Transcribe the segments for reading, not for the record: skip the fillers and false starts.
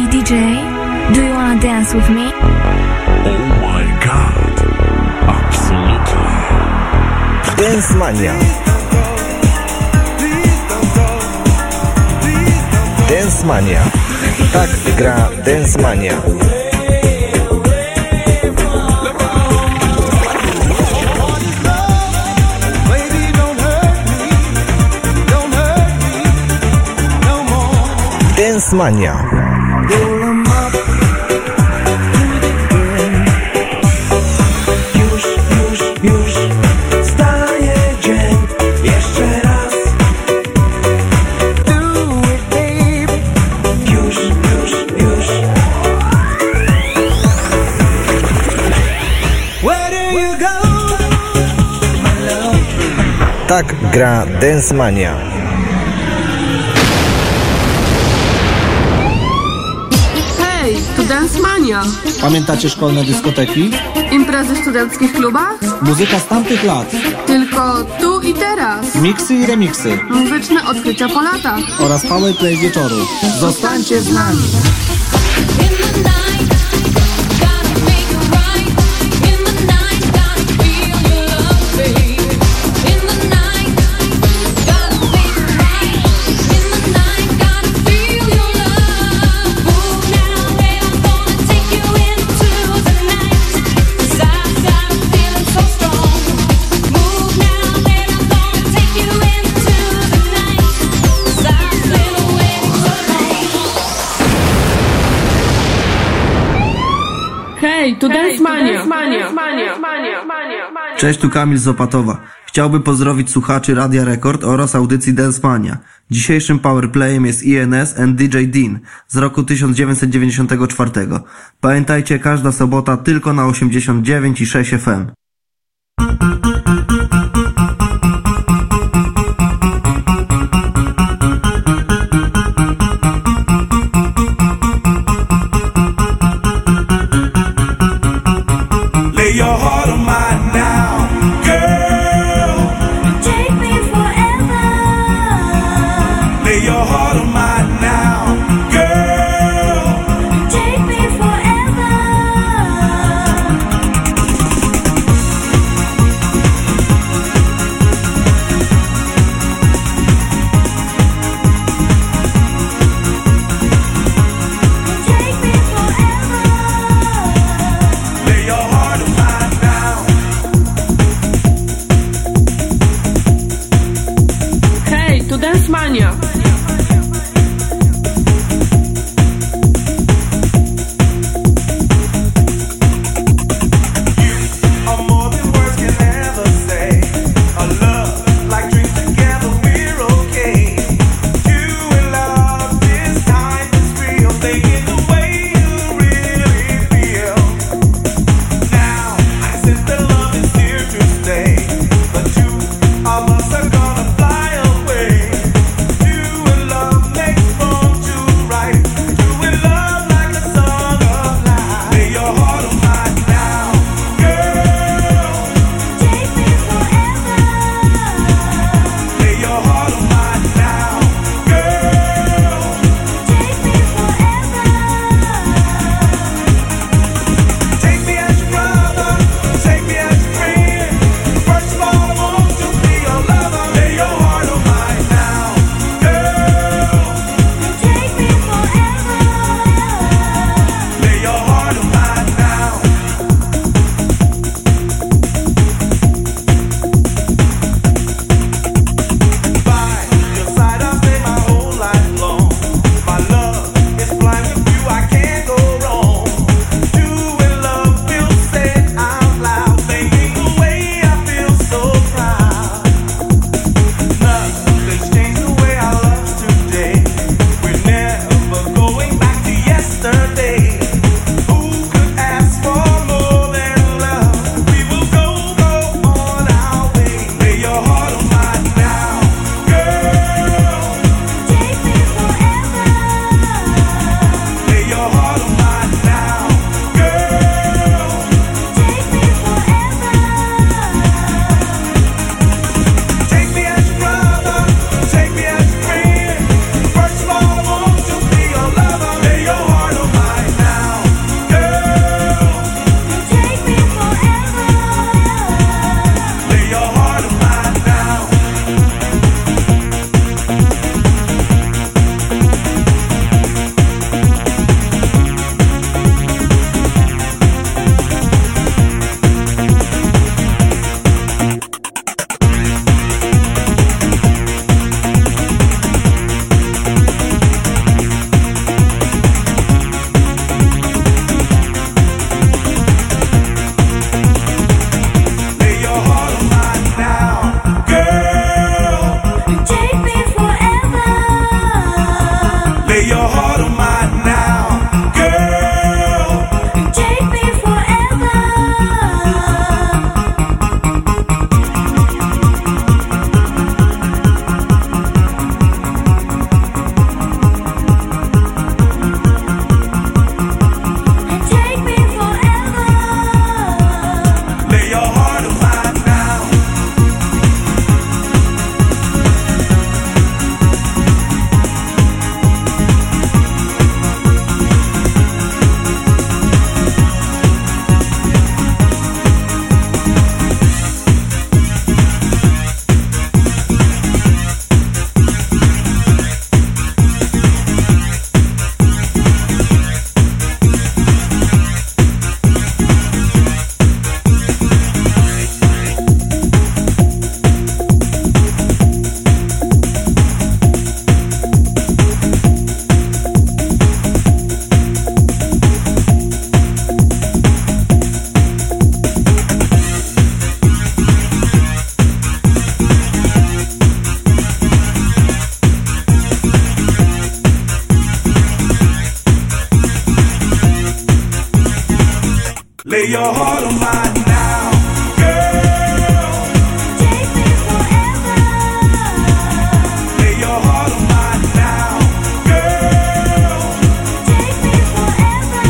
DJ, do you wanna dance with me? Oh my god, absolutely. Dance Mania. Dance Mania. Tak gra Dance Mania. Dance Mania. Już staje dzień. Jeszcze raz. Do it, babe. Już. Where do you go, my love? Tak gra Dance Mania. Hej, to Dance Mania. Pamiętacie szkolne dyskoteki? Imprezy w studenckich klubach? Muzyka z tamtych lat. Tylko tu i teraz. Miksy i remiksy. Muzyczne odkrycia po latach. Oraz powerplay wieczoru. Zostańcie z nami. Hej, to Dance Mania. Cześć, tu Kamil z Opatowa. Chciałbym pozdrowić słuchaczy Radia Rekord oraz audycji Dance Mania. Dzisiejszym powerplayem jest INS and DJ Dean z roku 1994. Pamiętajcie, każda sobota tylko na 89,6 FM. Lay your heart on mine now, girl. Take me forever. Lay your heart on mine now, girl. Take me forever. Lay your heart on mine now, girl. Take me forever. Lay your heart on mine now, girl. Take me forever.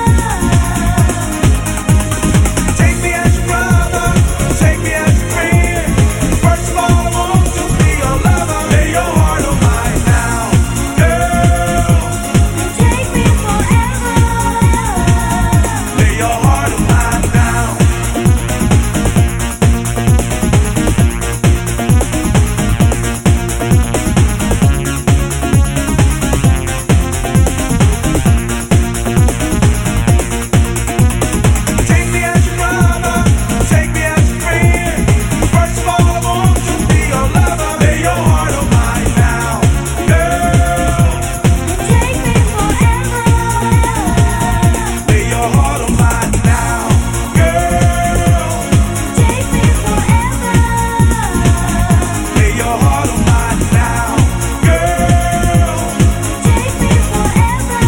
Take me as your brother, take me as your friend. First of all, I want to be your lover. Lay your heart on mine now, girl. Take me forever. Lay your heart on mine now. Take me as your brother, take me as your friend. First of all, I want to be your lover. Lay your heart on mine now, girl. Take me forever. Lay your heart on mine now, girl. Take me forever. Lay your heart on mine now, girl. Take me forever.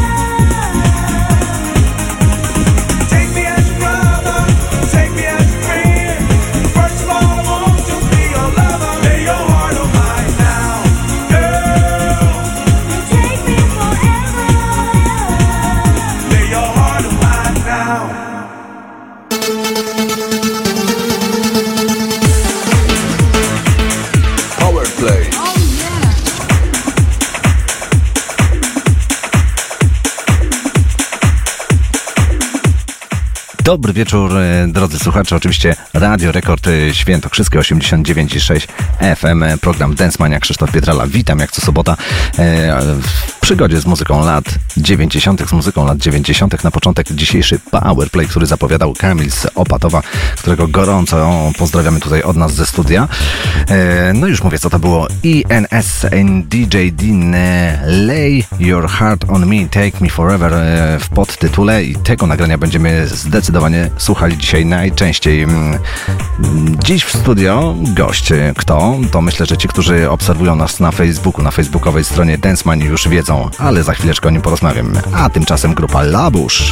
Take me as your brother, take me as your friend. First of all, I want to be your lover. Lay your heart on mine now, girl. Take me forever. Lay your heart on mine now. Power Play. Dobry wieczór, drodzy słuchacze. Oczywiście Radio Rekord Świętokrzyskie 89,6 FM, program Dance Mania, Krzysztof Pietrala. Witam jak co sobota w przygodzie z muzyką lat 90., z muzyką lat 90. Na początek dzisiejszy Powerplay, który zapowiadał Kamil z Opatowa, którego gorąco pozdrawiamy tutaj od nas ze studia. No już mówię, co to było. ENS and DJ Dean, Lay Your Heart on Me, Take Me Forever w podtytule i tego nagrania będziemy zdecydowanie słuchali dzisiaj najczęściej. Dziś w studio gość. Kto? To myślę, że ci, którzy obserwują nas na Facebooku, na facebookowej stronie Dance Mania już wiedzą, ale za chwileczkę o nim porozmawiam. A tymczasem grupa Labusz.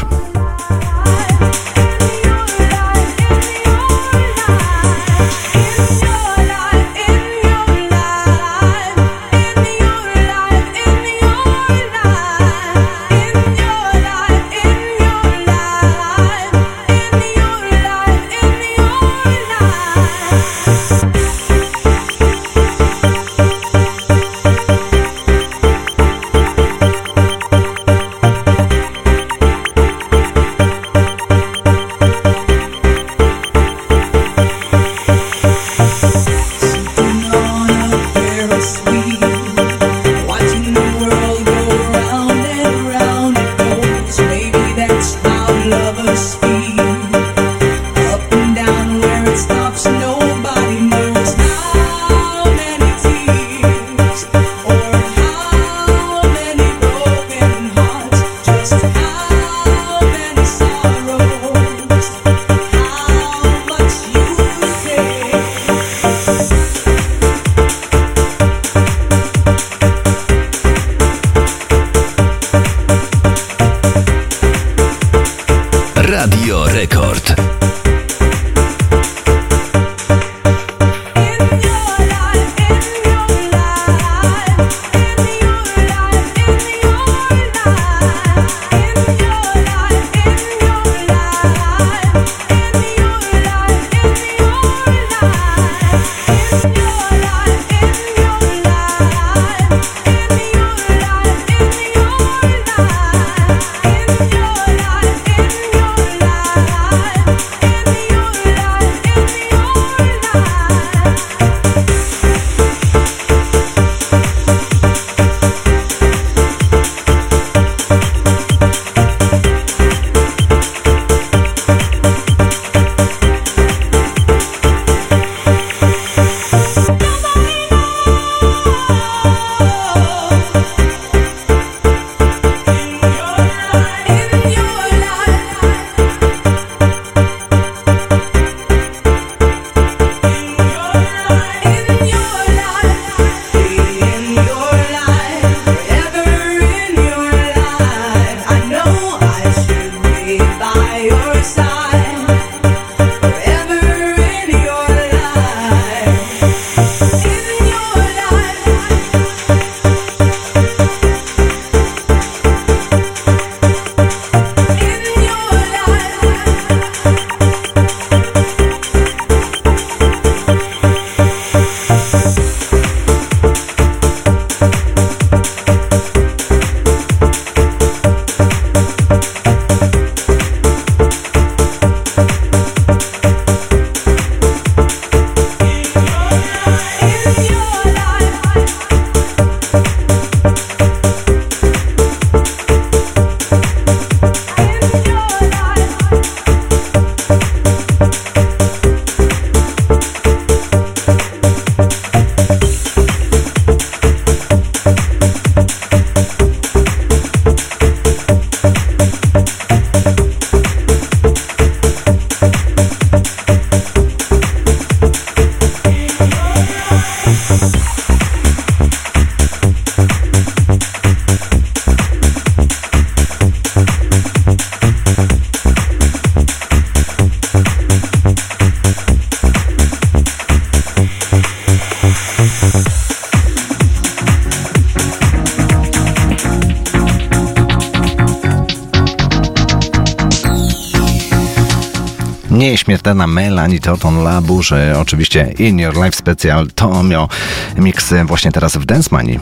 Nieśmiertelna Melanie Thornton LaBouche, oczywiście In Your Life Special, Tomio Mix właśnie teraz w Dance Manii.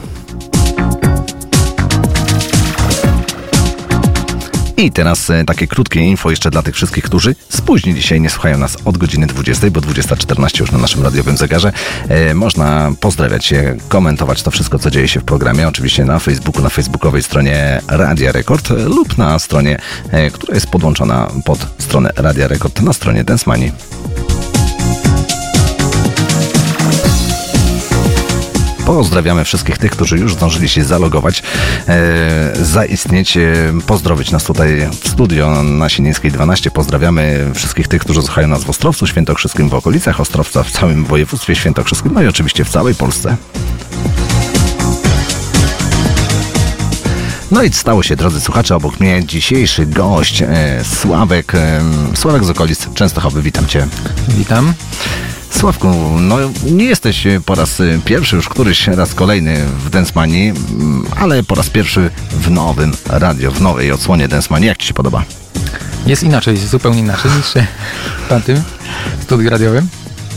I teraz takie krótkie info jeszcze dla tych wszystkich, którzy spóźnili się i nie słuchają nas od godziny 20, bo 20:14 już na naszym radiowym zegarze. Można pozdrawiać się, komentować to wszystko, co dzieje się w programie. Oczywiście na Facebooku, na facebookowej stronie Radia Rekord lub na stronie, która jest podłączona pod stronę Radia Rekord, na stronie Dance Manii. Pozdrawiamy wszystkich tych, którzy już zdążyli się zalogować, zaistnieć, pozdrowić nas tutaj w studio na Sienińskiej 12. Pozdrawiamy wszystkich tych, którzy słuchają nas w Ostrowcu Świętokrzyskim, w okolicach Ostrowca, w całym województwie świętokrzyskim, no i oczywiście w całej Polsce. No i stało się, drodzy słuchacze, obok mnie dzisiejszy gość, Sławek z okolic Częstochowy. Witam Cię. Witam. Sławku, no nie jesteś po raz pierwszy, już któryś raz kolejny w Dance Manii, ale po raz pierwszy w nowym radio, w nowej odsłonie Dance Manii. Jak Ci się podoba? Jest inaczej, jest zupełnie inaczej niż w tamtym studiu radiowym.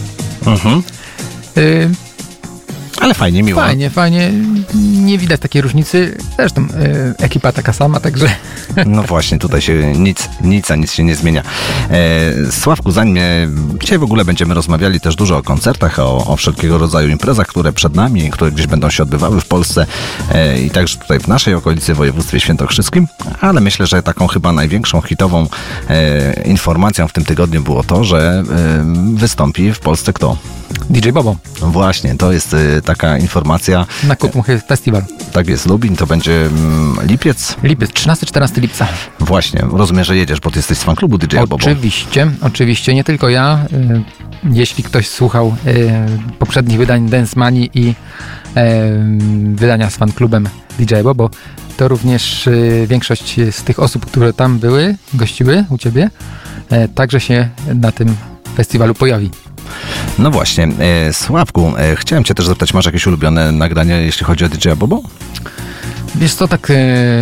Ale fajnie, miło. Fajnie. Nie widać takiej różnicy. Zresztą ekipa taka sama, także... No właśnie, tutaj się nic się nie zmienia. Sławku, zanim dzisiaj w ogóle będziemy rozmawiali też dużo o koncertach, o wszelkiego rodzaju imprezach, które przed nami, które gdzieś będą się odbywały w Polsce i także tutaj w naszej okolicy, w województwie świętokrzyskim, ale myślę, że taką chyba największą hitową informacją w tym tygodniu było to, że wystąpi w Polsce kto? DJ Bobo. Właśnie, to jest taka informacja. Na Kutmuchy Festival. Tak jest, Lubin, to będzie lipiec? Lipiec, 13-14 lipca. Właśnie, rozumiem, że jedziesz, bo ty jesteś z fanklubu DJ Bobo. Oczywiście, nie tylko ja. Jeśli ktoś słuchał poprzednich wydań Dance Manii i wydania z fanklubem DJ Bobo, to również większość z tych osób, które tam były, gościły u Ciebie, także się na tym festiwalu pojawi. No właśnie, Sławku, chciałem Cię też zapytać, masz jakieś ulubione nagranie, jeśli chodzi o DJ Bobo? Wiesz co, tak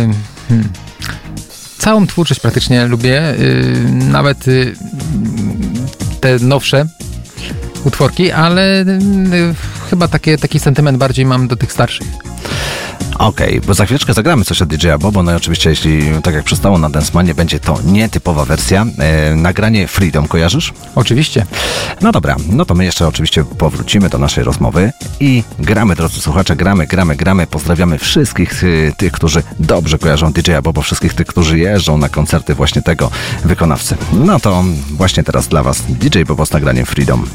całą twórczość praktycznie lubię, nawet te nowsze utworki, ale chyba taki sentyment bardziej mam do tych starszych. Okej, bo za chwileczkę zagramy coś od DJ Bobo, no i oczywiście jeśli tak jak przystało na Dance Manie, będzie to nietypowa wersja. Nagranie Freedom, kojarzysz? Oczywiście. No dobra, no to my jeszcze oczywiście powrócimy do naszej rozmowy i gramy, drodzy słuchacze, gramy. Pozdrawiamy wszystkich tych, którzy dobrze kojarzą DJ Bobo, wszystkich tych, którzy jeżdżą na koncerty właśnie tego wykonawcy. No to właśnie teraz dla Was DJ Bobo z nagraniem Freedom.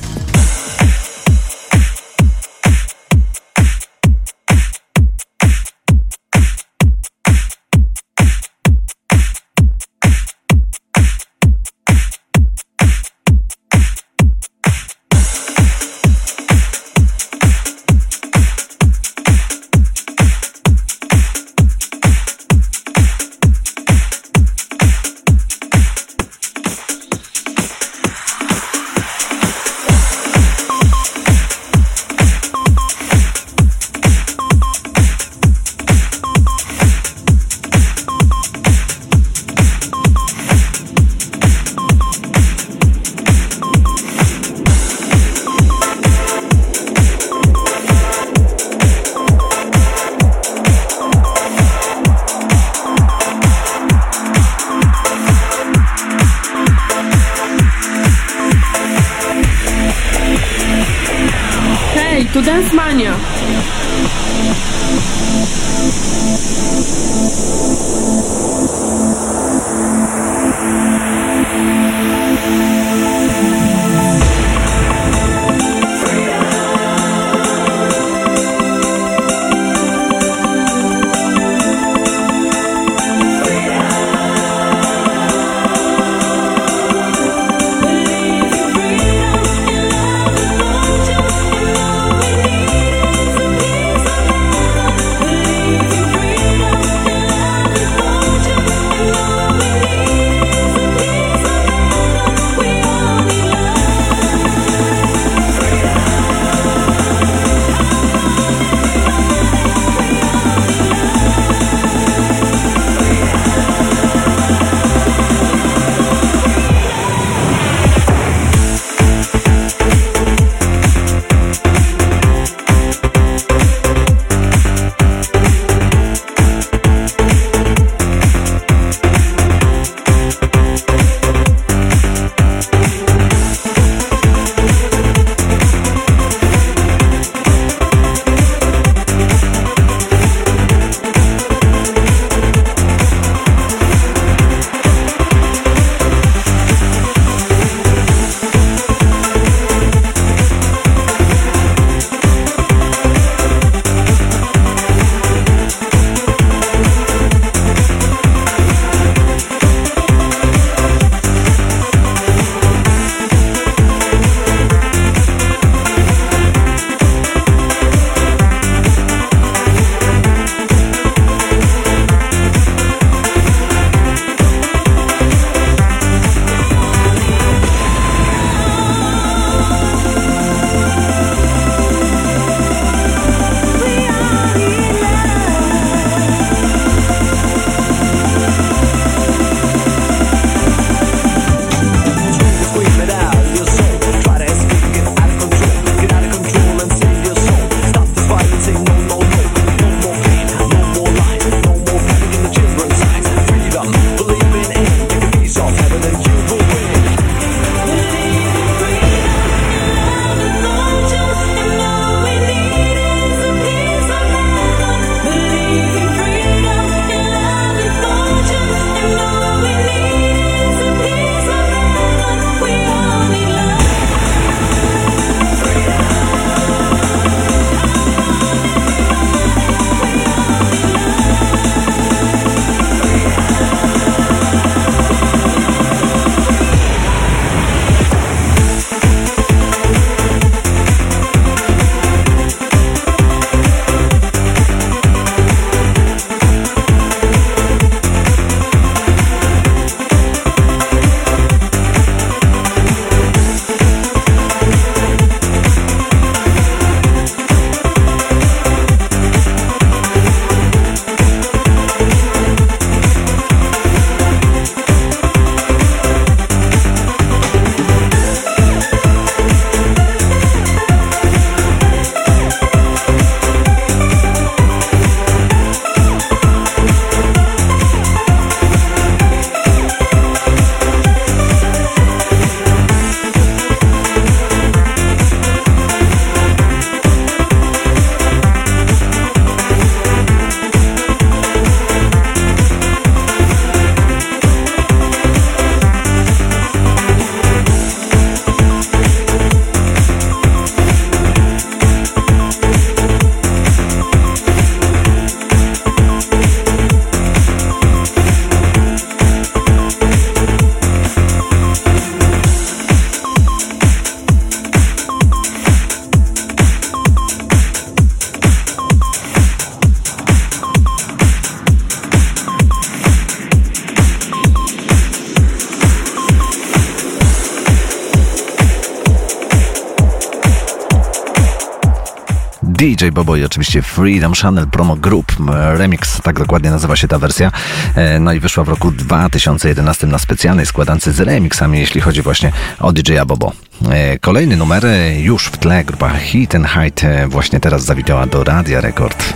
DJ Bobo i oczywiście Freedom Channel Promo Group Remix, tak dokładnie nazywa się ta wersja. No i wyszła w roku 2011 na specjalnej składance z remixami, jeśli chodzi właśnie o DJ-a Bobo. Kolejny numer już w tle, grupa Hit and Hide właśnie teraz zawitała do Radia Rekord.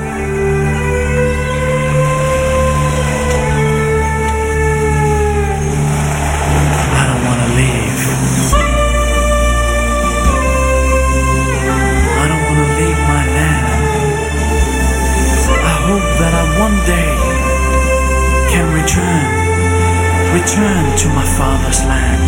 Return to my father's land.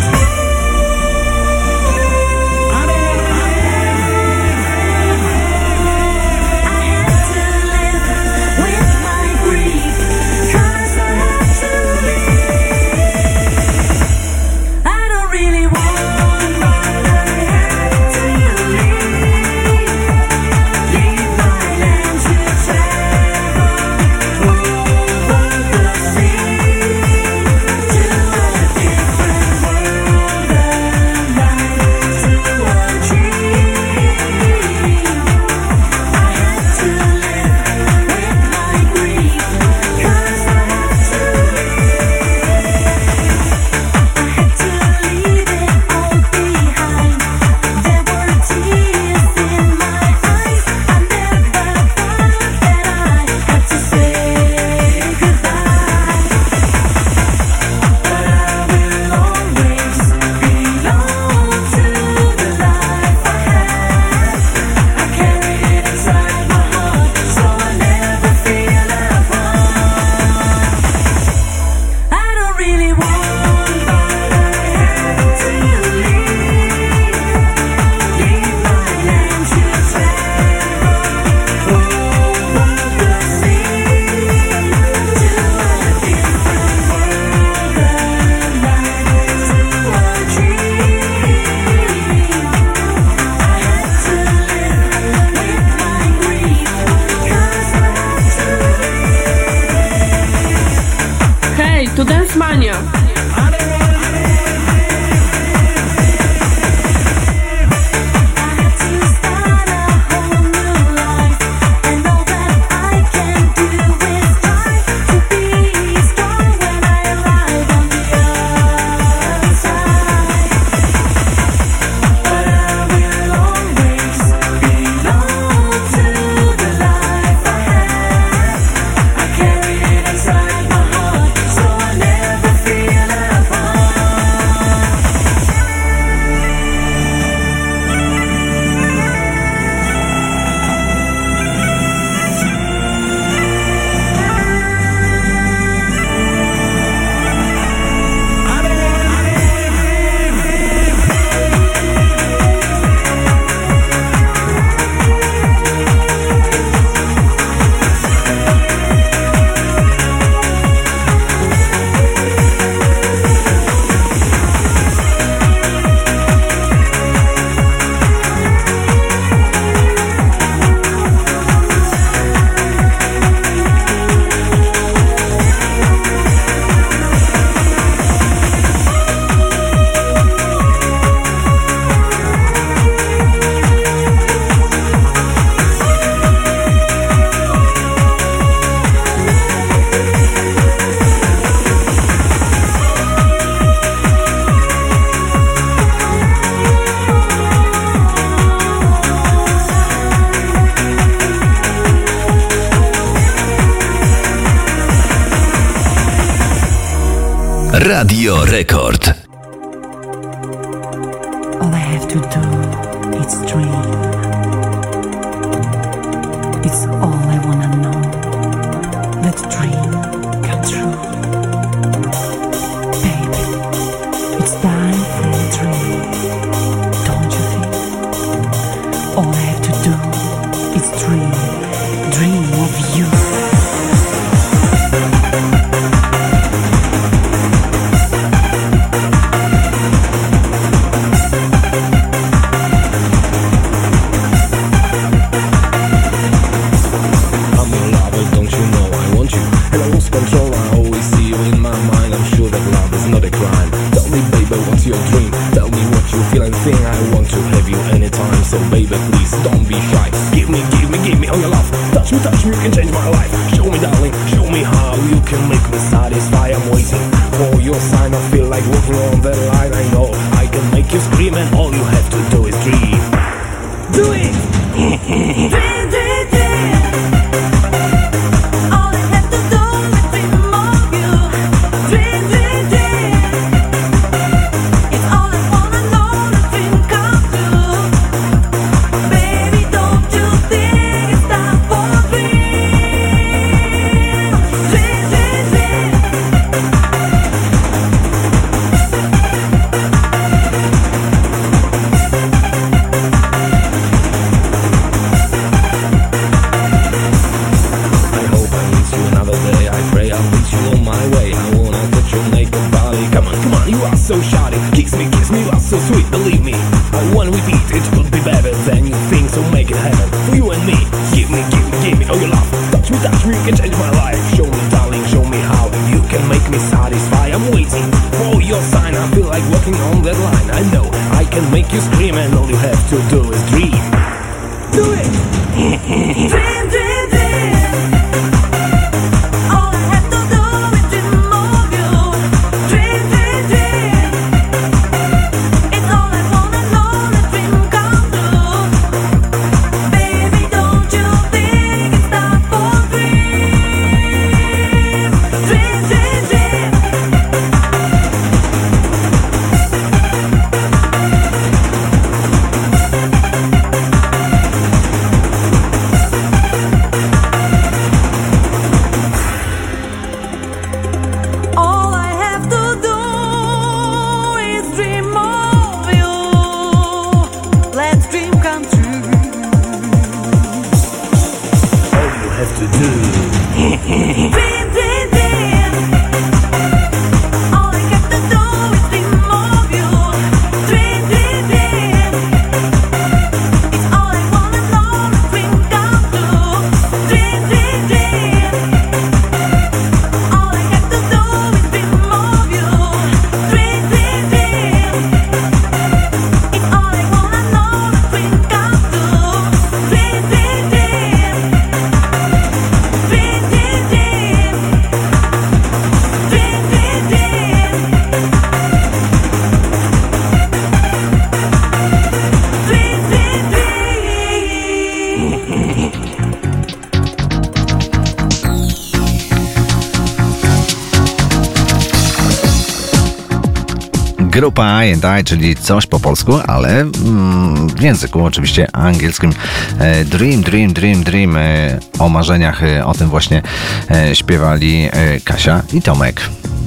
To Dance Mania. Radio Rekord. All I have to do is dream. It's all I wanna know. Let dream come true. Baby, it's time for a dream. Don't you think? All I have to do is dream. Dream of you. Your dream, tell me what you feel and think. I want to have you anytime. So baby, please don't be shy. Give me all your love. Touch me, you can change my life. Show me, darling, show me how you can make me satisfy. I'm waiting for your sign. I feel like walking on that line. I know I can make you scream, and all you have to do is dream. Do it! Dream, dream, dream. All I have to do is dream of you. Dream, dream, dream. It's all I wanna know, the dream come true. Baby, don't you think it's time for a dream? Dream, dream, dream. I hope I meet you another day. I pray I'll meet you on my way. I wanna touch your naked body. Come on, you are so shoddy. Kiss me, you are so sweet, believe me. I wanna repeat, it could be better than you think, so make it happen for you and me. Give me all your love. Touch me, you can change my life. Show me, darling, show me how you can make me satisfy. I'm waiting for your sign. I feel like walking on that line. I know I can make you scream, and all you have to do is dream. Do it! Dream, dream, dream. All I have to do is dream of you. Dream, dream, dream. It's all I wanna know, the dream come true. Baby, don't you think it's time for a dream? Dream, dream, dream. All I have to do is dream of you. Let's dream come true. All you have to do. Dream, dream, dream. All I have to do is dream of you. Dream, dream, dream. It's all I wanna know, the dream come true. Dream, dream, dream. All I have to do is dream of you. Dream, dream, dream. It's all I wanna know, the dream come true. Dream, dream, dream. Dream, dream, dream. Dream, dream, dream. Dream, Grupa I&I, czyli coś po polsku, ale w języku oczywiście angielskim. Dream. O marzeniach, o tym właśnie śpiewali Kasia i Tomek.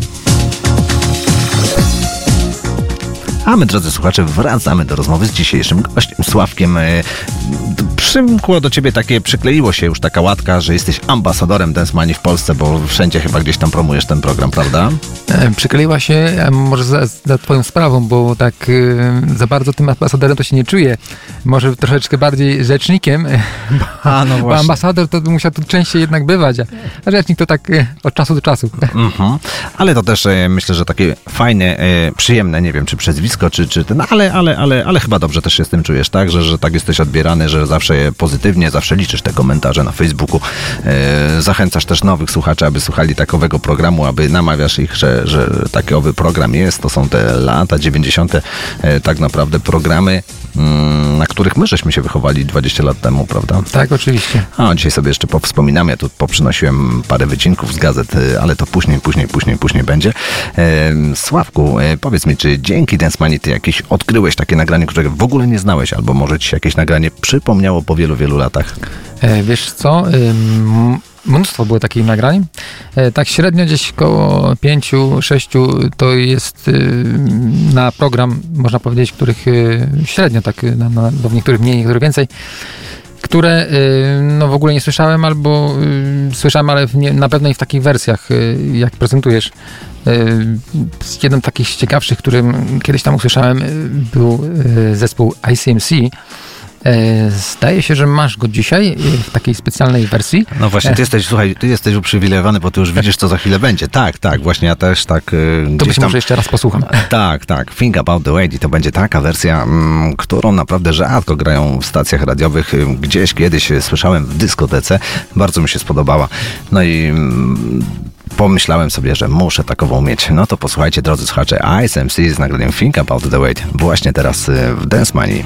A my, drodzy słuchacze, wracamy do rozmowy z dzisiejszym gościem, Sławkiem. Przymkło do ciebie przykleiło się już taka łatka, że jesteś ambasadorem Dance Manii w Polsce, bo wszędzie chyba gdzieś tam promujesz ten program, prawda? Przykleiła się, może za twoją sprawą, bo tak za bardzo tym ambasadorem to się nie czuję. Może troszeczkę bardziej rzecznikiem, bo ambasador to by musiał tu częściej jednak bywać, a rzecznik to tak od czasu do czasu. Ale to też myślę, że takie fajne, przyjemne, nie wiem, czy przezwisko, czy ten, ale chyba dobrze też się z tym czujesz, tak? Że tak jesteś odbierany, że zawsze pozytywnie, zawsze liczysz te komentarze na Facebooku. Zachęcasz też nowych słuchaczy, aby słuchali takowego programu, aby namawiasz ich, że takowy program jest. To są te lata 90. Tak naprawdę programy, na których my żeśmy się wychowali 20 lat temu, prawda? Tak, oczywiście. A dzisiaj sobie jeszcze powspominamy. Ja tu poprzynosiłem parę wycinków z gazet, ale to później będzie. Sławku, powiedz mi, czy dzięki Dance Manii ty jakieś odkryłeś takie nagranie, którego w ogóle nie znałeś, albo może ci się jakieś nagranie przypomniało po wielu latach? Wiesz co? Mnóstwo było takich nagrań. Tak średnio gdzieś koło 5-6 to jest na program, można powiedzieć, których średnio tak, bo w niektórych mniej, niektórych więcej, które no w ogóle nie słyszałem, albo słyszałem, ale na pewno i w takich wersjach, jak prezentujesz. Jeden z takich ciekawszych, którym kiedyś tam usłyszałem, był zespół ICMC Zdaje się, że masz go dzisiaj w takiej specjalnej wersji. No właśnie, ty jesteś uprzywilejowany, bo ty już widzisz, co za chwilę będzie. Tak, właśnie ja też tak To być może jeszcze raz posłucham. Tak. Think About the Way i to będzie taka wersja, którą naprawdę rzadko grają w stacjach radiowych. Gdzieś kiedyś słyszałem w dyskotece. Bardzo mi się spodobała. No i pomyślałem sobie, że muszę takową mieć. No to posłuchajcie, drodzy słuchacze, Ice MC z nagraniem Think About the Way właśnie teraz w Dance Manii.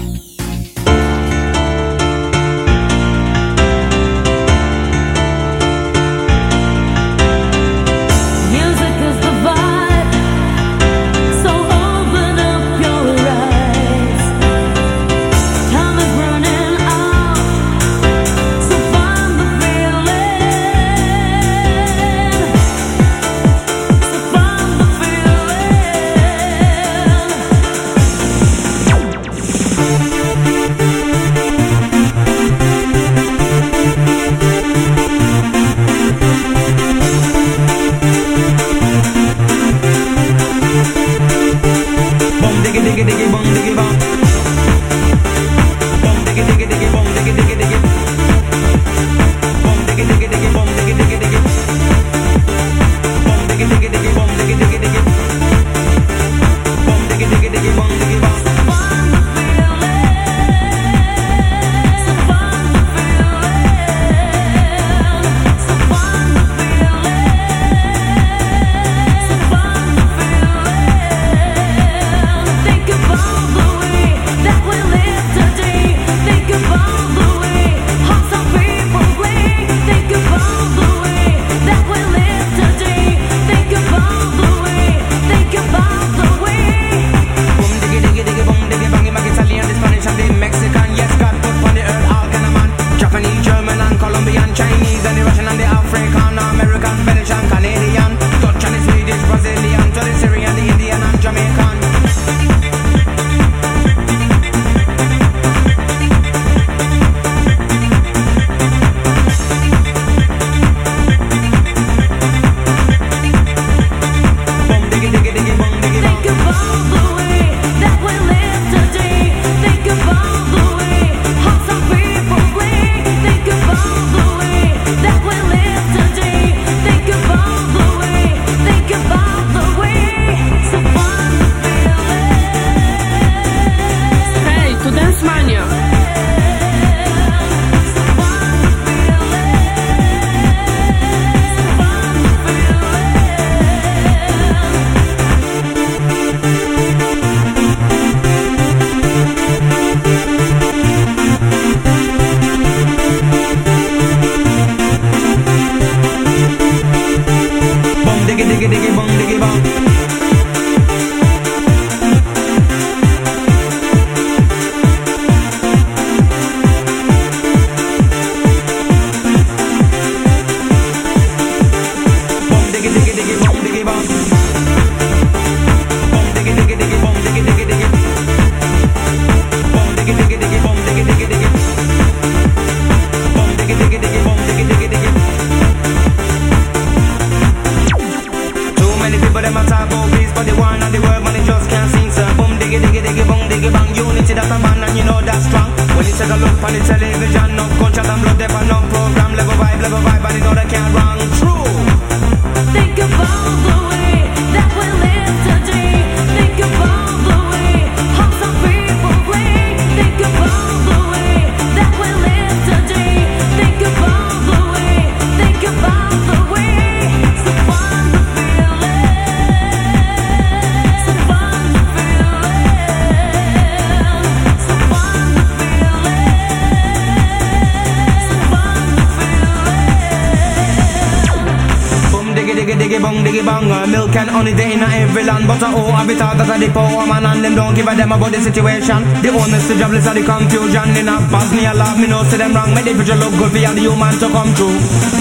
Milk and honey they in every land, but I be thought that the power man and them don't give a damn about the situation. The whole message of the confusion in a past me a love me no see them wrong. Make the picture look good for the human to come true.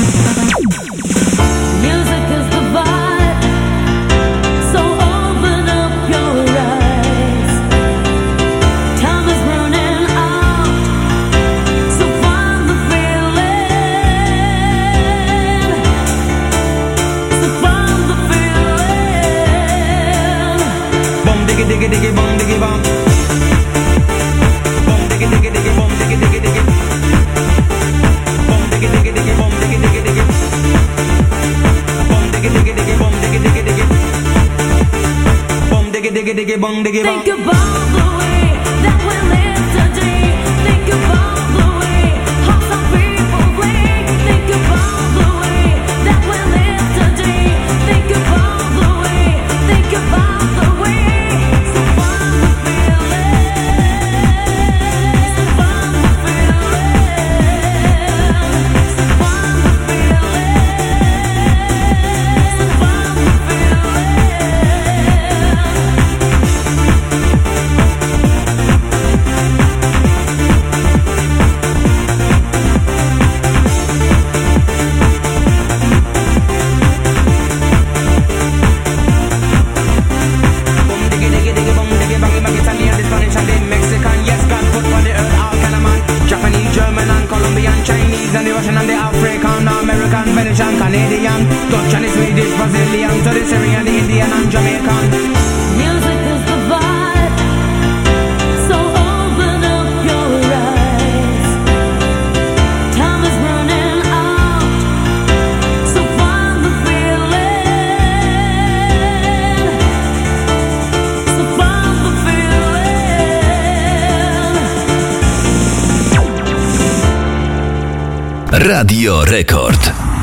Music is the vibe, so open up your eyes. Time is running out, so find the feeling. So find the feeling. Bum diggy diggy diggy bum diggy bum. Bum diggy diggy diggy. diggy diggy bong diggy bong. Think about the way that we live today. Think about the way how some people play. Think about the way that we live today. Think about the way. Think about the way. So find the feeling. So find the feeling. So find the feeling. So find the Diggy diggy diggy bong diggy bang bang Italian, the Spanish and the Mexican. Yes, God put on the earth all kind of man. Japanese, German and Colombian, Chinese and the Russian and the African, American, Venetian, Canadian, Dutch and the Swedish, Brazilian, to the Syrian, the Indian and Jamaican. Music is the vibe, so open up your eyes. Time is running out, so find the feeling. So find the feeling. Radio Rekord.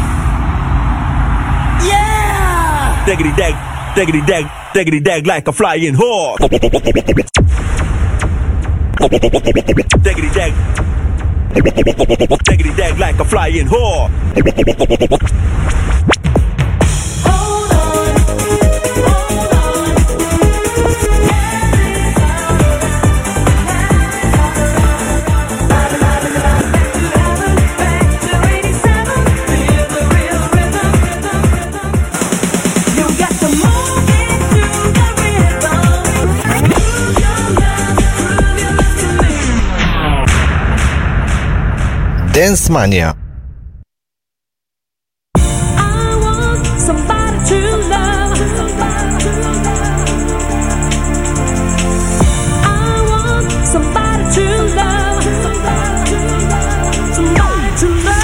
Yeah! Diggity dag, diggity dag, diggity dag like a flying hawk. Diggity dag, diggity dag like a flying hawk. You got to move into the rhythm. Move your love, prove your love to me. Dance Mania. I want somebody to love. I want somebody to love. Somebody to love.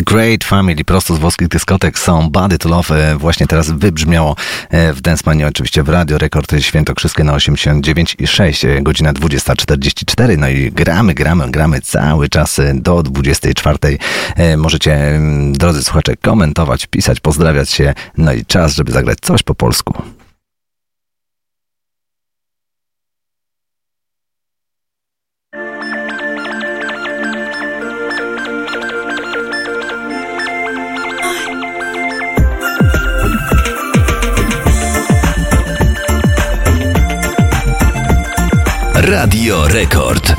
Great Family prosto z włoskich dyskotek Somebody to Love właśnie teraz wybrzmiało w Dance Mania, oczywiście w Radio Rekord Świętokrzyskie na 89,6, godzina 20:44. No i gramy cały czas do 24:00. Możecie, drodzy słuchacze, komentować, pisać, pozdrawiać się. No i czas, żeby zagrać coś po polsku. Radio Rekord.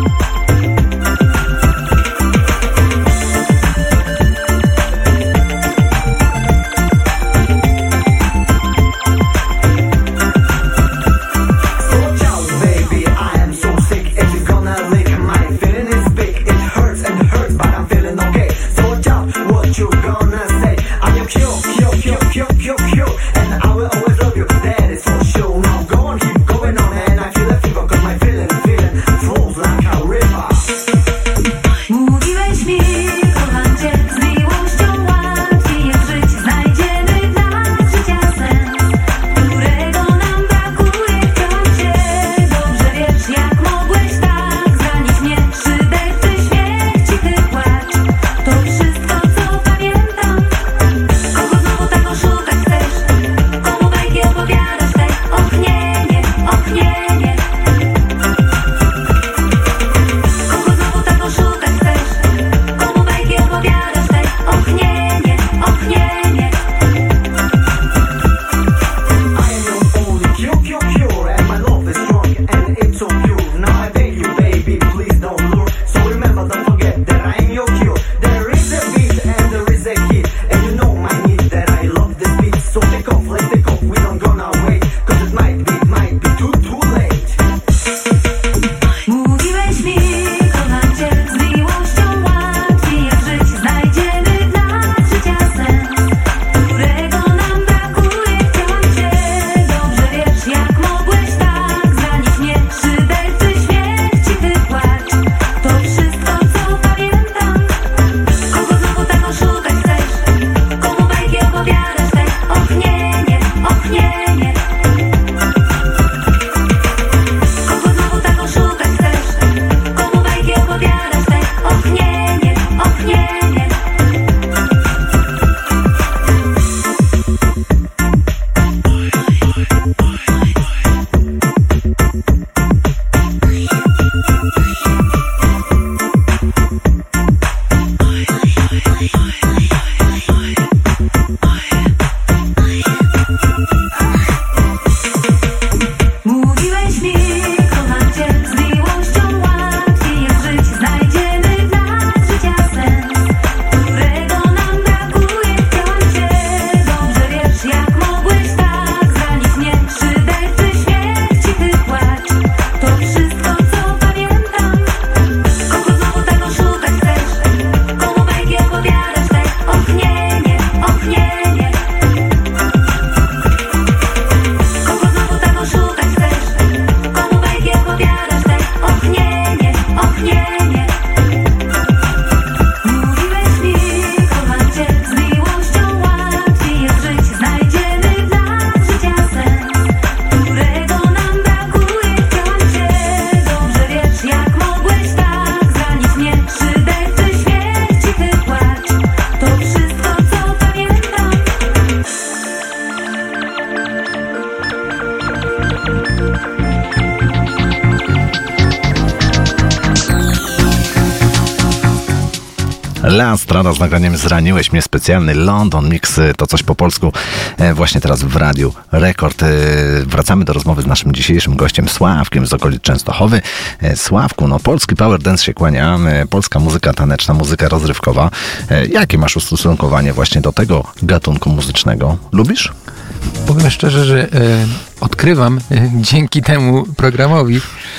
La Strada z nagraniem Zraniłeś mnie, specjalny London Mix, to coś po polsku właśnie teraz w Radiu Rekord. Wracamy do rozmowy z naszym dzisiejszym gościem Sławkiem z okolic Częstochowy. Sławku, no polski power dance się kłania, polska muzyka taneczna, muzyka rozrywkowa. Jakie masz ustosunkowanie właśnie do tego gatunku muzycznego? Lubisz? Powiem szczerze, że odkrywam dzięki temu programowi.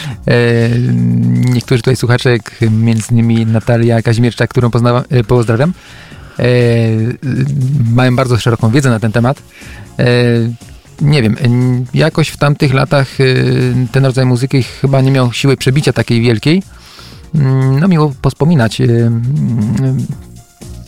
Niektórzy tutaj słuchacze, jak między innymi Natalia Kazimierczak, którą pozdrawiam, mają bardzo szeroką wiedzę na ten temat. Nie wiem, jakoś w tamtych latach ten rodzaj muzyki chyba nie miał siły przebicia takiej wielkiej. No miło pospominać.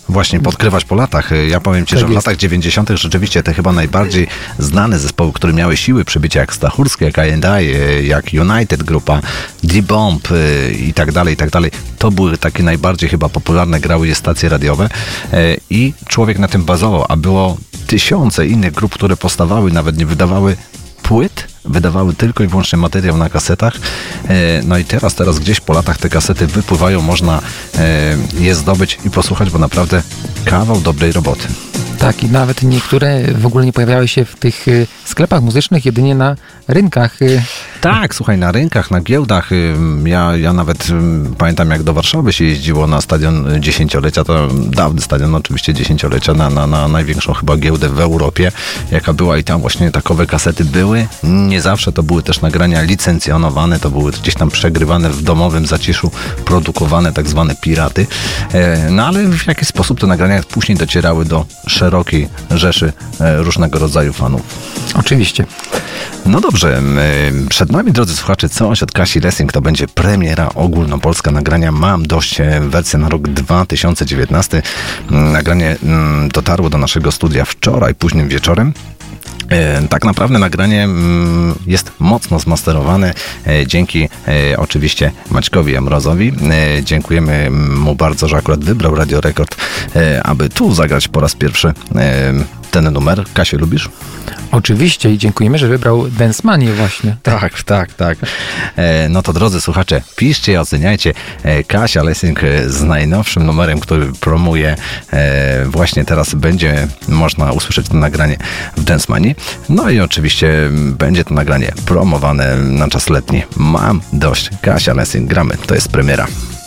Właśnie podgrywać po latach. Ja powiem Ci, Tak że w jest. latach 90. rzeczywiście te chyba najbardziej znane zespoły, które miały siły przybycia, jak Stachurski, jak I&I, jak United Grupa, D-Bomb i tak dalej, to były takie najbardziej chyba popularne, grały je stacje radiowe i człowiek na tym bazował, a było tysiące innych grup, które powstawały, nawet nie wydawały płyt, wydawały tylko i wyłącznie materiał na kasetach. No i teraz gdzieś po latach te kasety wypływają, można je zdobyć i posłuchać, bo naprawdę kawał dobrej roboty. Tak, i nawet niektóre w ogóle nie pojawiały się w tych sklepach muzycznych, jedynie na rynkach. Tak, słuchaj, na rynkach, na giełdach. Ja nawet pamiętam, jak do Warszawy się jeździło na stadion dziesięciolecia, to dawny stadion oczywiście dziesięciolecia, na największą chyba giełdę w Europie, jaka była, i tam właśnie takowe kasety były. Nie zawsze to były też nagrania licencjonowane, to były gdzieś tam przegrywane w domowym zaciszu, produkowane tak zwane piraty. No ale w jakiś sposób te nagrania później docierały do szerokiej rzeszy różnego rodzaju fanów. Oczywiście. No dobrze, przed nami, drodzy słuchacze, coś od Kasi Lessing. To będzie premiera ogólnopolska nagrania Mam dość, wersja na rok 2019. Nagranie dotarło do naszego studia wczoraj, późnym wieczorem. Tak naprawdę nagranie jest mocno zmasterowane dzięki oczywiście Maćkowi Mrozowi. Dziękujemy mu bardzo, że akurat wybrał Radio Rekord, aby tu zagrać po raz pierwszy ten numer. Kasię, lubisz? Oczywiście i dziękujemy, że wybrał Dance Manię właśnie. Tak. No to drodzy słuchacze, piszcie i oceniajcie. Kasia Lessing z najnowszym numerem, który promuje, właśnie teraz będzie można usłyszeć to nagranie w Dance Manii. No i oczywiście będzie to nagranie promowane na czas letni. Mam dość. Kasia Lessing, gramy. To jest premiera.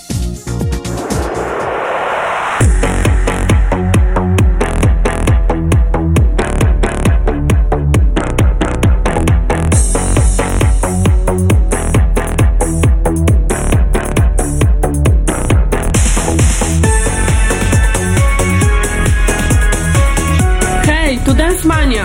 Hej, tu Dance Mania.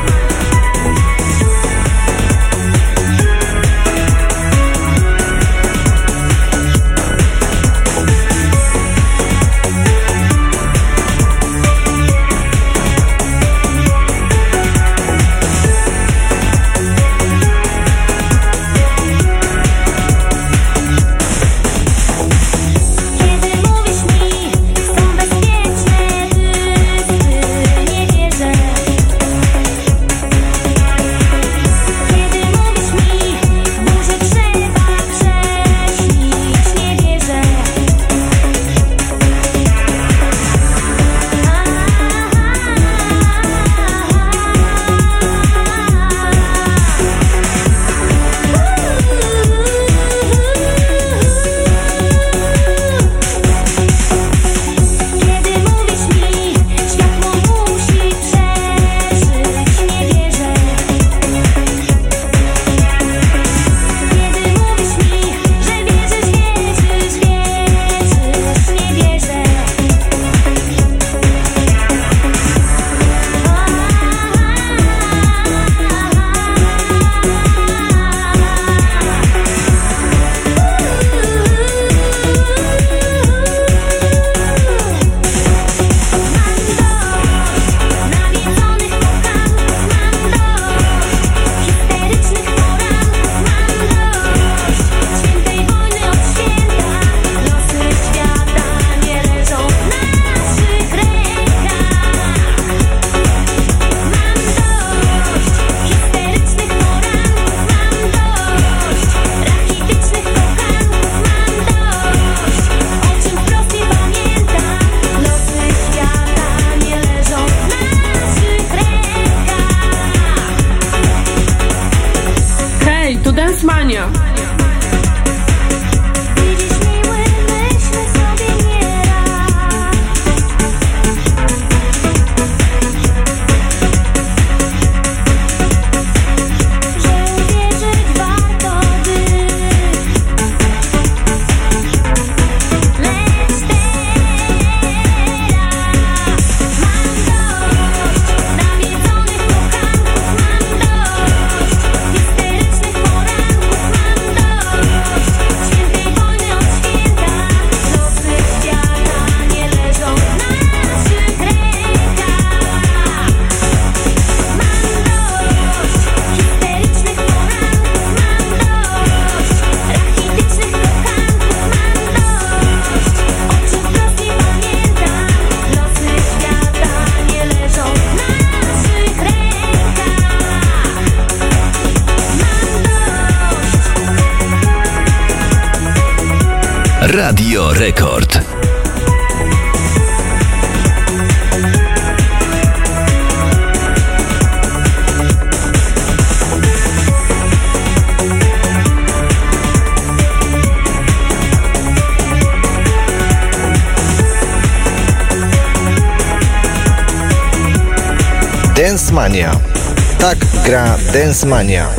Kiedy mówisz mi, są bezpieczne wyspy, nie wierzę. Radio Rekord. Dance Mania. Tak gra Dance Mania.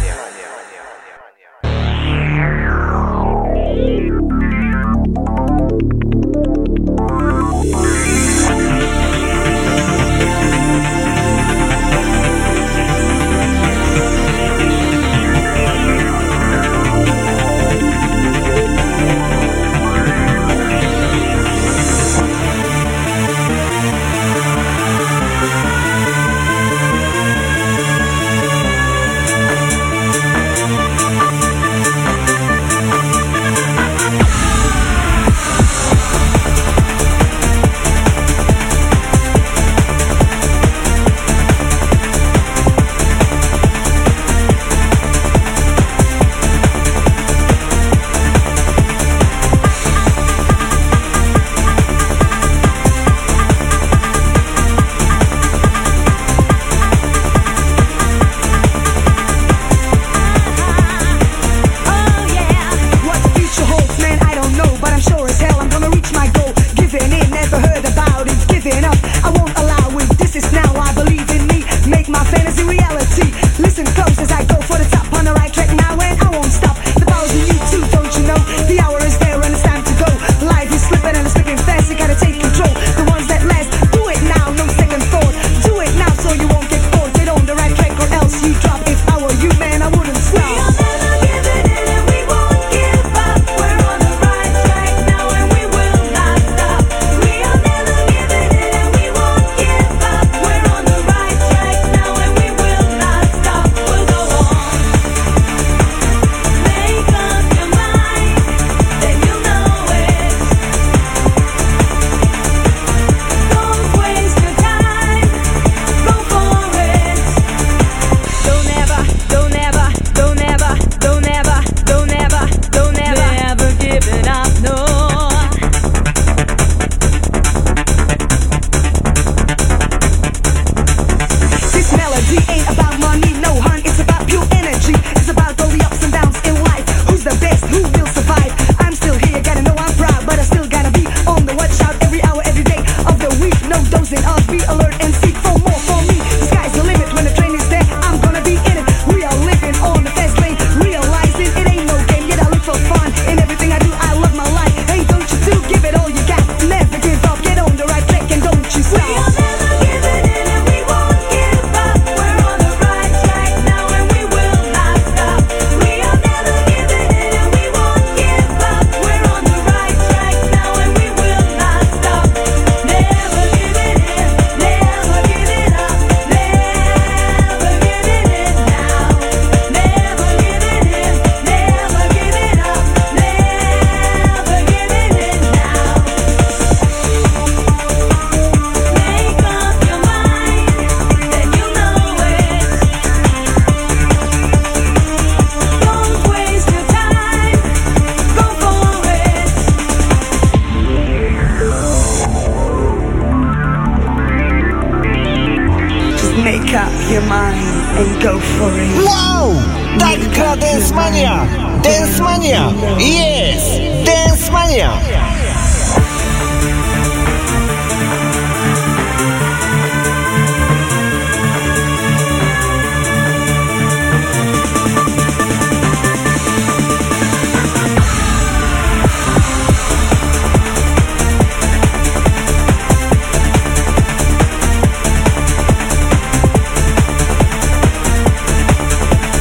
Wow! Tak gra Dance Mania! Dance Mania! Yes! Dance Mania!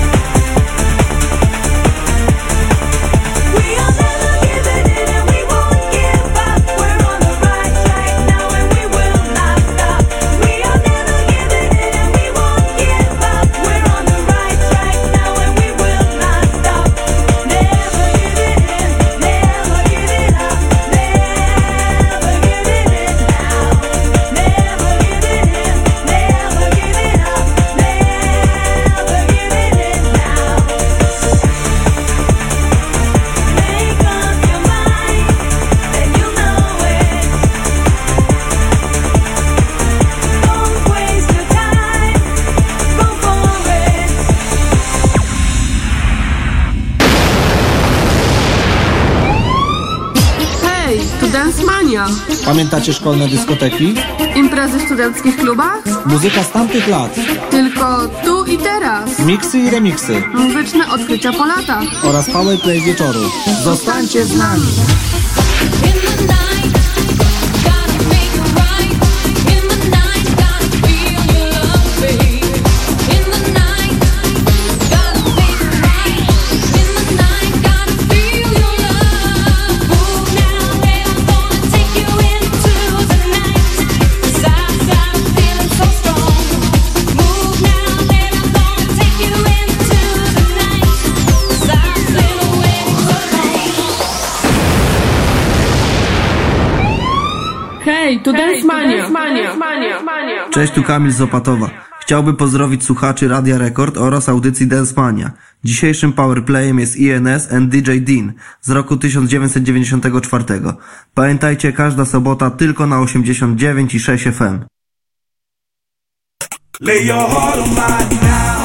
We are never giving in and we won't Pamiętacie szkolne dyskoteki? Imprezy w studenckich klubach? Muzyka z tamtych lat. Tylko tu i teraz. Miksy i remiksy. Muzyczne odkrycia po latach. Oraz powerplay wieczoru. Zostańcie z nami. Hej, tu Dance Mania. Cześć, tu Kamil z Opatowa. Chciałbym pozdrowić słuchaczy Radia Rekord oraz audycji Dance Mania. Dzisiejszym powerplayem jest INS and DJ Dean z roku 1994. Pamiętajcie, każda sobota tylko na 89,6 FM. Lay your heart on mine now.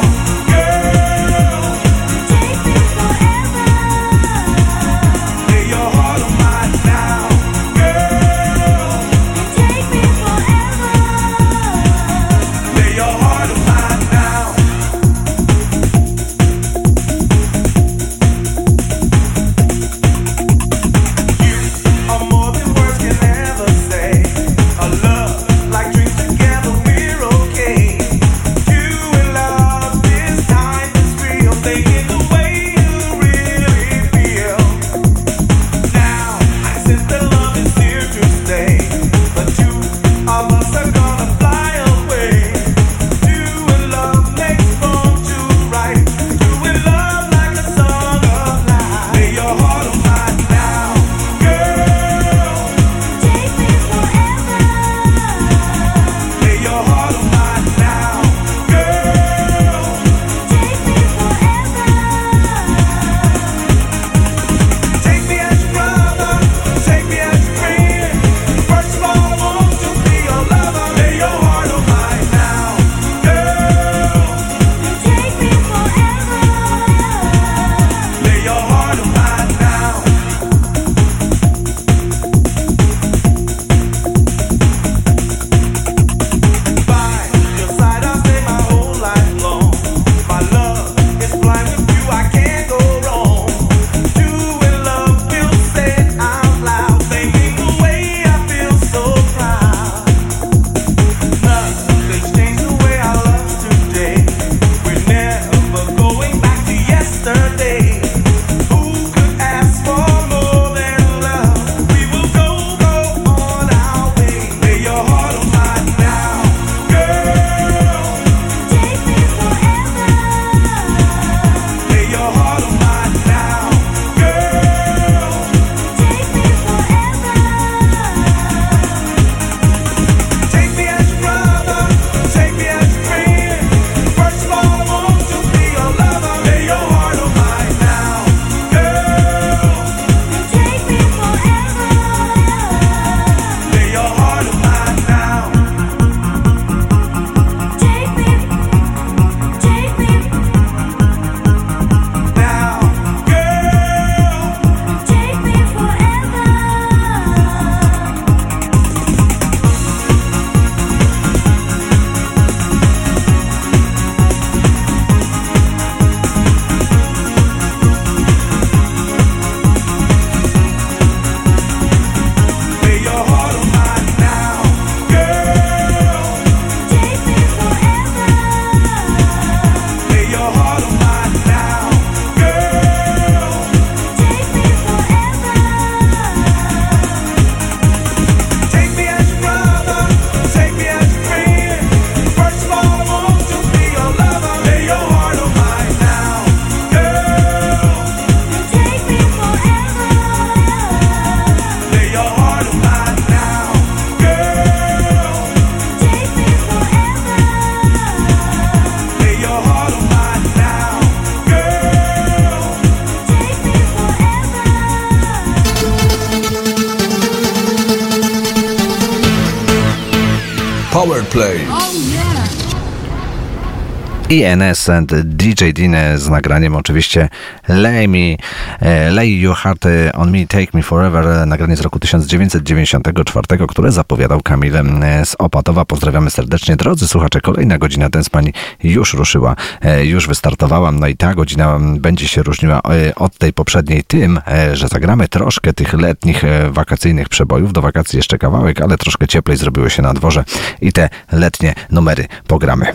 Powerplay. ENS and DJ Dean z nagraniem oczywiście Lay Your Heart on Me, Take Me Forever, nagranie z roku 1994, które zapowiadał Kamil z Opatowa. Pozdrawiamy serdecznie, drodzy słuchacze. Kolejna godzina Dance Mania już ruszyła, już wystartowała, no i ta godzina będzie się różniła od tej poprzedniej tym, że zagramy troszkę tych letnich, wakacyjnych przebojów. Do wakacji jeszcze kawałek, ale troszkę cieplej zrobiło się na dworze i te letnie numery pogramy.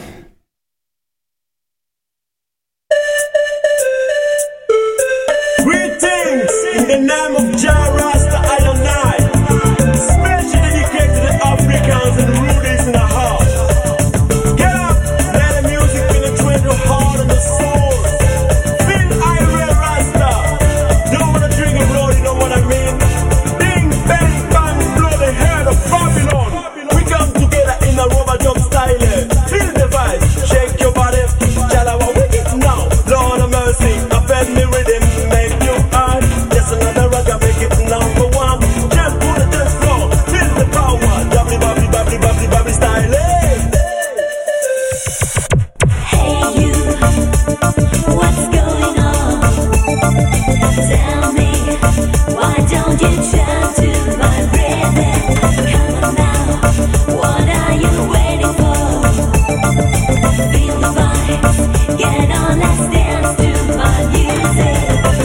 Greetings in the name of Jah Rasta I and I, special dedicated to the Africans and the Rudies in the house. Get up, let the music penetrate your heart and the soul. Feel Irie Rasta. Don't wanna drink and blow, you know what I mean? Bing, bang, bang, blow the head of Babylon. We come together in a rubber dub style. Feel the vibe, shake your body. Jalawa, we get now. Lord of mercy, offend me rhythm, make you hard. Just another ragga, make it number one. Just put it to the floor, feel the power. Bubbly, bubbly, bubbly, bubbly, bubbly style. Hey you, what's going on? Tell me, why don't you turn to my rhythm? Come on now, what are you waiting for? Feel the vibe, get on, let's dance to my music.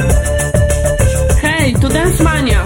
Hej, to Dance Mania.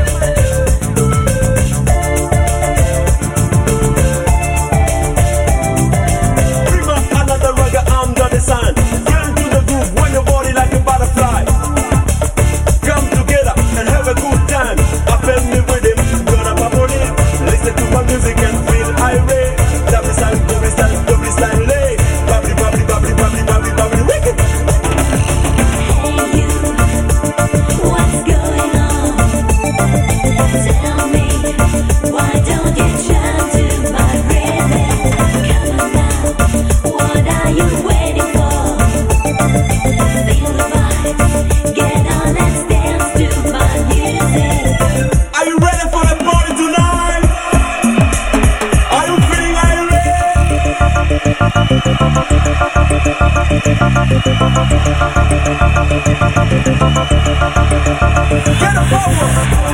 Bring up another ragga under the sun. Get into the groove, when your body like a butterfly. Come together and have a good time. Offend me with him, gonna pop on it. Listen to my music and feel irate. Double style, double style, double style, lay. Bubbly, bubbly, bubbly, bubbly, bubbly, bubbly, wicked. Hey you, what's going on? Tell me, why don't you turn to my rhythm? Come on now, what are you waiting for? Feel the vibe, get on, let's dance to my music. Are you ready for the party tonight? Are you feeling irate? Get a power!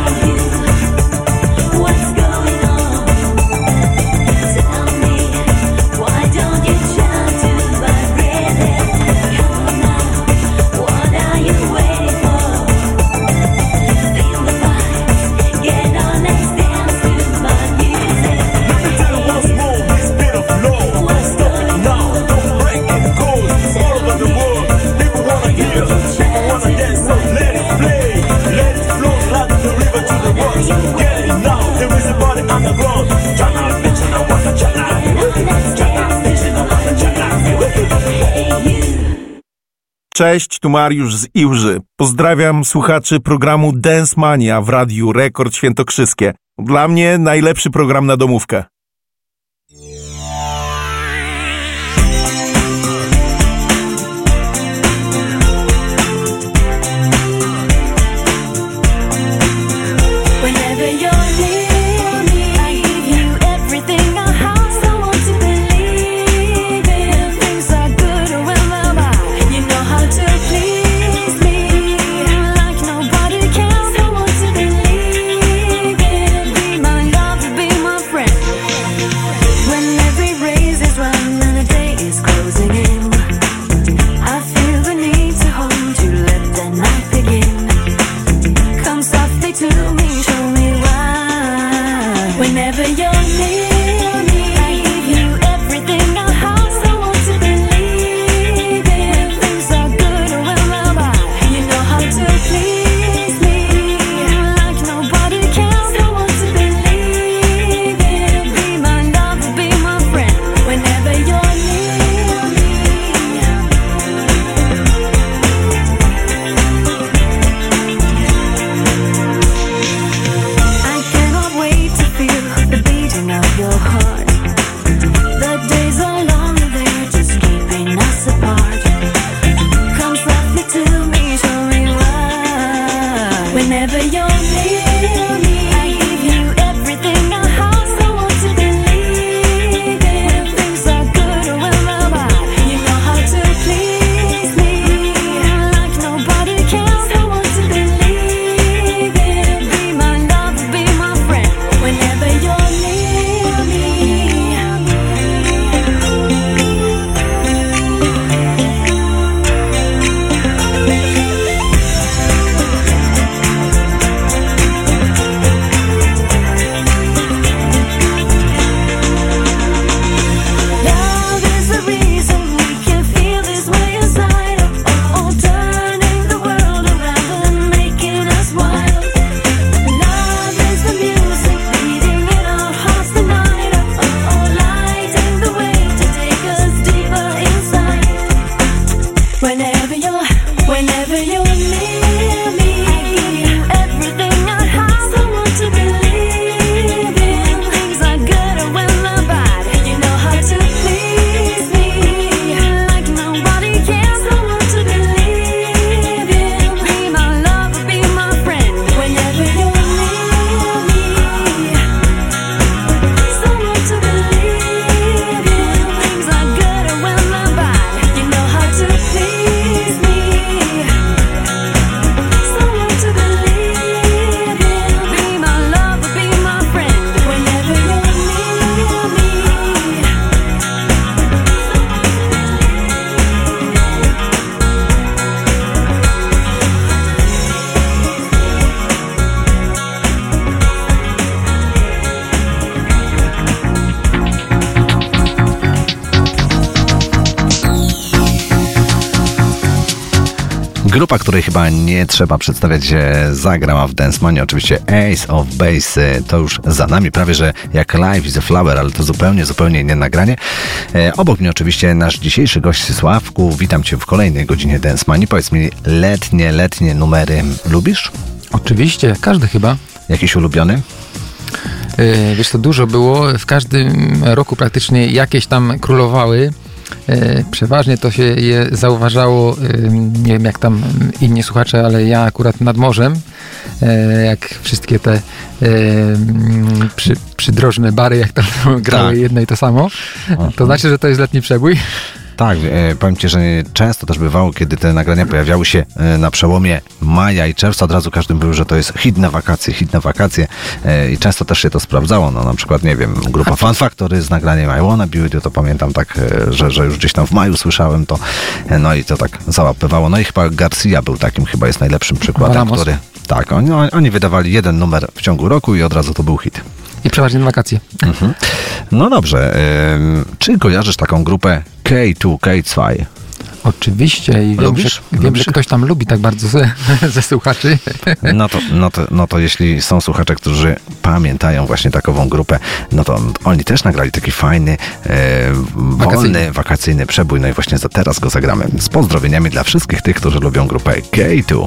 What's going on? Tell me, why don't you turn to my rhythm? Come on now, what are you waiting for? Feel the vibe, get on, let's dance to my music. Let me tell you once more, this bit of flow. Don't stop it now, don't break it, goes all over the world. People wanna hear, people wanna dance, so let it play. Let it flow like the river to the rocks. Get it now, there is a body underground. Chana, bitch, and I want to chana. Chana, bitch, and I want to chana. Cześć, tu Mariusz z Iłży. Pozdrawiam słuchaczy programu Dance Mania w Radiu Rekord Świętokrzyskie. Dla mnie najlepszy program na domówkę. Whenever you're near me, I give you everything I have. So I want to believe in things are good when I'm by. You know how to please me like nobody can. So I want to believe in, be my lover, be my friend. Grupa, której chyba nie trzeba przedstawiać, zagrała w Dance Mania. Oczywiście Ace of Base to już za nami, prawie że jak Life is a Flower, ale to zupełnie inne nagranie. Obok mnie oczywiście nasz dzisiejszy gość Sławku. Witam Cię w kolejnej godzinie Dance Manii. Powiedz mi, letnie numery lubisz? Oczywiście, każdy chyba. Jakiś ulubiony? Wiesz, to dużo było. W każdym roku praktycznie jakieś tam królowały. Przeważnie to się je zauważało, nie wiem jak tam inni słuchacze, ale ja akurat nad morzem, jak wszystkie te przydrożne bary, jak tam grały jedno i to samo, to znaczy, że to jest letni przebój. Tak, powiem Ci, że często też bywało, kiedy te nagrania pojawiały się na przełomie maja i czerwca, od razu każdy mówił, że to jest hit na wakacje i często też się to sprawdzało, no na przykład, nie wiem, grupa Fun Factory z nagraniem I Wanna Be With You, to pamiętam tak, że już gdzieś tam w maju słyszałem to, no i to tak załapywało, no i chyba Garcia był takim, chyba jest najlepszym przykładem, który, tak, oni wydawali jeden numer w ciągu roku i od razu to był hit. I przeważnie na wakacje. Mhm. No dobrze, czy kojarzysz taką grupę K2K2? Oczywiście i wiem, że ktoś tam lubi tak bardzo ze słuchaczy. No to jeśli są słuchacze, którzy pamiętają właśnie takową grupę, no to oni też nagrali taki fajny, wolny, wakacyjny przebój, no i właśnie teraz go zagramy. Z pozdrowieniami dla wszystkich tych, którzy lubią grupę K2.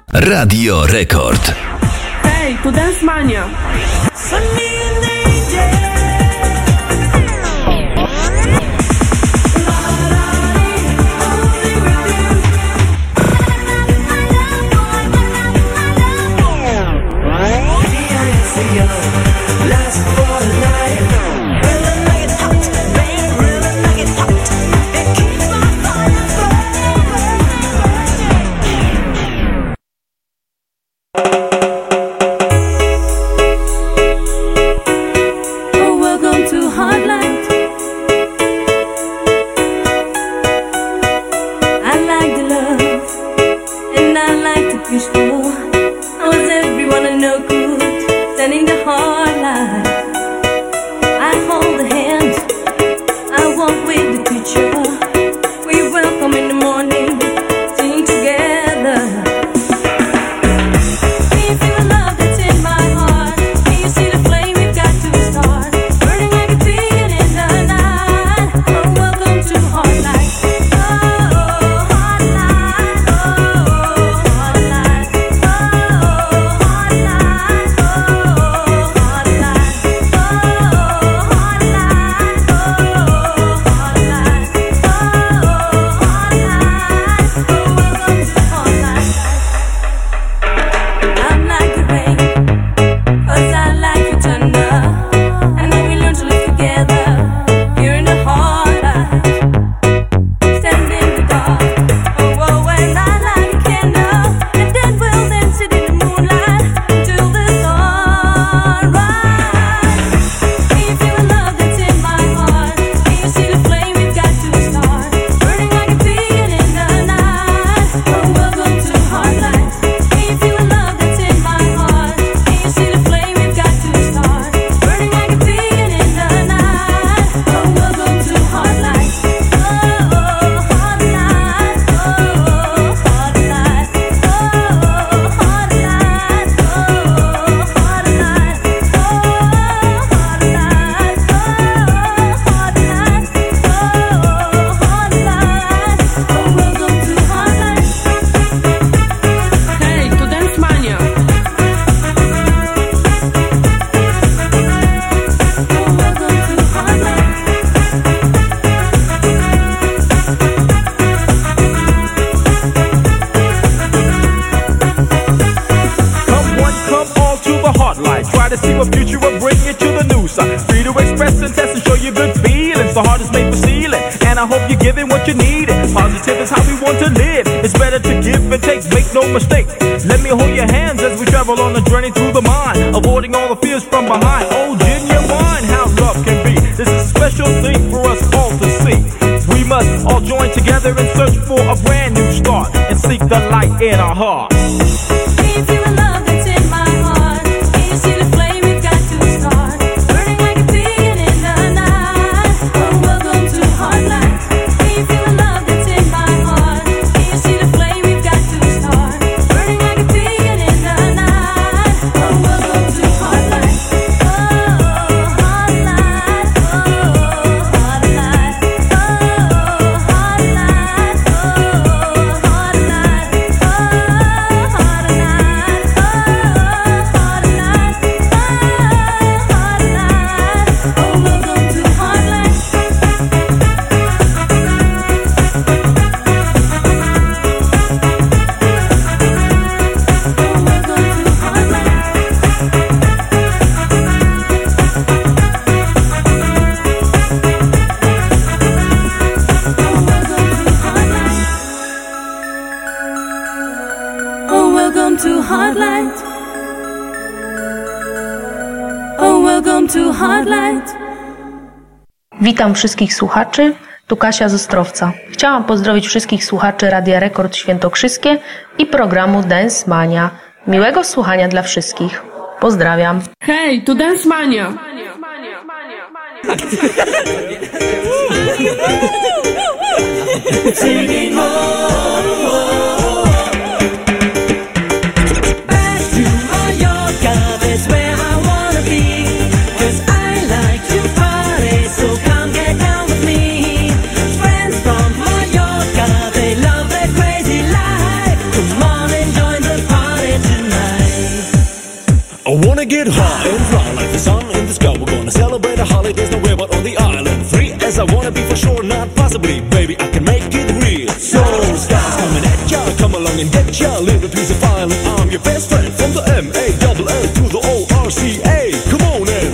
Radio Rekord. Hej, tu Dance Mania. In our heart. Witam wszystkich słuchaczy, tu Kasia z Ostrowca. Chciałam pozdrowić wszystkich słuchaczy Radia Rekord Świętokrzyskie i programu Dance Mania. Miłego słuchania dla wszystkich. Pozdrawiam. Hej, tu Dance Mania. Friends from Mallorca, they love their crazy life. Come on and join the party. Can be for sure, not possibly. Baby, I can make it real. So, stars coming at ya. Come along and get ya. Little piece of file, and I'm your best friend. From the M-A-L-L to the O-R-C-A. Come on in.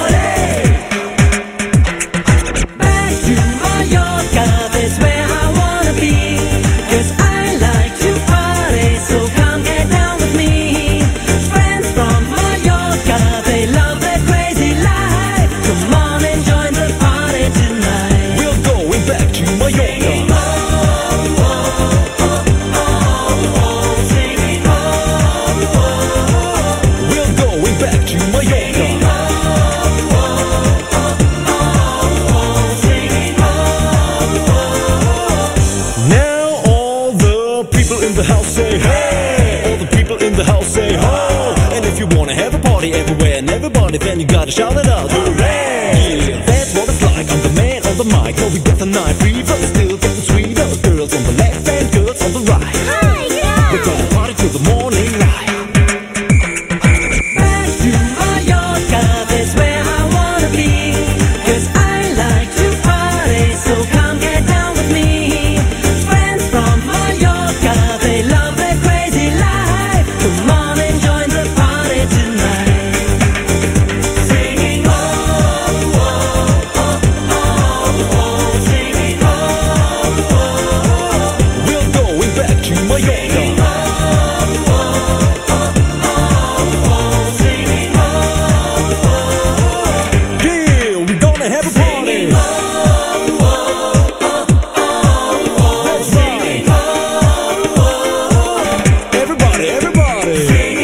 Back to Mallorca, that's where I wanna be. 'Cause I like to party, so come get down with me. Friends from Mallorca, they love their crazy life. Come on and join the party tonight. We're going back to Mallorca. We're going back to Mallorca. Now all the people in the house say hey. All the people in the house say ho. And if you wanna have a party everywhere and everybody, then you gotta shout it out. Hooray! Yeah, that's what it's like. I'm the man on the mic. No, we got the night free, but it's still getting sweeter. Girls on the left and girls on the right. We're gonna party till the morning light. Back to Mallorca, that's where I wanna be. 'Cause I like to party, so come get down with me. Friends from Mallorca, they love their crazy life. Come on and join the party tonight. Singing oh, oh, oh, oh, oh, singing oh, oh, oh. We're going back to Mallorca. Yeah, we're gonna have a party. That's right. Everybody, everybody.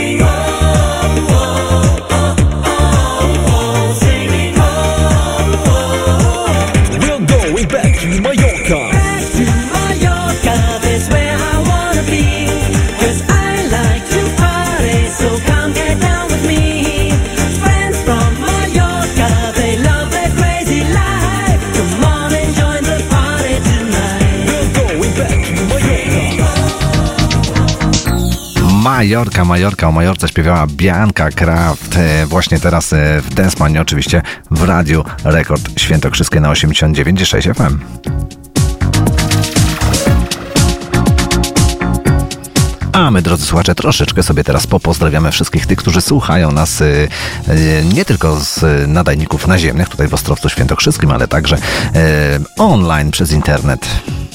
We're going back to Mallorca. Back to Mallorca, that's where I wanna be. 'Cause I like to party, so come get down with me. Friends from Mallorca, they love their crazy life. Come on and join the party tonight. We're going back to Mallorca. Majorka, Majorka, o Majorce śpiewała Bianca Kraft. Właśnie teraz w Densmanie, oczywiście w Radiu Rekord Świętokrzyskie na 89,6 FM. A my, drodzy słuchacze, troszeczkę sobie teraz popozdrawiamy wszystkich tych, którzy słuchają nas nie tylko z nadajników naziemnych tutaj w Ostrowcu Świętokrzyskim, ale także online przez internet.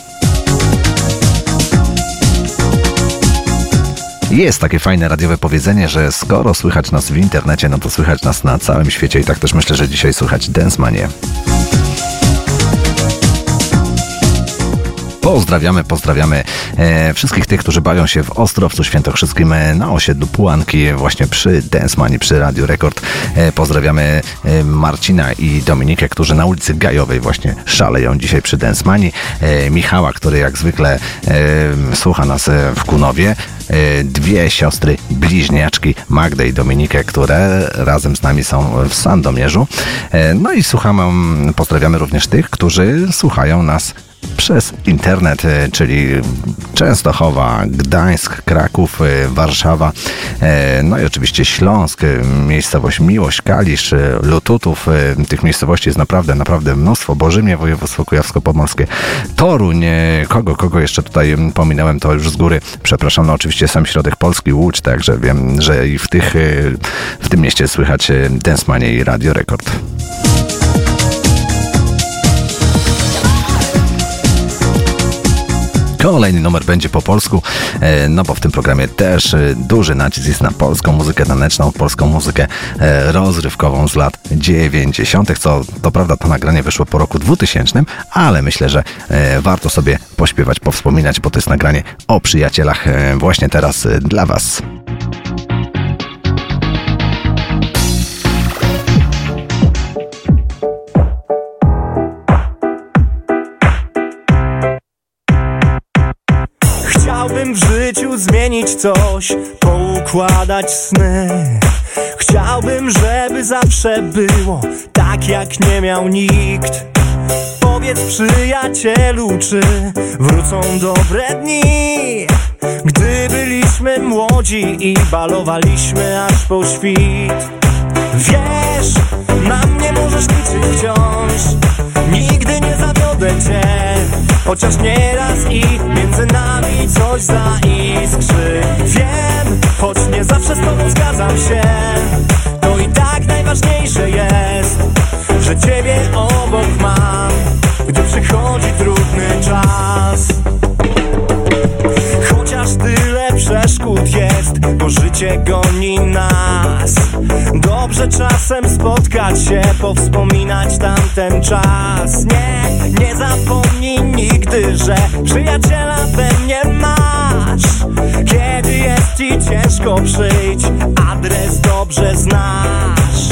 Jest takie fajne radiowe powiedzenie, że skoro słychać nas w internecie, no to słychać nas na całym świecie i tak też myślę, że dzisiaj słychać Densmanie. Pozdrawiamy wszystkich tych, którzy bawią się w Ostrowcu Świętokrzyskim na osiedlu Pułanki, właśnie przy Densmanie, przy Radiu Rekord. Pozdrawiamy Marcina i Dominikę, którzy na ulicy Gajowej właśnie szaleją dzisiaj przy Densmanie. Michała, który jak zwykle słucha nas w Kunowie. Dwie siostry bliźniaczki, Magdę i Dominikę, które razem z nami są w Sandomierzu. No i pozdrawiamy również tych, którzy słuchają nas przez internet, czyli Częstochowa, Gdańsk, Kraków, Warszawa, no i oczywiście Śląsk, miejscowość Miłość, Kalisz, Lututów. Tych miejscowości jest naprawdę mnóstwo. Bożymie, województwo kujawsko-pomorskie, Toruń, kogo jeszcze tutaj pominąłem, to już z góry przepraszam. No oczywiście sam środek Polski, Łódź, także wiem, że i w tym mieście słychać Densmanie i Radio Rekord. Kolejny numer będzie po polsku, no bo w tym programie też duży nacisk jest na polską muzykę taneczną, polską muzykę rozrywkową z lat 90. Co prawda to nagranie wyszło po roku 2000, ale myślę, że warto sobie pośpiewać, powspominać, bo to jest nagranie o przyjacielach właśnie teraz dla Was. Chciałbym w życiu zmienić coś, poukładać sny. Chciałbym, żeby zawsze było tak, jak nie miał nikt. Powiedz przyjacielu, czy wrócą dobre dni, gdy byliśmy młodzi i balowaliśmy aż po świt. Wiesz, na mnie możesz liczyć wciąż, nigdy nie zawiodę. chociaż nieraz i między nami coś zaiskrzy. Wiem, choć nie zawsze z tobą zgadzam się, to i tak najważniejsze jest, że ciebie obok mam, gdy przychodzi trudny czas. Chociaż tyle przeszkód jest, bo życie goni nas, dobrze czasem spotkać się, powspominać tamten czas. Nie zapomnij nigdy, że przyjaciela we mnie masz. Kiedy jest ci ciężko, przyjdź, adres dobrze znasz.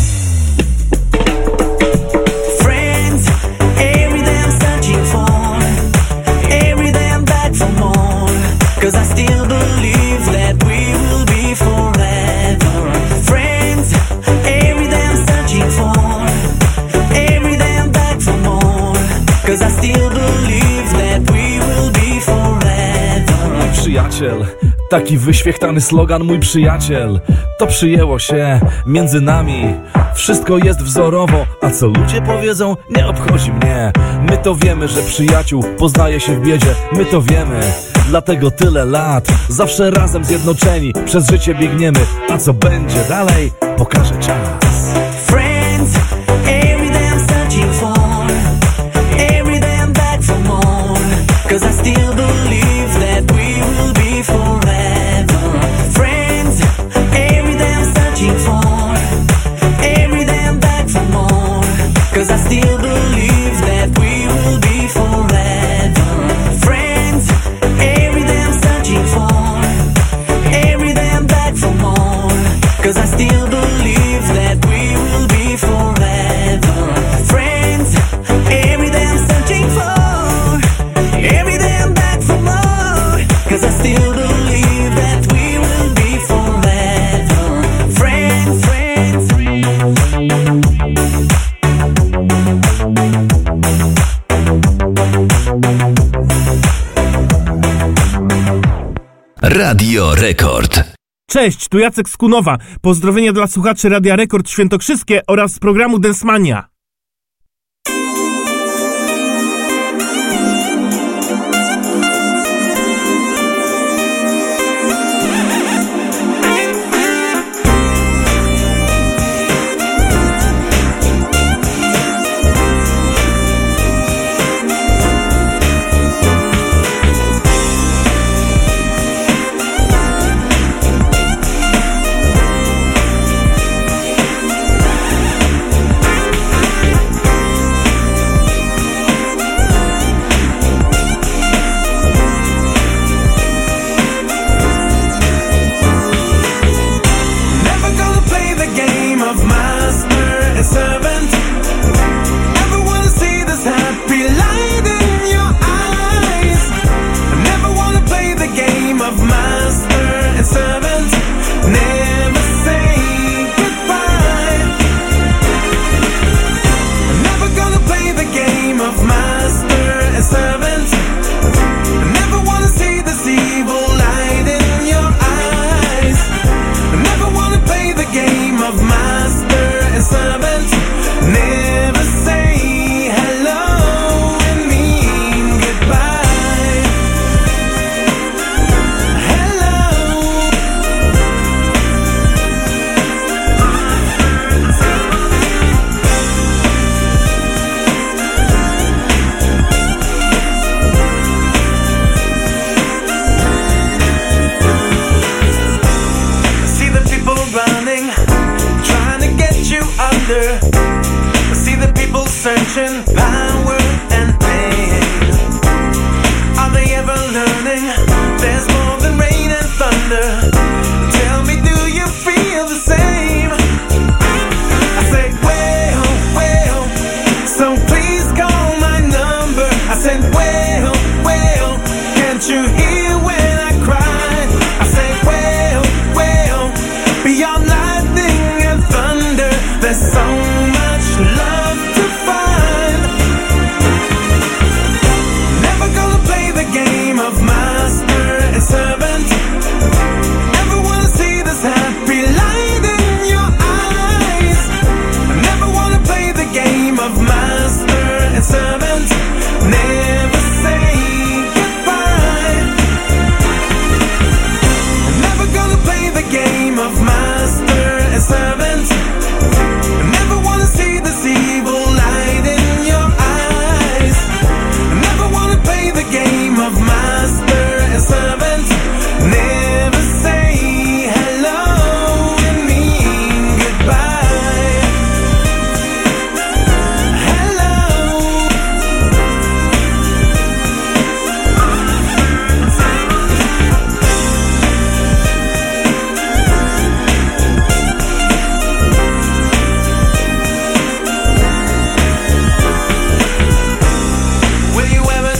Friends, every day I'm searching for, every day I'm back for more, 'cause I still believe that we will be forever. Friends, every day I'm searching for, every day I'm back for more, 'cause I still believe that we will be forever. Mój przyjaciel, taki wyświechtany slogan, mój przyjaciel. To przyjęło się między nami. Wszystko jest wzorowo, a co ludzie powiedzą, nie obchodzi mnie. My to wiemy, że przyjaciół poznaje się w biedzie. My to wiemy, dlatego tyle lat zawsze razem zjednoczeni przez życie biegniemy. A co będzie dalej, pokaże czas. Friends, every day I'm searching for, every day I'm back for more, 'cause I still believe that we will be forever. Friends, every day I'm searching for, every day I'm back for more, 'cause I still believe that we will be forever. Friends, every day I'm searching for, every day I'm back for more, 'cause I still believe that we will be forever. Friends, every day I'm searching for, every day I'm back for more, 'cause I still believe that we will be forever. Friends, friends. Radio Rekord. Cześć, tu Jacek z Kunowa. Pozdrowienia dla słuchaczy Radia Rekord Świętokrzyskie oraz programu Dance Mania.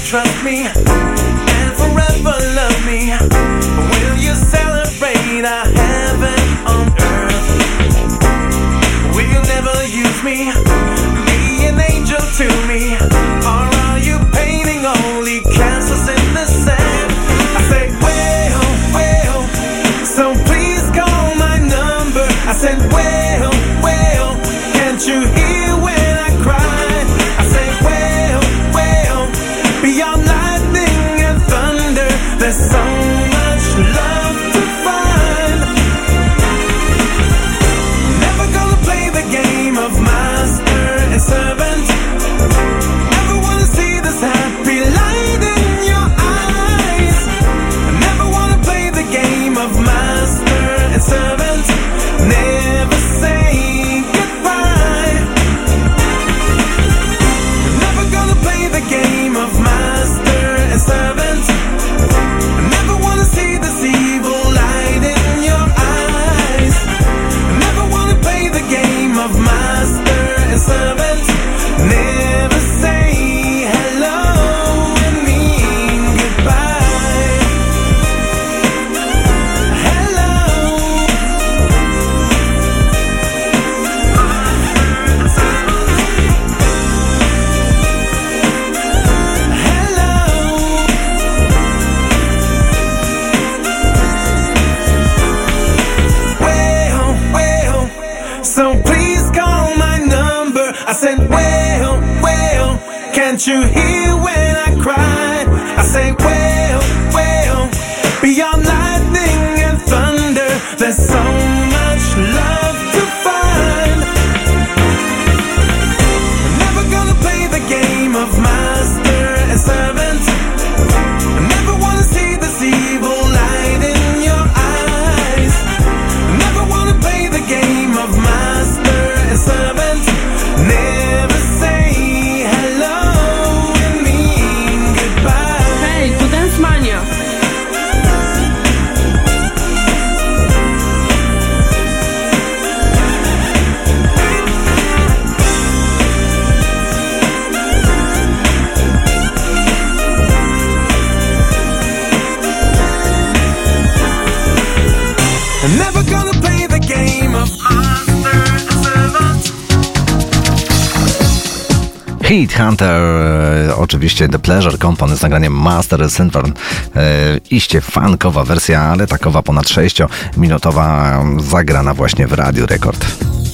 trust me and forever love me? Will you celebrate our heaven on earth? Will you never use me, be an angel to me? Or are you painting only castles in the sand? I say, well, well, so please call my number. I said, well, well, can't you hear when I cry? I say, well, well, beyond lightning and thunder, there's so much love to find. Never gonna play the game of master and servant. Never wanna see this happy light in your eyes. Never wanna play the game of master and servant. Never say goodbye. Never gonna play the game of master and servant. Never wanna see this evil light in your eyes. Never wanna play the game of master and servant. Never say hello and mean goodbye. Hello. Well, well, so please call my number. I said, well, well, can't you hear when I cry? I say, well, well, beyond lightning and thunder, there's so much love to find. Never gonna play the game of master and servant. Never wanna see this evil light in your eyes. Never wanna play the game of master and servant. Never say hello and mean goodbye. Hey, to Dance Mania. Never gonna play the game of master and servant. Heat Hunter, oczywiście The Pleasure Company z nagraniem Master and Servant. Iście funkowa wersja, ale takowa ponad 6-minutowa, zagrana właśnie w Radiu Rekord.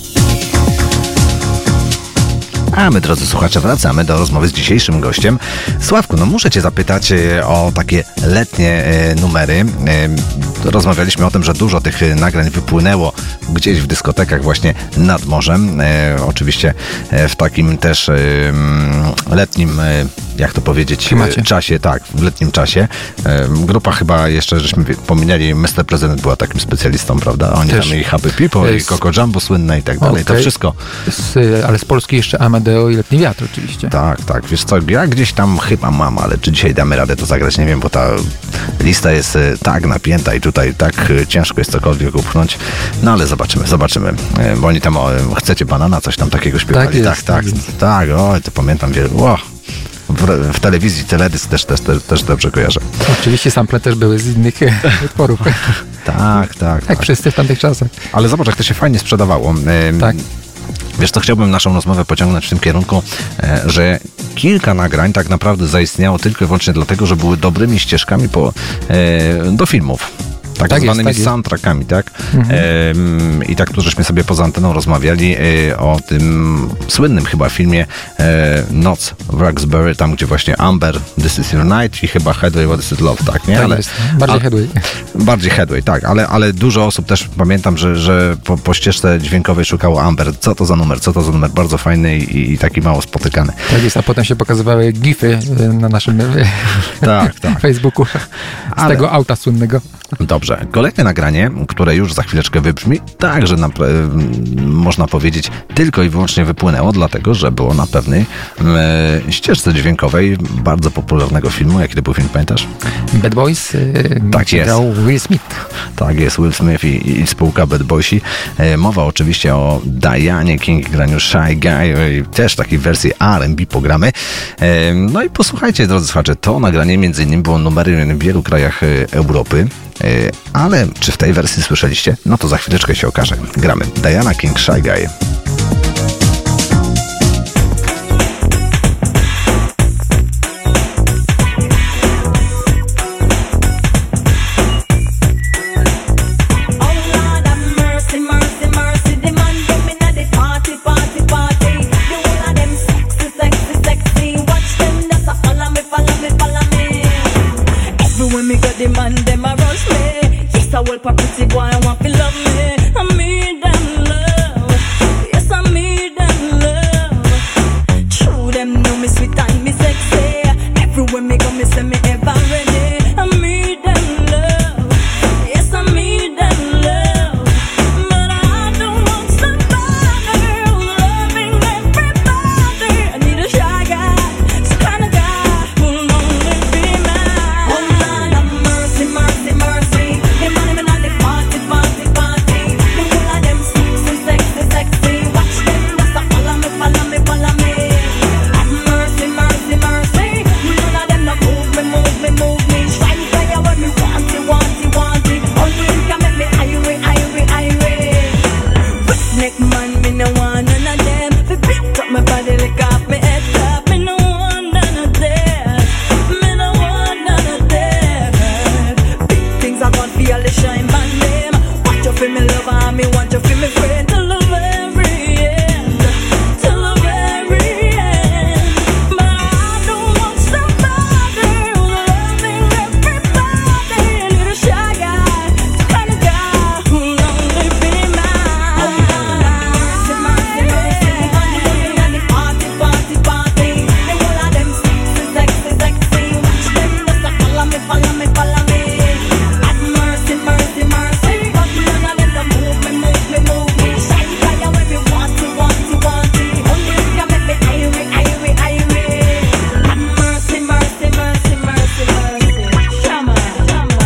A my, drodzy słuchacze, wracamy do rozmowy z dzisiejszym gościem. Sławku, no muszę cię zapytać o takie letnie numery. Rozmawialiśmy o tym, że dużo tych nagrań wypłynęło gdzieś w dyskotekach właśnie nad morzem. Oczywiście w takim też letnim, jak to powiedzieć, czasie, tak, w letnim czasie. Grupa chyba jeszcze, żeśmy pominęli, Mr. President była takim specjalistą, prawda? Oni też. Tam i Happy People, i Coco Jumbo słynne i tak dalej. Okay. To wszystko. Ale z Polski jeszcze Amadeo i Letni Wiatr oczywiście. Tak, tak. Wiesz co, ja gdzieś tam chyba mam, ale czy dzisiaj damy radę to zagrać, nie wiem, bo ta lista jest tak napięta i tutaj tak ciężko jest cokolwiek upchnąć. No ale zobaczymy. Bo oni tam, chcecie banana, coś tam takiego śpiewali. Tak, oj, to pamiętam wiele. W telewizji teledysk też dobrze kojarzę. Oczywiście sample też były z innych utworów. Tak. Jak wszyscy w tamtych czasach. Ale zobacz, jak to się fajnie sprzedawało. Tak. Wiesz co, chciałbym naszą rozmowę pociągnąć w tym kierunku, że kilka nagrań tak naprawdę zaistniało tylko i wyłącznie dlatego, że były dobrymi ścieżkami do filmów. Tak zwanymi soundtrackami, tak? I tak tu żeśmy sobie poza anteną rozmawiali o tym słynnym chyba filmie Noc w Roxbury, tam gdzie właśnie Amber, This is your night i chyba Headway, What is it love, tak? Nie? Tak, ale, bardziej Headway. Bardziej Headway, tak, ale dużo osób też pamiętam, że po ścieżce dźwiękowej szukało Amber. Co to za numer? Bardzo fajny i taki mało spotykany. Tak jest, a potem się pokazywały gify na naszym Facebooku z tego auta słynnego. Dobrze. dobrze. Kolejne nagranie, które już za chwileczkę wybrzmi, także można powiedzieć tylko i wyłącznie wypłynęło, dlatego że było na pewnej ścieżce dźwiękowej bardzo popularnego filmu. Jaki to był film, pamiętasz? Bad Boys? Tak jest. Will Smith. Tak jest, Will Smith i spółka Bad Boysi. Mowa oczywiście o Dianie King, graniu Shy Guy, też takiej wersji R&B pogramy. No i posłuchajcie, drodzy słuchacze, to nagranie między innymi było numerem w wielu krajach Europy, ale czy w tej wersji słyszeliście? No to za chwileczkę się okaże. Gramy Diana King, Shy Guy. Pretty boy, I want to love me. I need them love. Yes, I need them love. True, them know me sweet and me sexy. Everywhere me go, me say me ever ready. I need them love. Yes, I need them love. But I don't want somebody who's loving everybody. I need a shy guy, some kind of guy who'll only be mine. Oh Lord, have mercy, mercy, mercy. Them money me not the party, party, party. The whole of them sexy, sexy, sexy. Watch them, just a follow me, follow me, follow me. Have mercy, mercy, mercy. None of them no move me, move me, move me. Shy guy, when me want it, want it, want it. Only you can make me irate, irate, irate. Neck man, me no want none of them. Fi pick up my body, lick off me head top. Me no want none of them. Me no want none of them. Big things I want feel the shine man them. Want you feel me lover, and me want you feel me friend. Till the very end, till the very end. But I don't want somebody who's loving everybody. I need a shy guy, the kind of guy who'll only be mine. Oh Lord, have mercy, mercy, mercy. And the party, party, party. The whole of them sexy, sexy, sexy. Watch them just a follow me, follow me, follow me. Have mercy, mercy, mercy. But none of them don't move me, move me, move me. Shy guy, when me want it, want it, want it. Only you can make me irate, irate, irate. Have mercy, mercy, mercy, mercy, mercy. Shama, shama.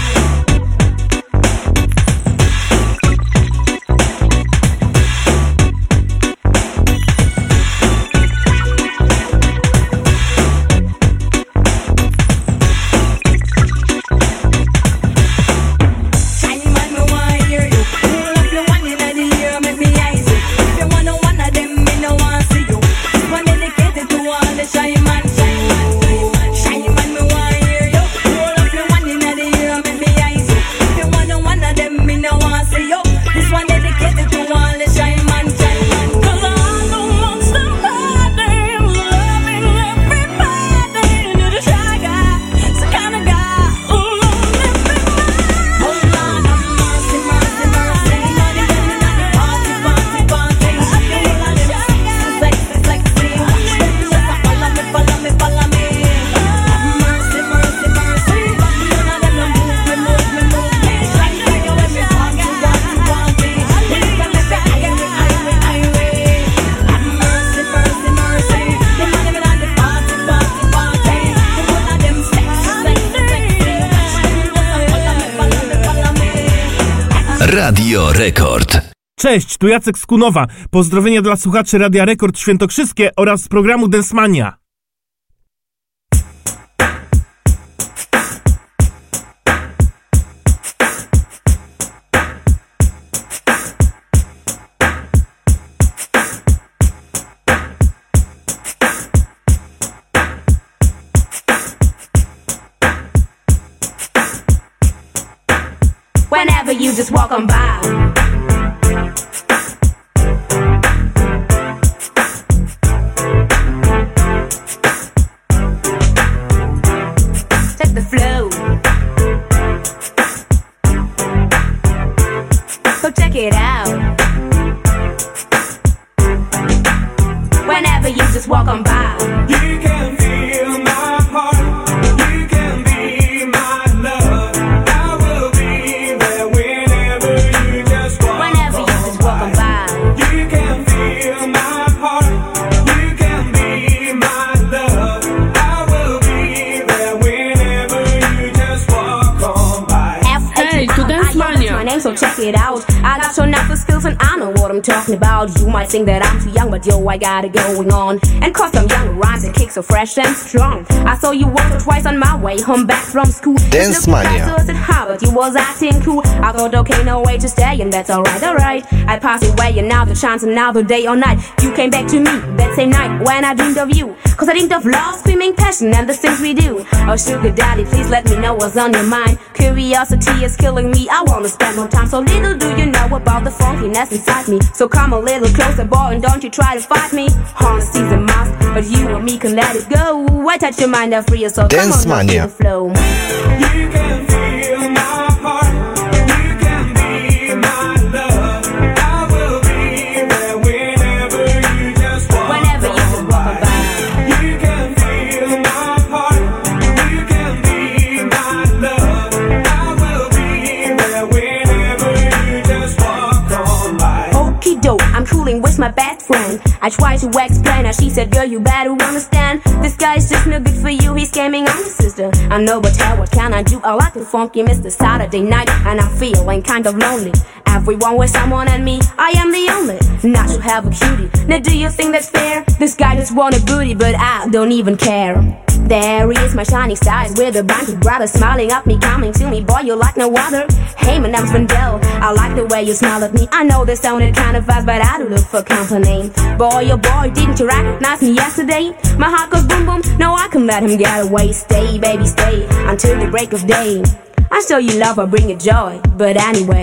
Shiny man, me want hear you. Pull up your one inna the ear, make me eyes it. If you want one of them, me no want see you. This one dedicated to all the shy man, shy man, shy man. Me want hear you. Pull up your one inna the ear, make me eyes it. If you want one of them, me no want see you. This one dedicated to all the shy man, shy man. 'Cause I don't want somebody who's loving everybody. Need a shy guy, some kind of guy who'll only be mine. Oh Lord, have mercy, mercy, mercy. Money, money, money, party, party, party. The whole of them sexy, sexy, sexy. Watch them just a follow me, follow me, follow me. Have mercy, mercy, mercy. None of them no move me, move me, move me. Shy guy, when me want it, want it, want it. Only you can make me irate, irate, irate. Have mercy, mercy, mercy. The money me not the party, party, party. The whole of them sexy, sexy, sexy. Watch them just a follow me, follow me, follow me. Radio Rekord. Cześć, tu Jacek z Kunowa. Pozdrowienia dla słuchaczy Radia Rekord Świętokrzyskie oraz z programu Densmania. Whenever you just walk on by. Take the flow. Go check it out. Whenever you just walk on by. You can feel my heart. You can be my love. I will be game, so check it out. I got your natural skills and I know what I'm talking about. You might think that I'm too young, but yo, I got it going on. And cause I'm young, rhymes and kicks so fresh and strong. I saw you once or twice on my way home back from school. Dance Mania. At Harvard, you was acting cool. I thought, okay, no way to stay, and that's alright, alright. I passed away, and now the chance, another day or night. You came back to me that same night when I dreamed of you. Cause I dreamed of love, screaming passion, and the things we do. Oh, sugar daddy, please let me know what's on your mind. Curiosity is killing me, I wanna spend more time. So little do you know about the funkiness inside me. So come a little closer, boy, and don't you try to fight me. Honesty's a must, but you and me can let it go. I touch your mind, I free your soul. Dance Come on, Mania. feel the flow. You can feel my heart. You can be my love. I will be there whenever you just walk. Whenever you just walk by. You can feel my heart. You can be my love. I will be there whenever you just walk on by. Okie doke, I'm cooling with my best friend. I tried to explain her, she said, girl, you better understand. This guy's just no good for you, he's scamming on your sister. I know, but hell, what can I do? I like the funky Mr. Saturday night, and I'm feeling kind of lonely. Everyone with someone and me, I am the only. Not to have a cutie. Now do you think that's fair? This guy just want a booty, but I don't even care. There he is, my shining stars, with a bunch of brothers smiling at me, coming to me. Boy, you like no other. Hey, my name's Vandel. I like the way you smile at me. I know this sounded kind of fast, but I do look for company. Boy, oh boy, didn't you recognize me yesterday? My heart goes boom boom, no, I can let him get away. Stay, baby, stay, until the break of day. I show you love, I bring you joy, but anyway.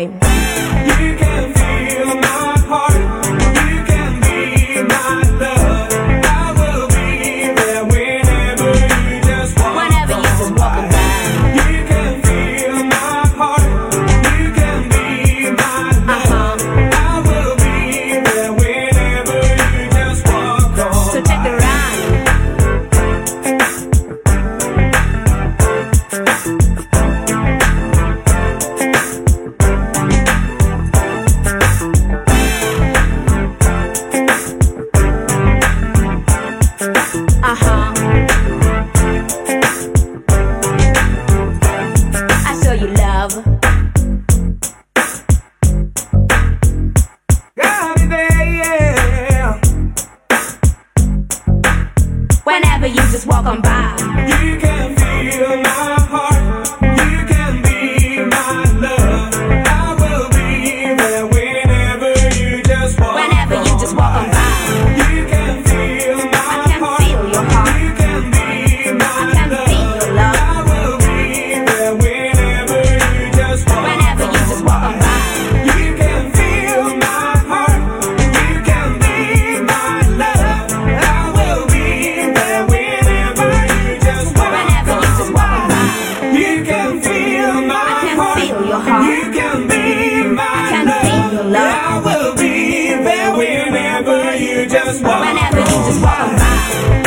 You can feel my heart. You can be my love. I will be there whenever you just walk. Whenever you just walk by. You can feel my heart. You can be my love. I will be there whenever you just walk on. So check the ride. I show you love. Got it there, yeah. Whenever you just walk on by. You can feel my heart. You can be my love. I will be there whenever you just walk. Whenever you just walk on by. You can feel my I can heart. feel your heart. You can be my I can love. feel your love. I will be there whenever you just walk. Whenever you just walk on by. You can feel my heart. You can be my love. I will be there whenever you just walk. Whenever you just walk on by. You can feel my I can heart. feel your heart. You can be my I can love. feel your love. I will be there whenever you just walk. Whenever you just walk on by.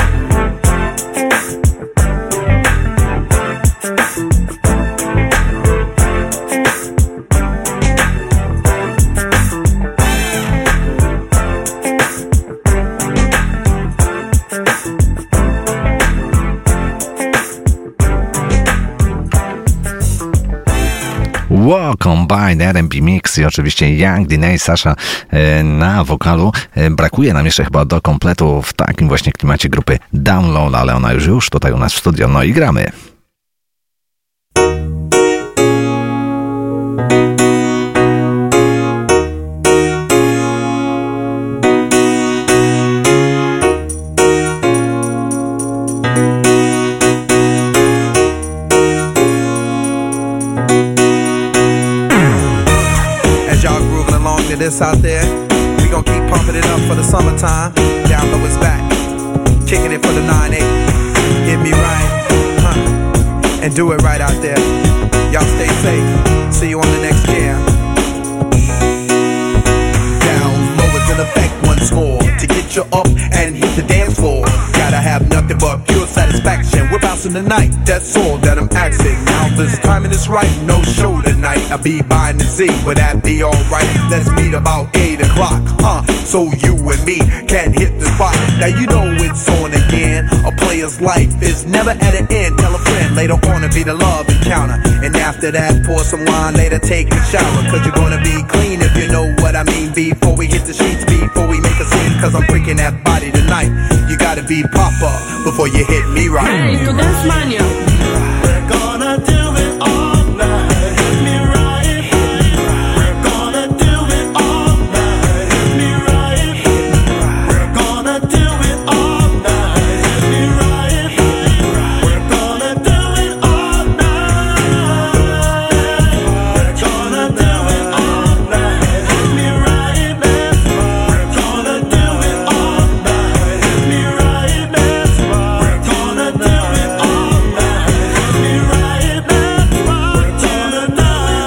Walk on by, R&B Mix i oczywiście Young Diney, Sasha na wokalu. Brakuje nam jeszcze chyba do kompletu w takim właśnie klimacie grupy Download, ale ona już tutaj u nas w studio, no i gramy. As y'all grooving along to this out there, we gon' keep pumping it up for the summertime. Down low is back, kicking it for the 9-8. Get me right, and do it right out there. Y'all stay safe. See you on the next jam. Down low is in effect once more to get you up and hit the dance floor. Gotta have nothing but pure satisfaction. Whip out bouncing tonight, that's all that I'm asking. Now this timing is right, no show tonight. I'll be buying the Z, would that be alright? Let's meet about 8 o'clock, so you and me can hit the spot. Now you know it's on again. A player's life is never at an end. Tell a friend later on to be the love encounter. And after that, pour some wine, later take a shower. Cause you're gonna be clean if you know what I mean. Before we hit the streets, before we make a scene. Cause I'm freaking that body tonight. You gotta be proper before you hit me right. Hey, to Dance Mania. We're gonna do it all night. Hit me right. We're gonna do it all night. Hit me right. We're gonna do it all night. Hit me right. We're gonna do it all night. We're gonna do it all night. Hit me right, that's right. We're gonna do it all night. Hit me right, that's right. We're gonna do it all night. Hit me right, that's right. We're gonna do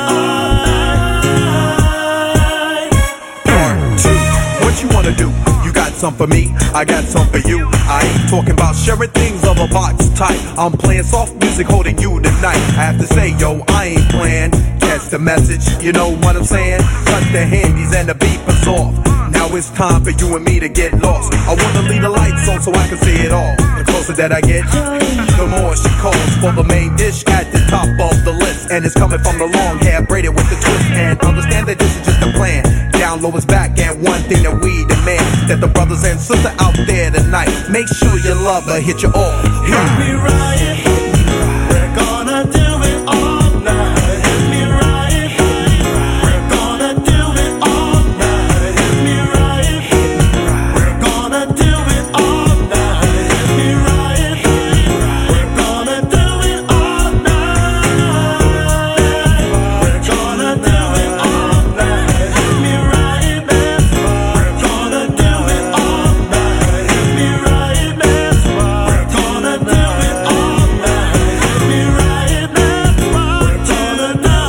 it all night. Part 2, what you wanna do? You got some for me, I got some for you. I ain't talking about sharing things of a box type. I'm playing soft music, holding you tonight. I have to say, yo, I ain't playing. Catch the message, you know what I'm saying? Cut the handies and the beat is off. Now it's time for you and me to get lost. I wanna leave the lights on so I can see it all. The closer that I get, the more she calls for the main dish at the top of the list. And it's coming from the long hair braided with the twist. And understand that this is just a plan. Down low is back, and one thing that we demand, that the brothers and sisters out there tonight, make sure you love her, hit you all. Hit me right. We're gonna do it all night. Hit me right. We're gonna do it all night. Hit me right. We're gonna do it all night. Hit me right. We're gonna do it all night. We're gonna do it all night. Hit me right, that's right. We're gonna do it all night. Hit me right, that's right. We're gonna do it all night. Hit me right, that's right. We're gonna do it all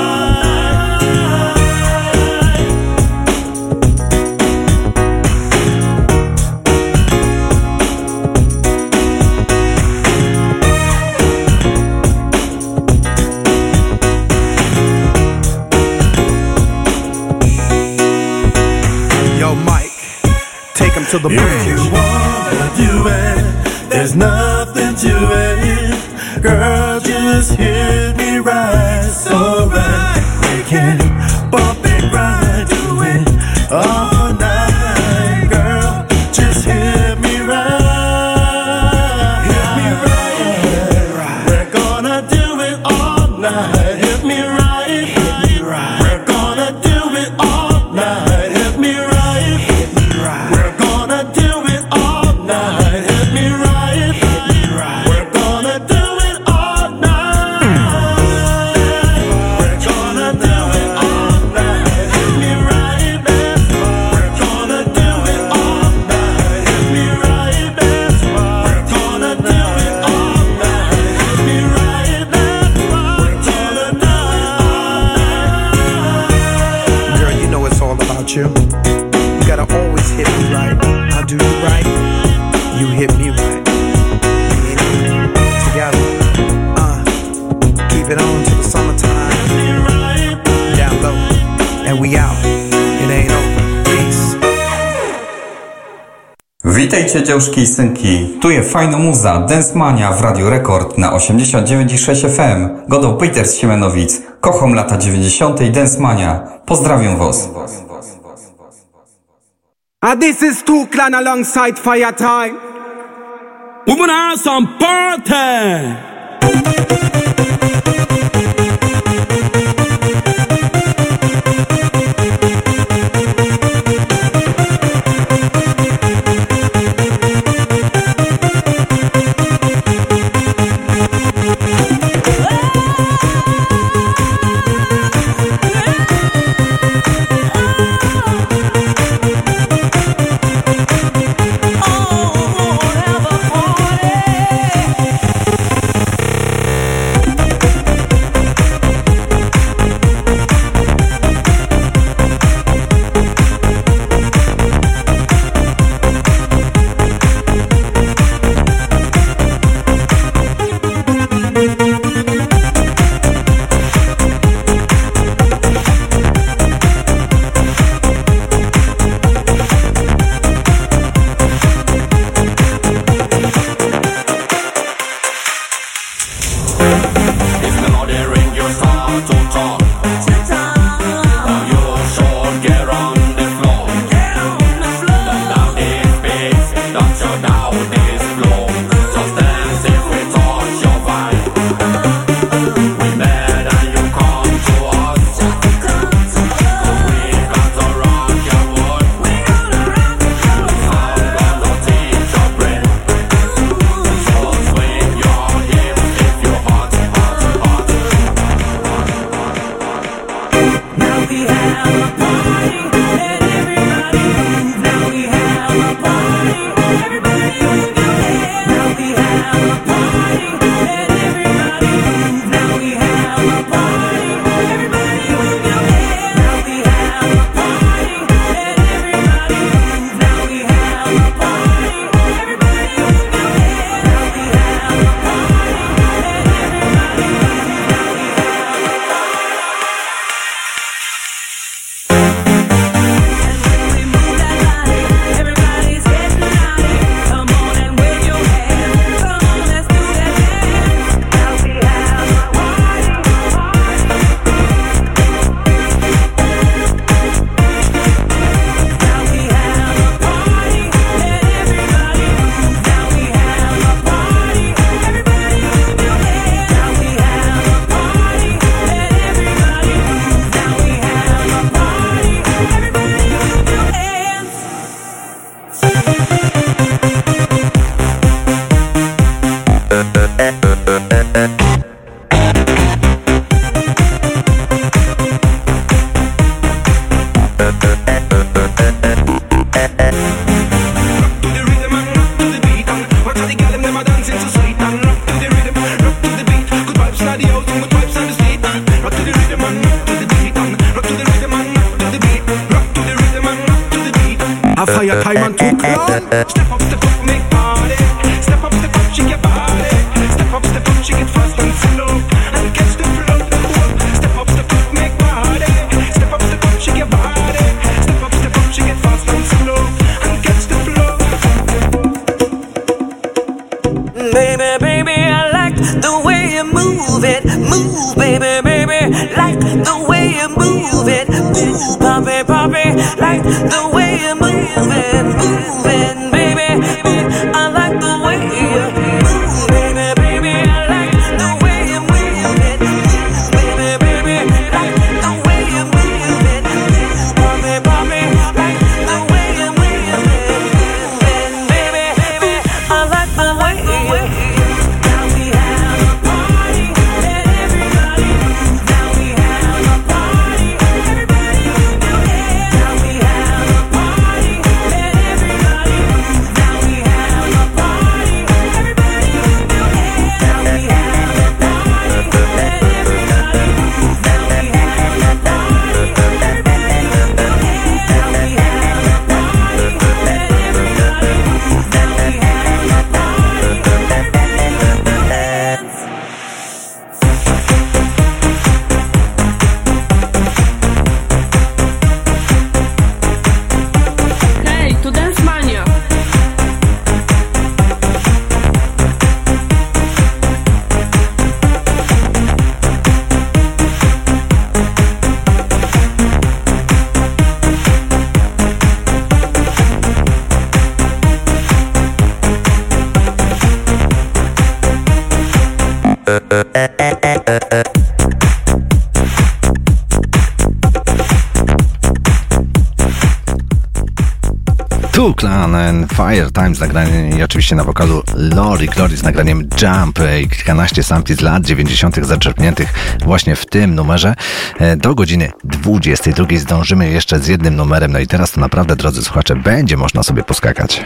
Yo, Mike, take him to the bridge. If you wanna do it, there's nothing to it. Girl, just hit me right. It's alright. We can bump and grind, do it all night. Girl, just hit me right. Hit me right. We're gonna do it all night. Hit me right. We're gonna do it all night. Hit me right. We're gonna do it all night. Hit me right. We're gonna do it all night. We're gonna do it all night. Hit me right, that's right. We're gonna do it all night. Hit me right, that's right. We're gonna do it all night. Hit me right, that's right. We're gonna do it all night. Girl, you know it's all about you. You gotta always hit me right. I do you right, you hit me right. Together, keep it on till the summertime. Down low, and we out. It ain't over. Peace. Witajcie dziążki i synki, tu jest fajna muza, Dance Mania w Radio Rekord na 89,6 FM. Godą Peter z Siemianowic, kocham lata 90. i Dance Mania. Pozdrawiam was. This is Two Clan alongside Fire Time. We wanna have some party! baby, baby, like the way you move it. Ooh, poppy, poppy, like the way you move it. Moving, baby, I like the way you move, baby, baby, I like the way you move it. Baby, baby, like the way you move it. Poppy, poppy, like the way you move it. Moving, baby, I like the way you move it. Now we have a party, let everybody move. Now we have a party, everybody move your head. Now we have a party, let everybody move. Now we have a party, everybody move your head. Now we have a party, let everybody move. Now we have a party, everybody move your head. Now we have a party, let everybody move. Now we have a party, everybody move your head. Hej, tu Dance Mania. Tu Clan and Fire Time z nagraniem i oczywiście na wokalu Lori Glory z nagraniem Jump i kilkanaście sampli z lat 90. zaczerpniętych właśnie w tym numerze. Do godziny 22 zdążymy jeszcze z jednym numerem, no i teraz to naprawdę, drodzy słuchacze, będzie można sobie poskakać.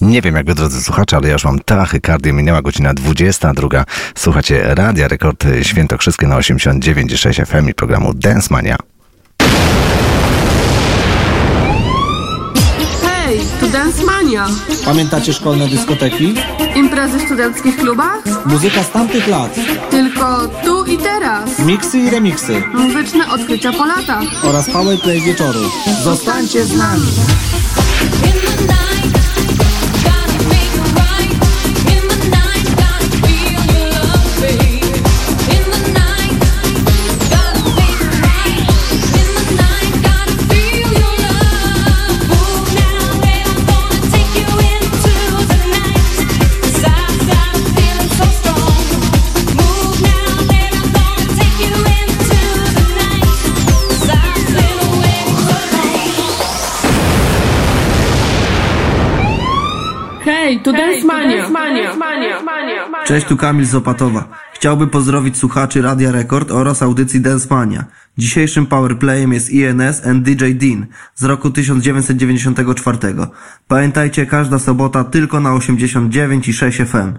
Nie wiem jak wy, drodzy słuchacze, ale ja już mam tachykardię. Minęła godzina 22. Słuchacie Radia Rekord Świętokrzyskie na 89,6 FM i programu Dance Mania. Hej, tu Dance Mania. Pamiętacie szkolne dyskoteki? Imprezy w studenckich klubach? Muzyka z tamtych lat. Tylko tu i teraz. Miksy i remiksy. Muzyczne odkrycia po latach. Oraz powerplay wieczoru. Zostańcie z nami. Hej, tu Dance Mania. Cześć, tu Kamil z Opatowa. Chciałbym pozdrowić słuchaczy Radia Rekord oraz audycji Dance Mania. Dzisiejszym powerplayem jest INS and DJ Dean z roku 1994. Pamiętajcie, każda sobota tylko na 89,6 FM.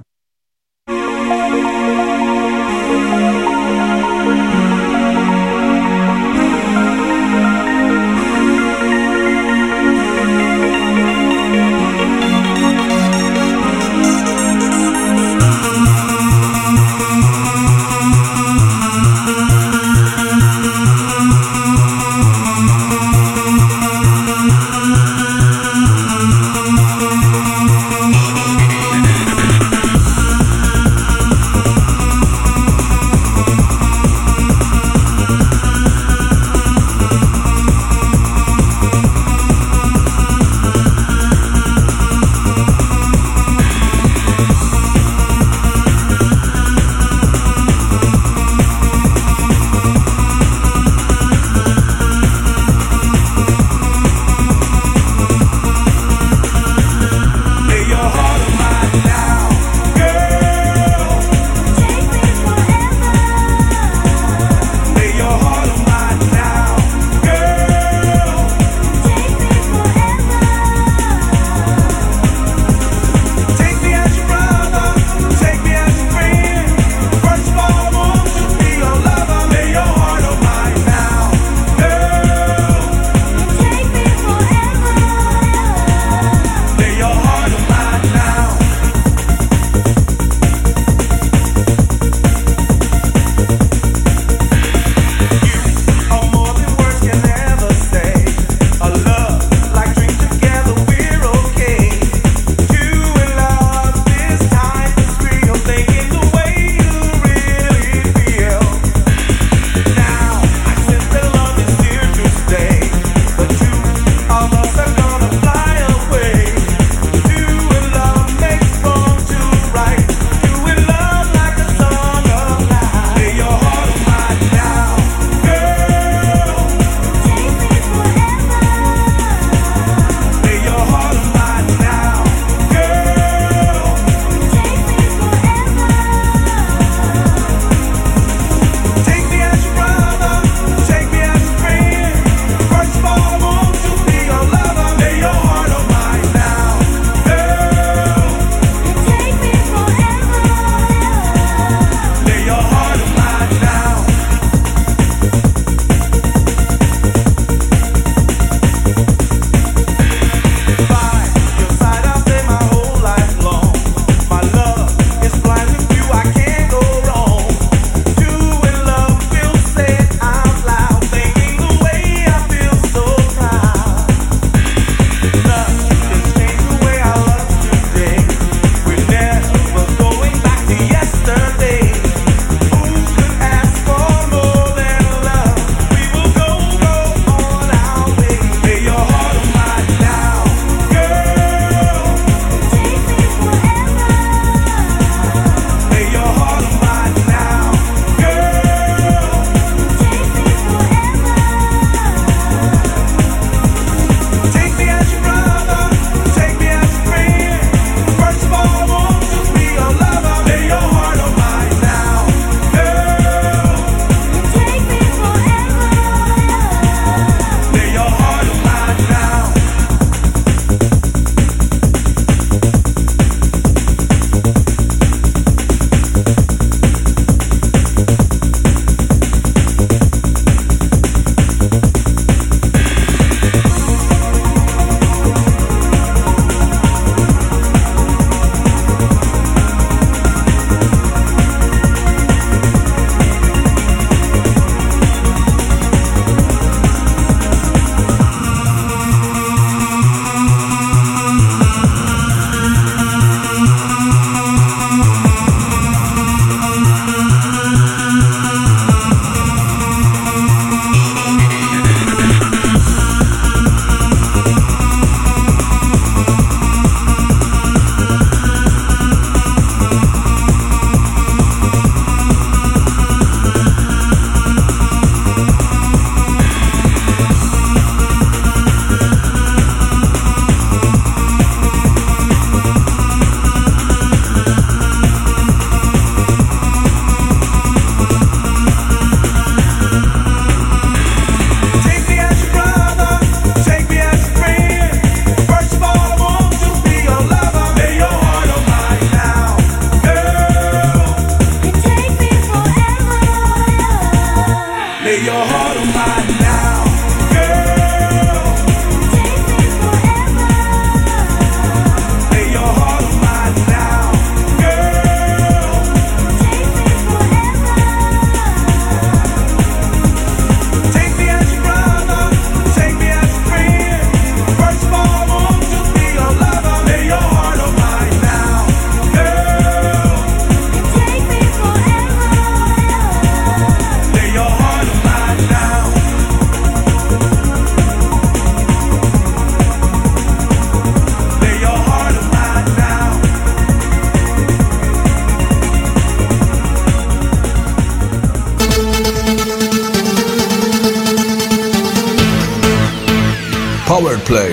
Powerplay.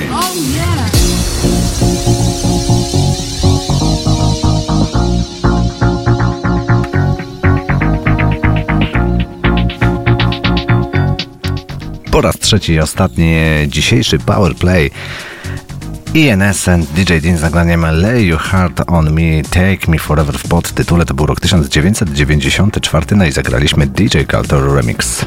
Po raz trzeci i ostatni dzisiejszy Powerplay. ENS and DJ Dean z nagraniem Lay Your Heart On Me, Take Me Forever w podtytule. To był rok 1994, no i zagraliśmy DJ Culture Remix.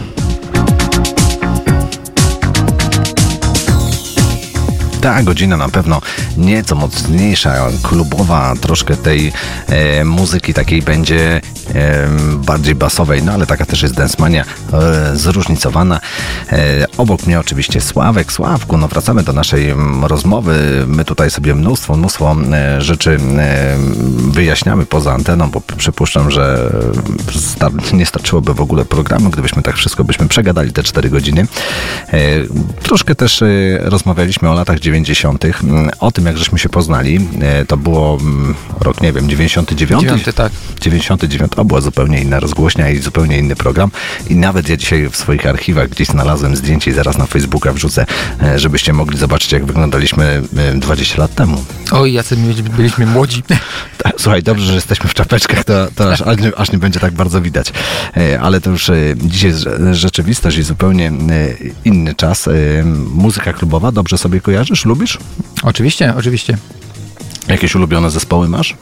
Ta godzina na pewno nieco mocniejsza, klubowa, troszkę tej muzyki takiej będzie bardziej basowej, no ale taka też jest Densmania zróżnicowana. Obok mnie oczywiście Sławek. Sławku, no wracamy do naszej rozmowy. My tutaj sobie mnóstwo rzeczy wyjaśniamy poza anteną, bo przypuszczam, że nie starczyłoby w ogóle programu, gdybyśmy tak wszystko przegadali te 4 godziny. Troszkę też rozmawialiśmy o latach 90., o tym, jak żeśmy się poznali. To było rok, nie wiem, 99? 99, to była zupełnie inna rozgłośnia i zupełnie inny program. I nawet ja dzisiaj w swoich archiwach gdzieś znalazłem zdjęcie i zaraz na Facebooka wrzucę, żebyście mogli zobaczyć, jak wyglądaliśmy 20 lat temu. Oj, jacy byliśmy młodzi. Słuchaj, dobrze, że jesteśmy w czapeczkach, to aż nie będzie tak bardzo widać. Ale to już dzisiaj rzeczywistość i zupełnie inny czas. Muzyka klubowa, dobrze sobie kojarzysz? Lubisz? Oczywiście. Jakieś ulubione zespoły masz?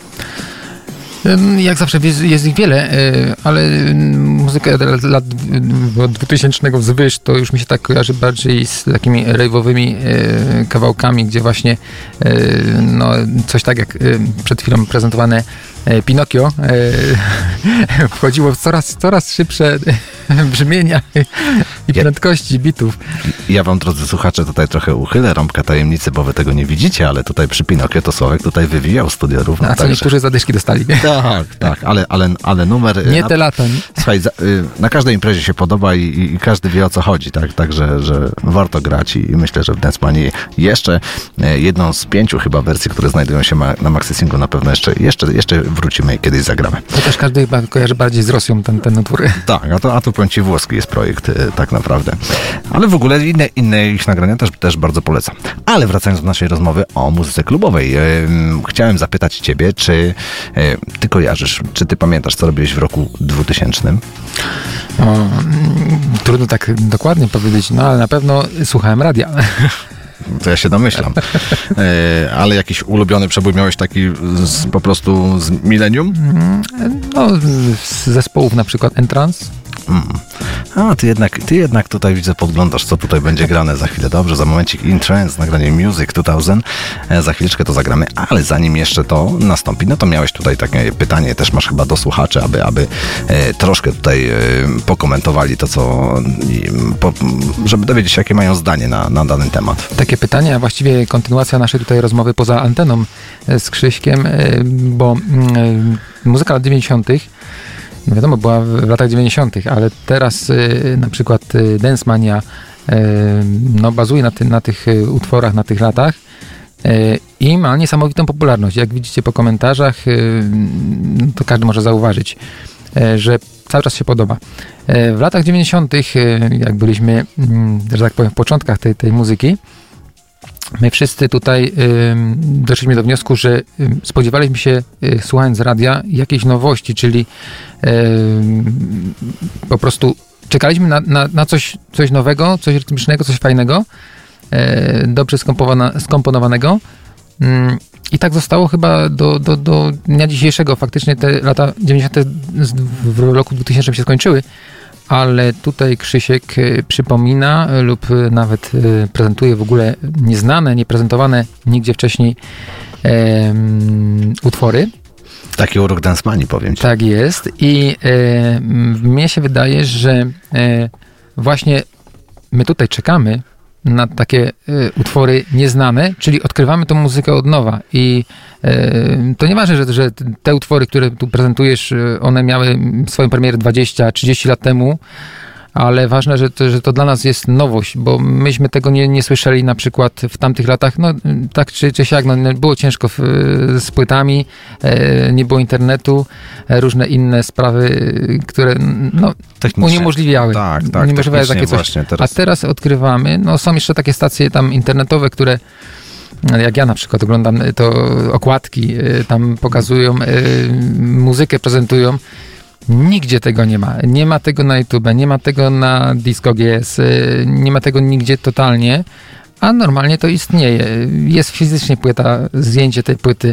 Jak zawsze jest ich wiele, ale muzyka lat 2000 wzwyż to już mi się tak kojarzy bardziej z takimi rave'owymi kawałkami, gdzie właśnie no, coś tak jak przed chwilą prezentowane Pinokio wchodziło w coraz szybsze brzmienia i prędkości bitów. Ja wam, drodzy słuchacze, tutaj trochę uchylę rąbka tajemnicy, bo wy tego nie widzicie, ale tutaj przy Pinokio to Sławek tutaj wywijał studio równo. A co niektórzy zadyszki dostali. Tak, ale numer... Nie te lata. Słuchaj, na każdej imprezie się podoba i każdy wie, o co chodzi, tak? Także że warto grać i myślę, że w Densmanii jeszcze jedną z 5 chyba wersji, które znajdują się na Maxi Singlu, na pewno jeszcze wrócimy i kiedyś zagramy. To też każdy chyba kojarzy bardziej z Rosją ten utwór. Tak, a tu powiem ci, włoski jest projekt tak naprawdę. Ale w ogóle inne ich nagrania też bardzo polecam. Ale wracając do naszej rozmowy o muzyce klubowej, chciałem zapytać ciebie, czy ty kojarzysz, czy ty pamiętasz, co robiłeś w roku 2000? Trudno tak dokładnie powiedzieć, no ale na pewno słuchałem radia. To ja się domyślam. Ale jakiś ulubiony przebój miałeś taki po prostu z milenium? No, z zespołów na przykład Entrance. A, ty jednak tutaj widzę, podglądasz, co tutaj będzie grane za chwilę. Dobrze, za momencik In Trance, nagranie Music 2000. Za chwileczkę to zagramy, ale zanim jeszcze to nastąpi, no to miałeś tutaj takie pytanie, też masz chyba do słuchaczy, aby troszkę tutaj pokomentowali to, co żeby dowiedzieć się, jakie mają zdanie na dany temat. Takie pytanie, a właściwie kontynuacja naszej tutaj rozmowy poza anteną z Krzyśkiem, bo muzyka lat 90. no wiadomo, była w latach 90., ale teraz na przykład Densmania no, bazuje na tych utworach, na tych latach i ma niesamowitą popularność. Jak widzicie po komentarzach, to każdy może zauważyć, że cały czas się podoba. W latach 90., jak byliśmy, że tak powiem, w początkach tej muzyki, my wszyscy tutaj doszliśmy do wniosku, że spodziewaliśmy się, słuchając radia, jakiejś nowości, czyli po prostu czekaliśmy na coś nowego, coś rytmicznego, coś fajnego, dobrze skomponowanego. I tak zostało chyba do dnia dzisiejszego. Faktycznie te lata 90. w roku 2000 się skończyły, ale tutaj Krzysiek przypomina lub nawet prezentuje w ogóle nieznane, nieprezentowane nigdzie wcześniej utwory. Taki urok Densmanii, powiem ci. Tak jest i mnie się wydaje, że właśnie my tutaj czekamy na takie utwory nieznane, czyli odkrywamy tą muzykę od nowa i to nieważne, że te utwory, które tu prezentujesz, one miały swoją premierę 20-30 lat temu, ale ważne, że to dla nas jest nowość, bo myśmy tego nie słyszeli na przykład w tamtych latach, no tak czy siak, no, było ciężko z płytami, nie było internetu, różne inne sprawy, które no, uniemożliwiały. Tak, uniemożliwiały takie coś. A teraz odkrywamy, no są jeszcze takie stacje tam internetowe, które jak ja na przykład oglądam, to okładki tam pokazują, muzykę prezentują. Nigdzie tego nie ma. Nie ma tego na YouTube, nie ma tego na Discogs, nie ma tego nigdzie totalnie, a normalnie to istnieje. Jest fizycznie płyta, zdjęcie tej płyty.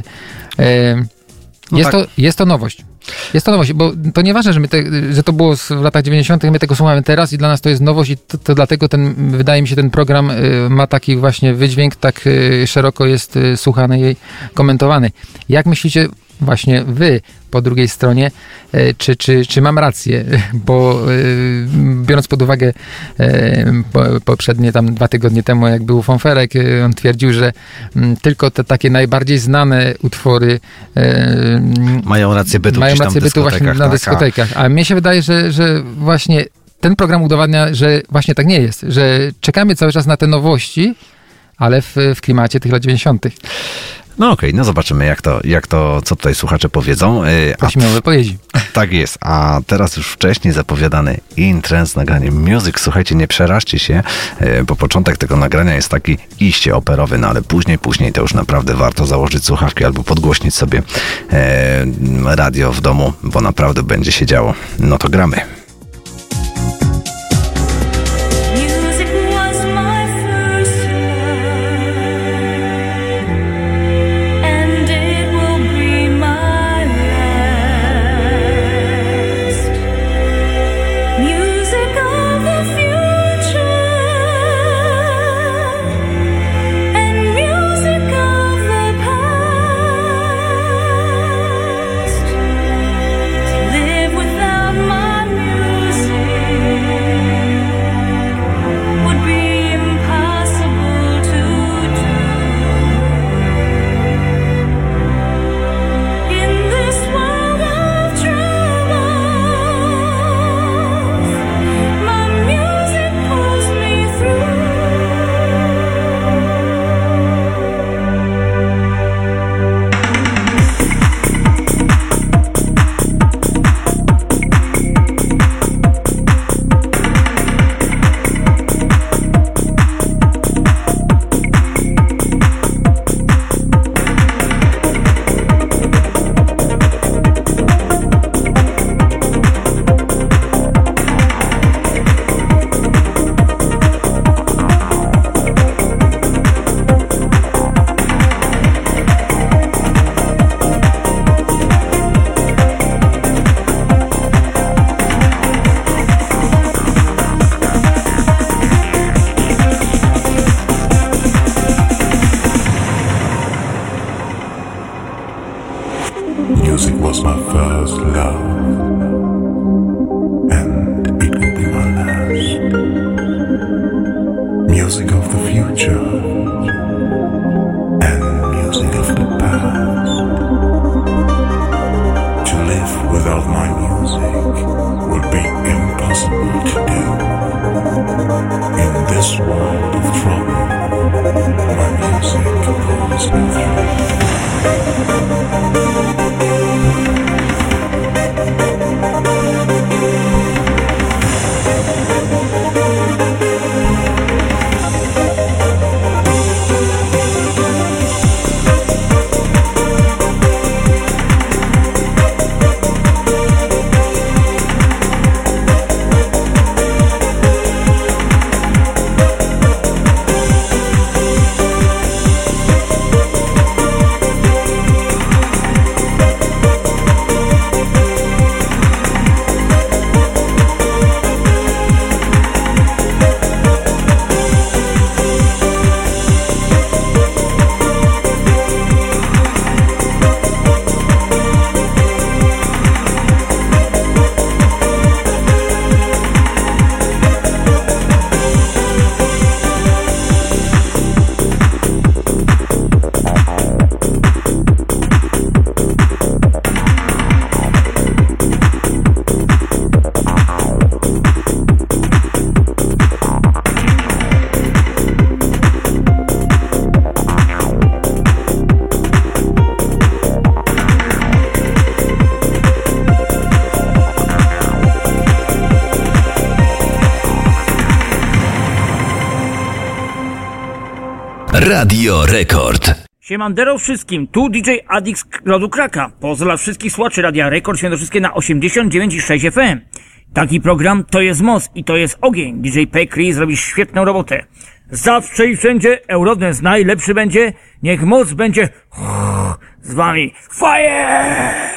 Jest to nowość. Jest to nowość, bo to nieważne, że to było w latach 90., my tego słuchamy teraz i dla nas to jest nowość i to dlatego wydaje mi się, ten program ma taki właśnie wydźwięk, tak szeroko jest słuchany i komentowany. Jak myślicie właśnie wy po drugiej stronie, czy mam rację? Bo biorąc pod uwagę poprzednie tam 2 tygodnie temu, jak był Fonferek, on twierdził, że tylko te takie najbardziej znane utwory mają rację bytu właśnie na dyskotekach. A mnie się wydaje, że właśnie ten program udowadnia, że właśnie tak nie jest, że czekamy cały czas na te nowości, ale w klimacie tych lat 90. No okej, no zobaczymy co tutaj słuchacze powiedzą. Prosimy o wypowiedzi. Tak jest, a teraz już wcześniej zapowiadany in-trance nagranie Music. Słuchajcie, nie przeraźcie się, bo początek tego nagrania jest taki iście operowy, no ale później to już naprawdę warto założyć słuchawki albo podgłośnić sobie radio w domu, bo naprawdę będzie się działo. No to gramy. Live without my Music was my first love, and it will be my last. Music of the future, and music of the past. To live without my music would be impossible to do. In this world of trouble, my music pulls me through. Radio Rekord. Siemandero wszystkim, tu DJ Adix Lodu Kraka. Pozdrowiam wszystkich słuchaczy Radia Rekord Świętokrzyskie na 89,6 FM. Taki program to jest moc i to jest ogień. DJ Pekri zrobi świetną robotę. Zawsze i wszędzie Eurodance najlepszy będzie. Niech moc będzie z wami. Fire!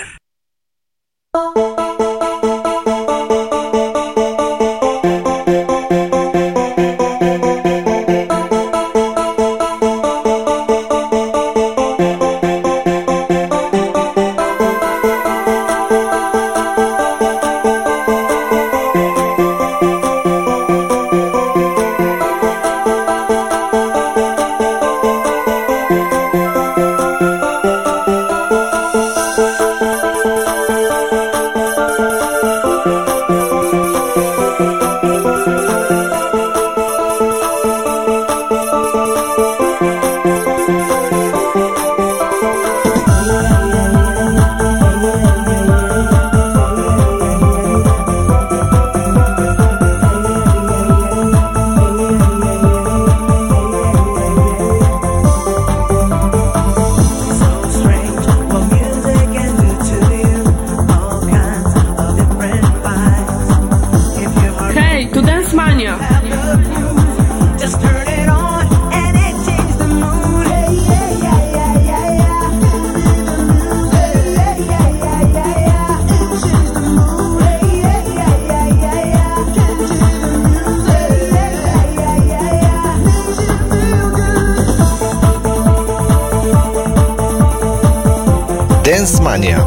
Dance Mania.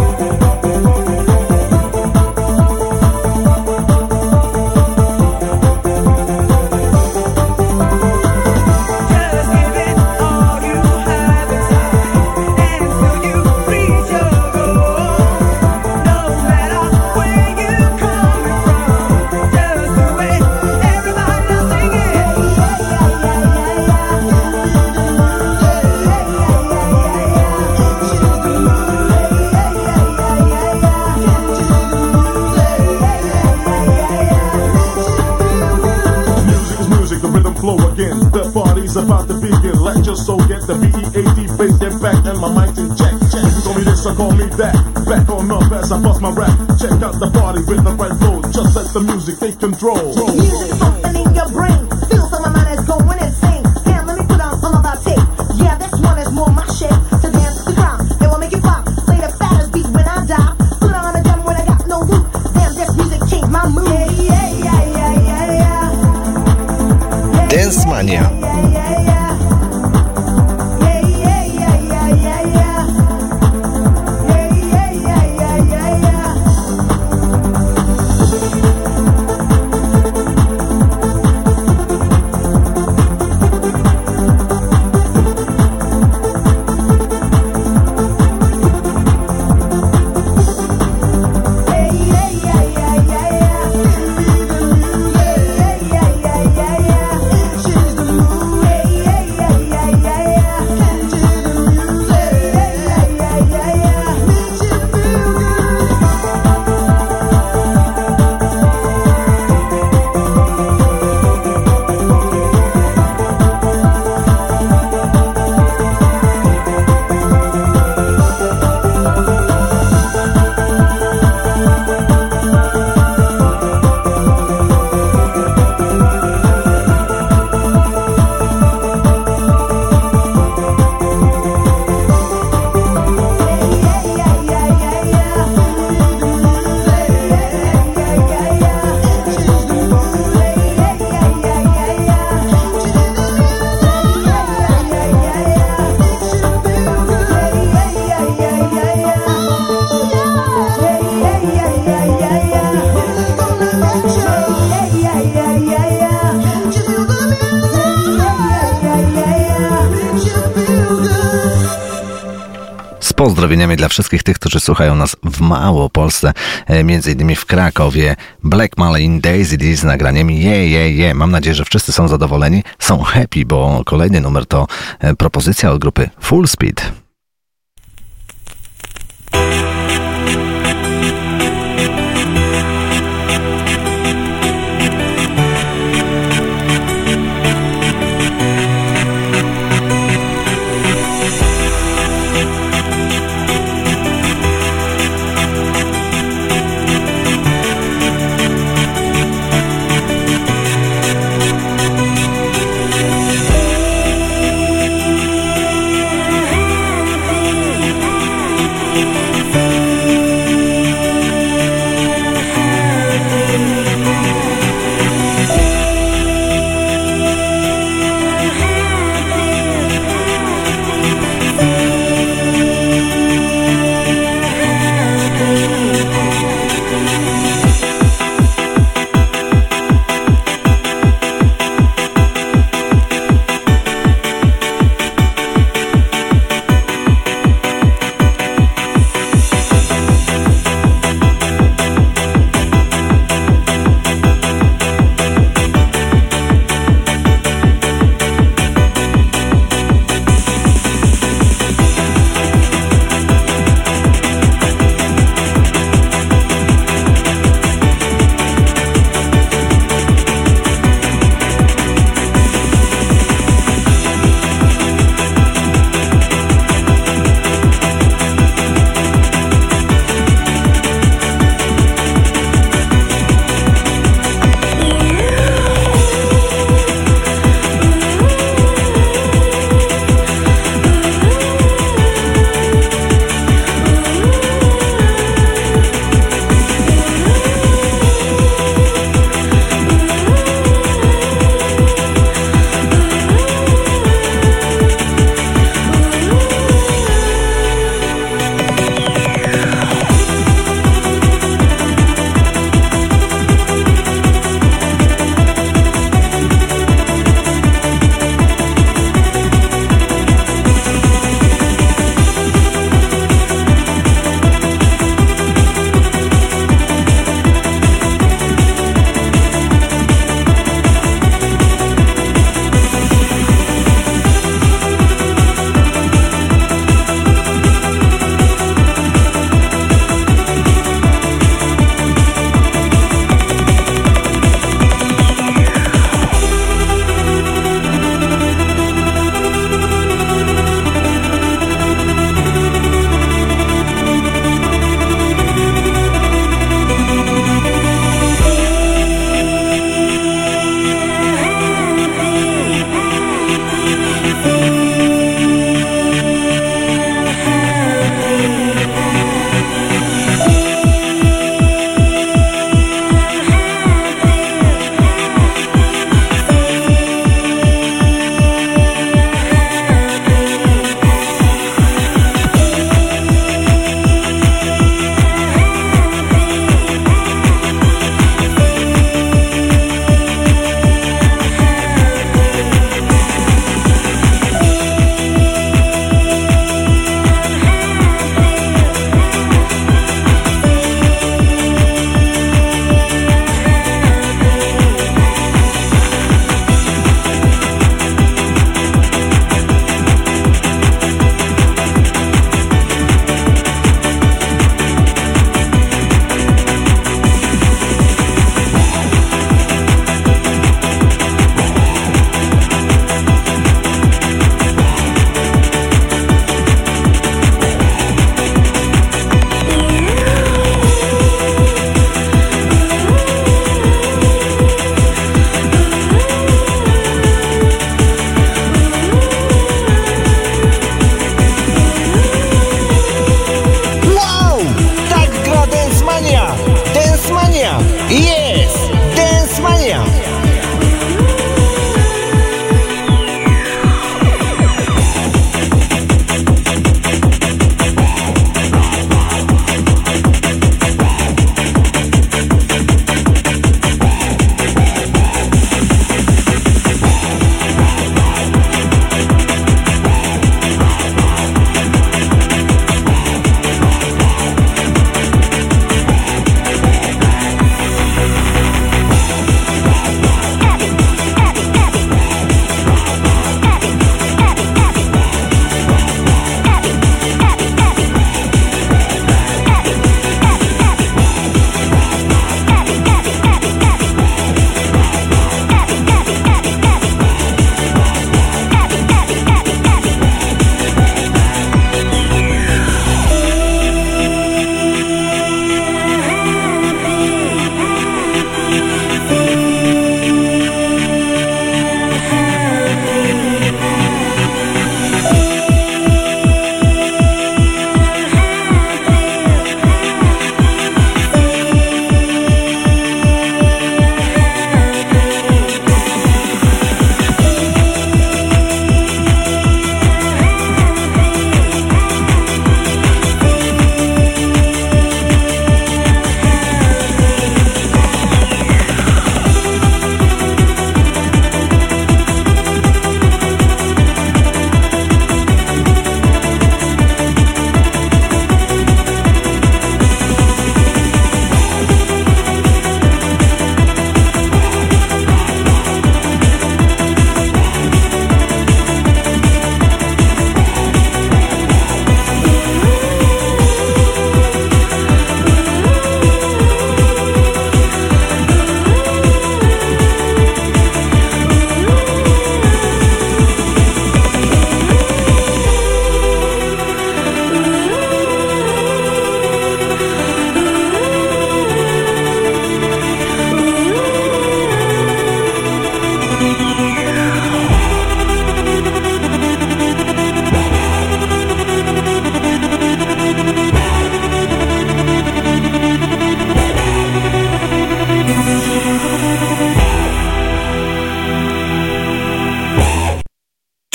About to begin, let your soul get the BEAD bass impact and my mind's in check. You call me this or call me that. Back on up as I bust my rap. Check out the party with the right flow. Just let the music take control. Music pumping in your brain. Feel so my mind is going insane. Damn, let me put on some of our tape. Yeah, this one is more my shape. To dance to crowd, it will make you pop. Play the fattest beat when I die. Put on a drum when I got no loot. Damn, this music changed my mood. Dance Mania. Pozdrowieniami dla wszystkich tych, którzy słuchają nas w Małopolsce, między innymi w Krakowie. Black Malin Daisy D z nagraniem Mam nadzieję, że wszyscy są zadowoleni, są happy, bo kolejny numer to propozycja od grupy Full Speed.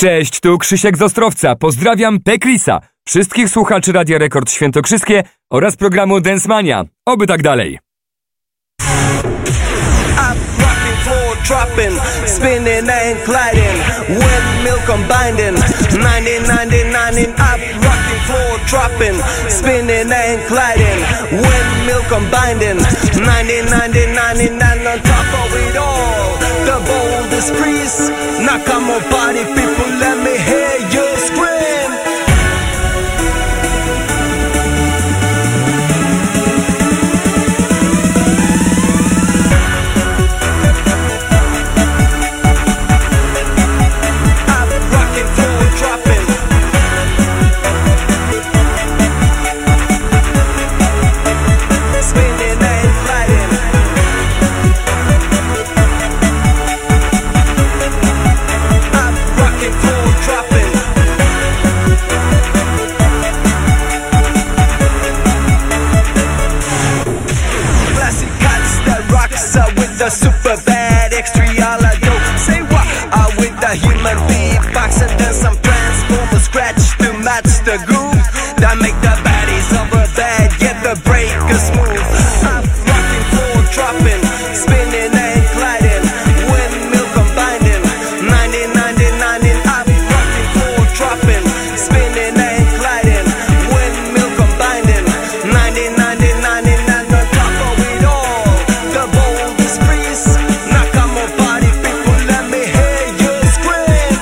Cześć, tu Krzysiek z Ostrowca. Pozdrawiam Pekrisa, wszystkich słuchaczy Radia Rekord Świętokrzyskie oraz programu Dance Mania. Oby tak dalej. Dropping, spinning and gliding, windmill combining, 90, up, rocking, floor dropping, spinning and gliding, windmill combining, 90, on top of it all, the boldest priest, knock on my body, people, let me hear you scream. The super bad extra all I do. Say what? I with the human beatbox and then some transformer scratch to match the groove that make the baddies over bad get the breakers smooth. I'm rocking, floor dropping, spinning and gliding, windmill combining, 90, I'm rocking, floor dropping, spinning and gliding, windmill combining, 90, and on top of it all, the boldest priest, knock on my body, people, let me hear you scream.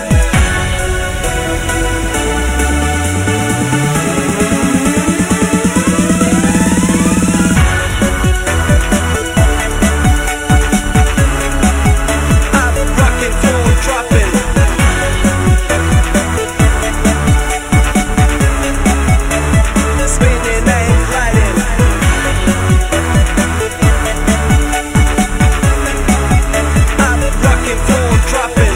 I'm rocking, floor dropping, spinning and gliding. I'm rocking, floor dropping.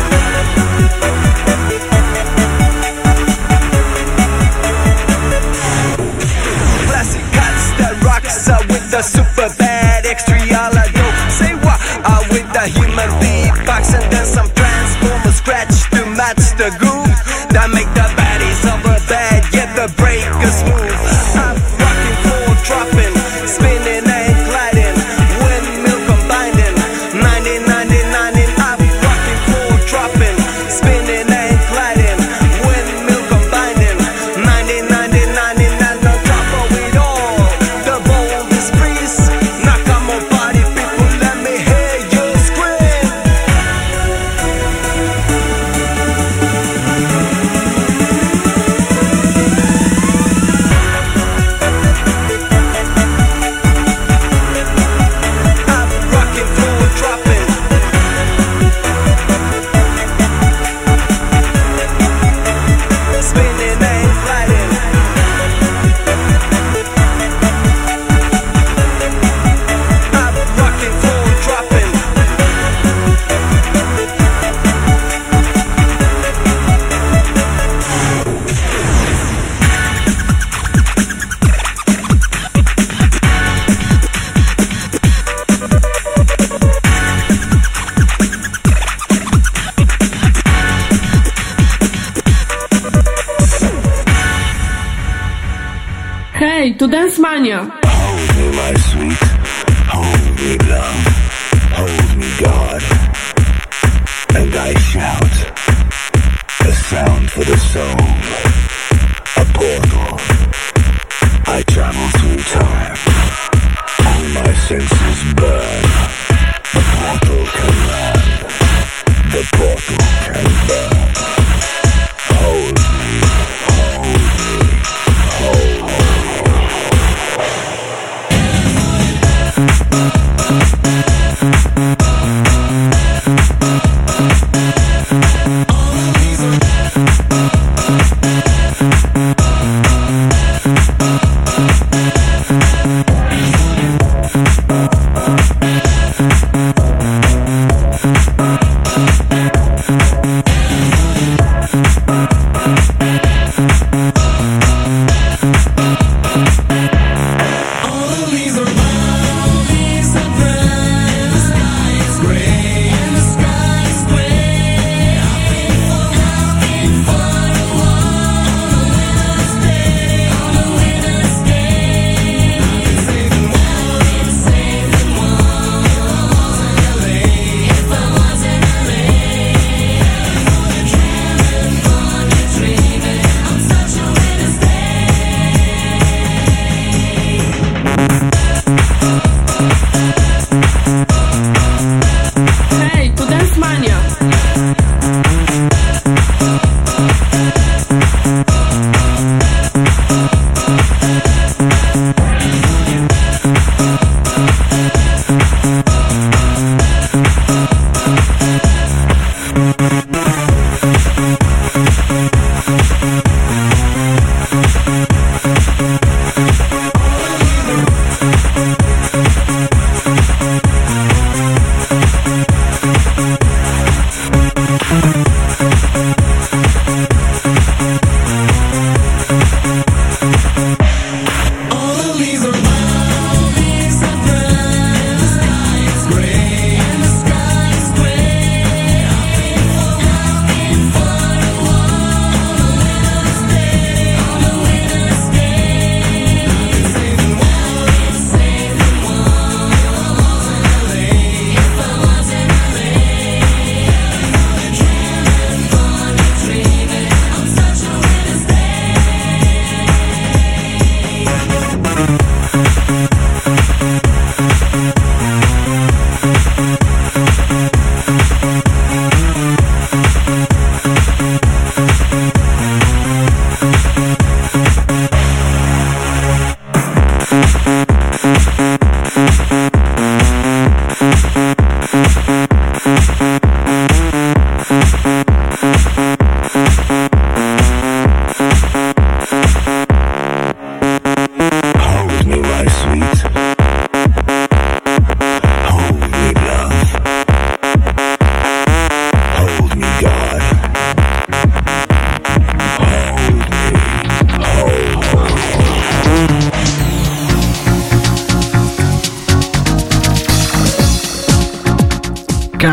Classic cuts that rocks out with the super bad extra all I do. Say what? I with the human beatbox and then some transformer scratch to match the groove that make the baddies over bad get the breakers smooth. I'm rocking, floor dropping, spinning and gliding, windmill combining, 90, I'm rocking, floor dropping, spinning and gliding, windmill combining, 90, and on top of it all, the boldest priest, knock on my body, people, let me hear you scream. I'm rocking, floor dropping, spinning and gliding. I'm rocking, floor dropping. Hej, tu Dance Mania. Hold me, my sweet. Hold me, love. Hold me, God. And I shout. A sound for the soul. A portal. I travel through time. All my senses burn. The portal can land. The portal can burn. Hold me. Hold me. Hold me.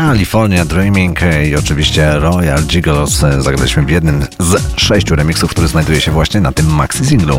California Dreaming i oczywiście Royal Gigolos zagraliśmy w jednym z 6 remixów, który znajduje się właśnie na tym maxi singlu.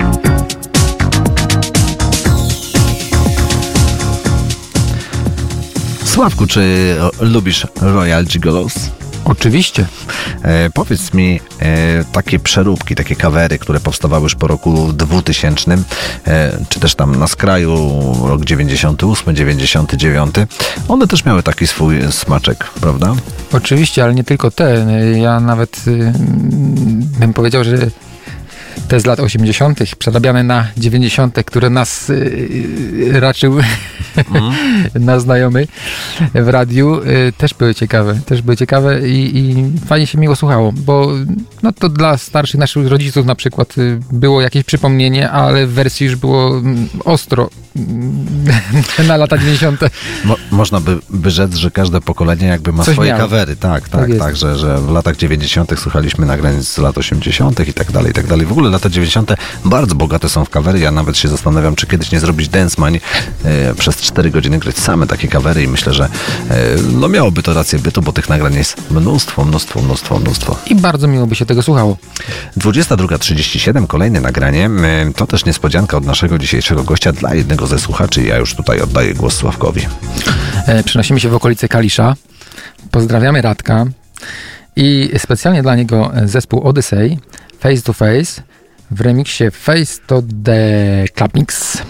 Sławku, czy lubisz Royal Gigolos? Oczywiście. Powiedz mi, takie przeróbki, takie covery, które powstawały już po roku 2000, czy też tam na skraju rok 98, 99, one też miały taki swój smaczek, prawda? Oczywiście, ale nie tylko te. Ja nawet bym powiedział, że te z lat 80., przerabiane na 90., które nas raczył nasz znajomy w radiu, też były ciekawe i fajnie się miło słuchało, bo no to dla starszych naszych rodziców na przykład było jakieś przypomnienie, ale w wersji już było ostro na lata 90. Można by rzec, że każde pokolenie jakby ma coś swoje miało. kawery, tak, że w latach 90. słuchaliśmy nagrań z lat 80. i tak dalej. W ogóle lata 90. bardzo bogate są w kawery. Ja nawet się zastanawiam, czy kiedyś nie zrobić Dance przez 4 godziny grać same takie kawery i myślę, że no miałoby to rację bytu, bo tych nagrań jest mnóstwo. I bardzo miło by się tego słuchało. 22:37, kolejne nagranie. To też niespodzianka od naszego dzisiejszego gościa dla jednego ze słuchaczy. Ja już tutaj oddaję głos Sławkowi. Przenosimy się w okolice Kalisza. Pozdrawiamy Radka i specjalnie dla niego zespół Odyssey Face to Face w remiksie Face to the Club Mix.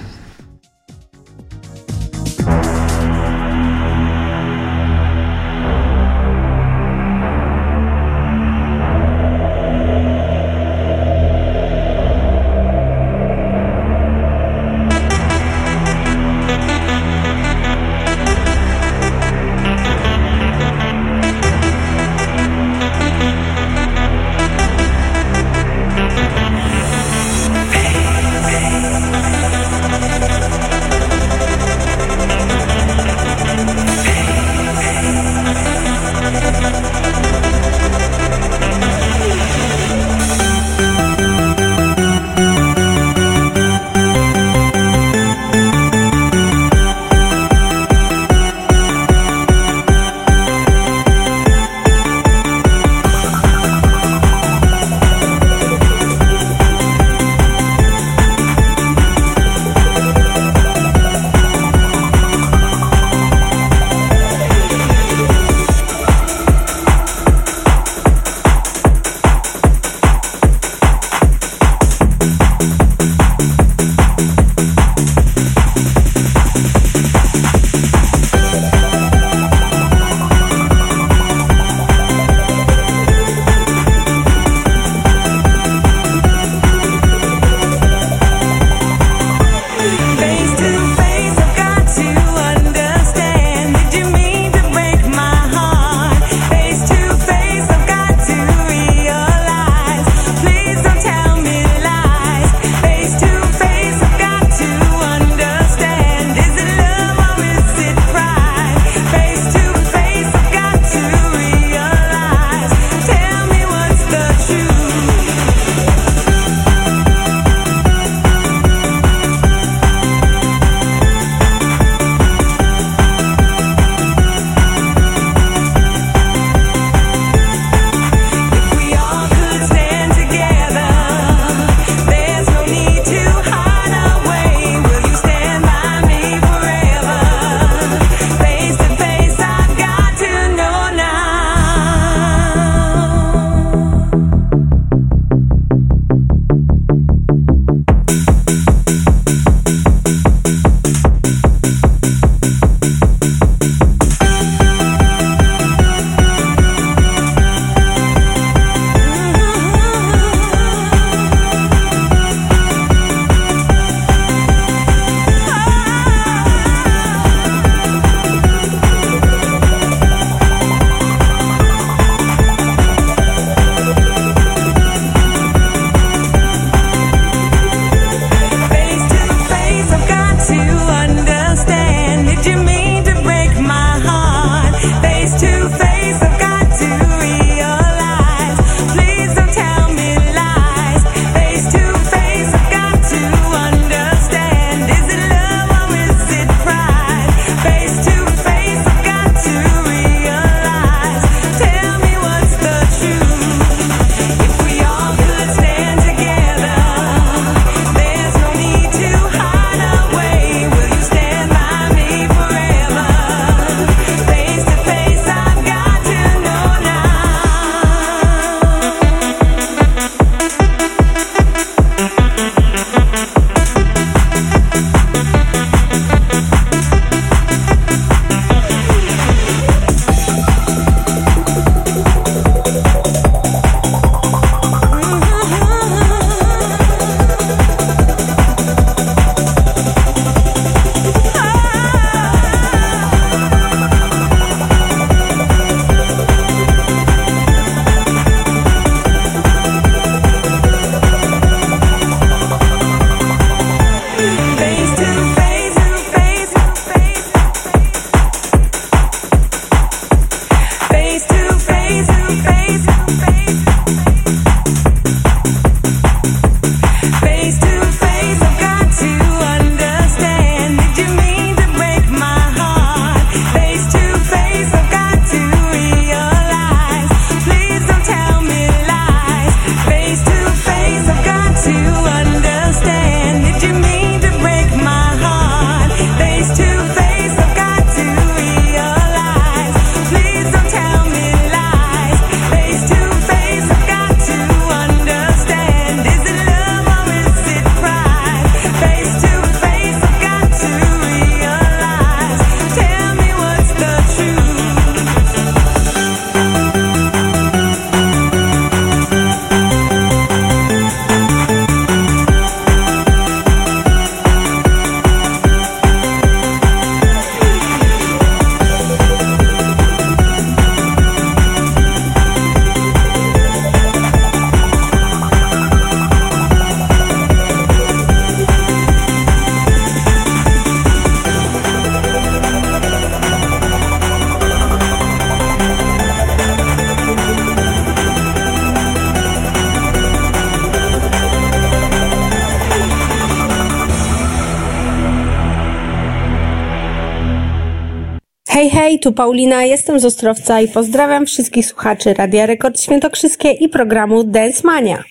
Hej, hej, tu Paulina, jestem z Ostrowca i pozdrawiam wszystkich słuchaczy Radia Rekord Świętokrzyskie i programu Dance Mania.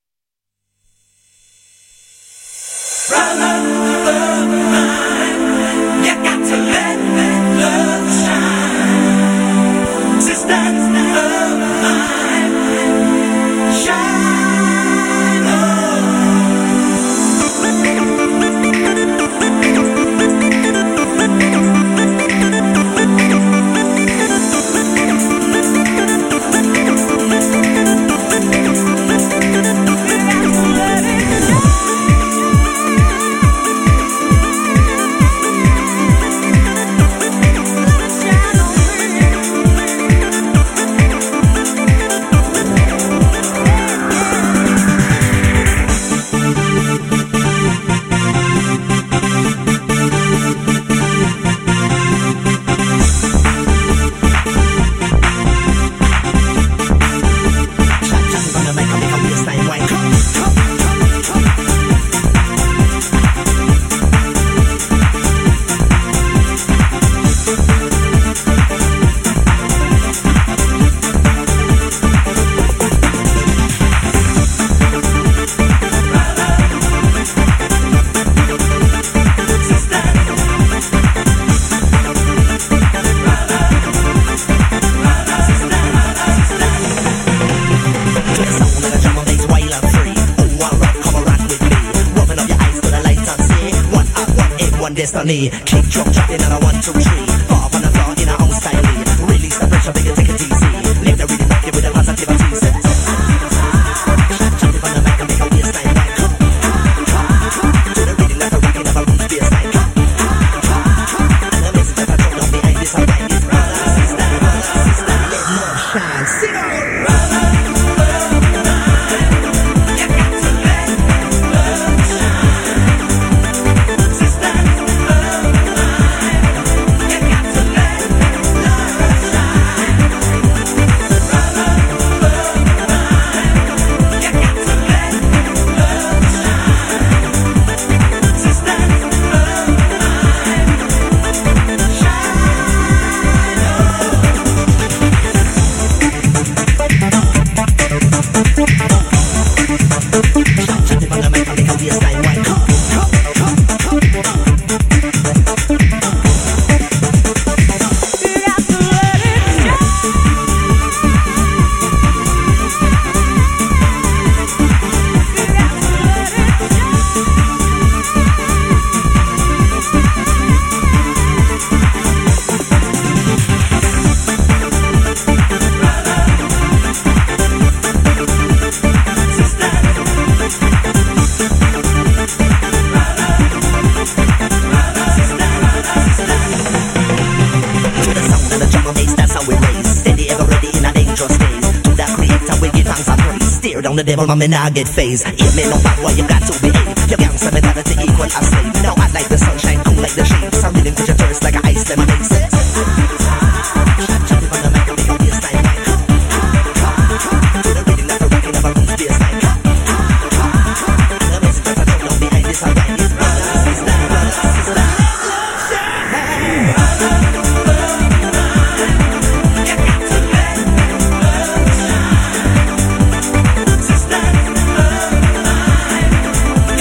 Destiny, keep drum dropping and I 1, 2, 3. Far from the floor in our own style. Release the pressure, make it take it easy. Live the rhythm, knock it with the positivity. Jump on the mic and make a waistline right. To the rhythm like a rockin' of a roots baseline. And the message that I told on behind this alright. It's brother, sister, let love shine. Sing on, brother. On the devil, man, I get phased. It may not matter what you got to behave. Your gangster mentality equal as slave. Now I like the sunshine, cool like the shade. Some living with your thirst like an ice lemonade. Jump on the mic and make a waistline right. To the rhythm like a rockin' of a roots baseline. And the message that I told on behind this alright. It's brother, sister, brother,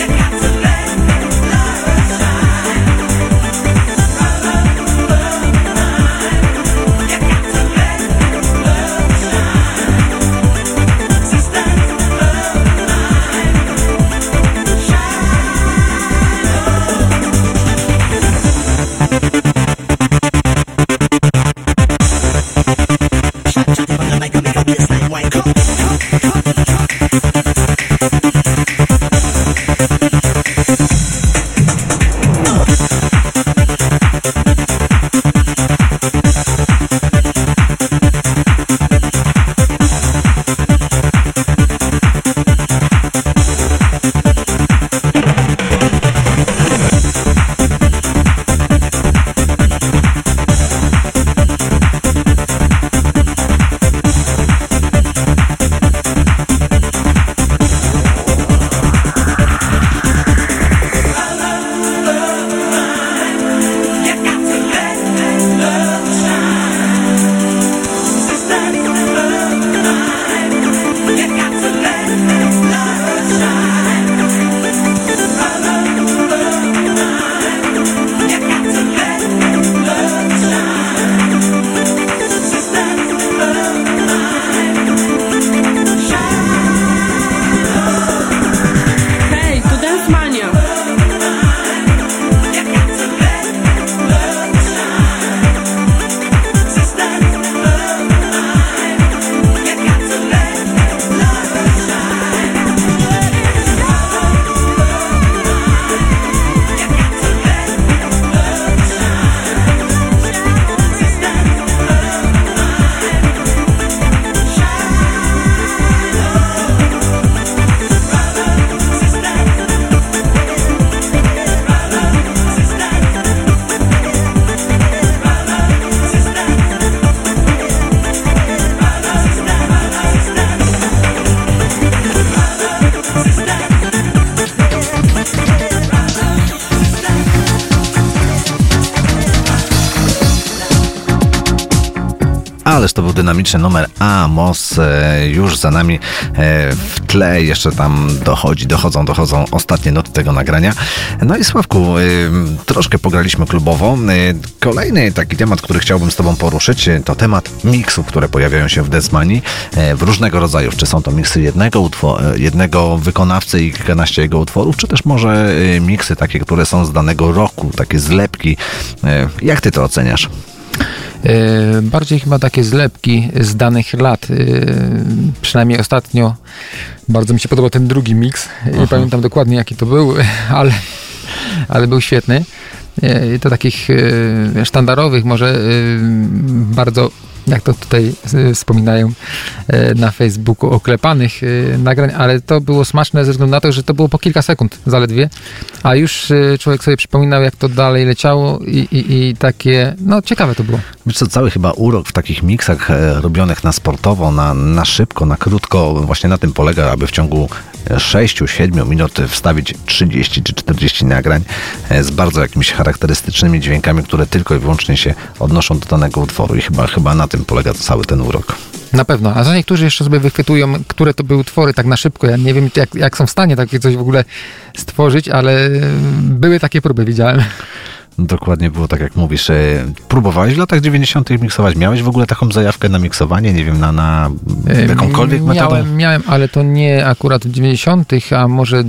sister. Ależ to był dynamiczny numer Amos, już za nami w tle, jeszcze tam dochodzą ostatnie nuty tego nagrania. No i Sławku, troszkę pograliśmy klubowo. Kolejny taki temat, który chciałbym z Tobą poruszyć, to temat miksów, które pojawiają się w Densmanii w różnego rodzaju. Czy są to miksy jednego wykonawcy i kilkanaście jego utworów, czy też może miksy takie, które są z danego roku, takie zlepki. Jak Ty to oceniasz? Bardziej chyba takie zlepki z danych lat. Przynajmniej ostatnio bardzo mi się podobał ten drugi miks. Nie pamiętam dokładnie jaki to był, ale był świetny. To takich sztandarowych, może bardzo, jak to tutaj wspominają na Facebooku, oklepanych nagrań, ale to było smaczne ze względu na to, że to było po kilka sekund zaledwie, a już człowiek sobie przypominał, jak to dalej leciało i takie, no ciekawe to było. Wiesz co, cały chyba urok w takich miksach robionych na sportowo, na szybko, na krótko, właśnie na tym polega, aby w ciągu 6-7 minut wstawić 30 czy 40 nagrań z bardzo jakimiś charakterystycznymi dźwiękami, które tylko i wyłącznie się odnoszą do danego utworu i chyba na tym polega cały ten urok. Na pewno, a za niektórzy jeszcze sobie wychwytują, które to były utwory tak na szybko. Ja nie wiem, jak są w stanie takie coś w ogóle stworzyć, ale były takie próby, widziałem. Dokładnie było tak, jak mówisz. Próbowałeś w latach 90. miksować? Miałeś w ogóle taką zajawkę na miksowanie? Nie wiem, na jakąkolwiek metodą? Miałem, ale to nie akurat w 90., a może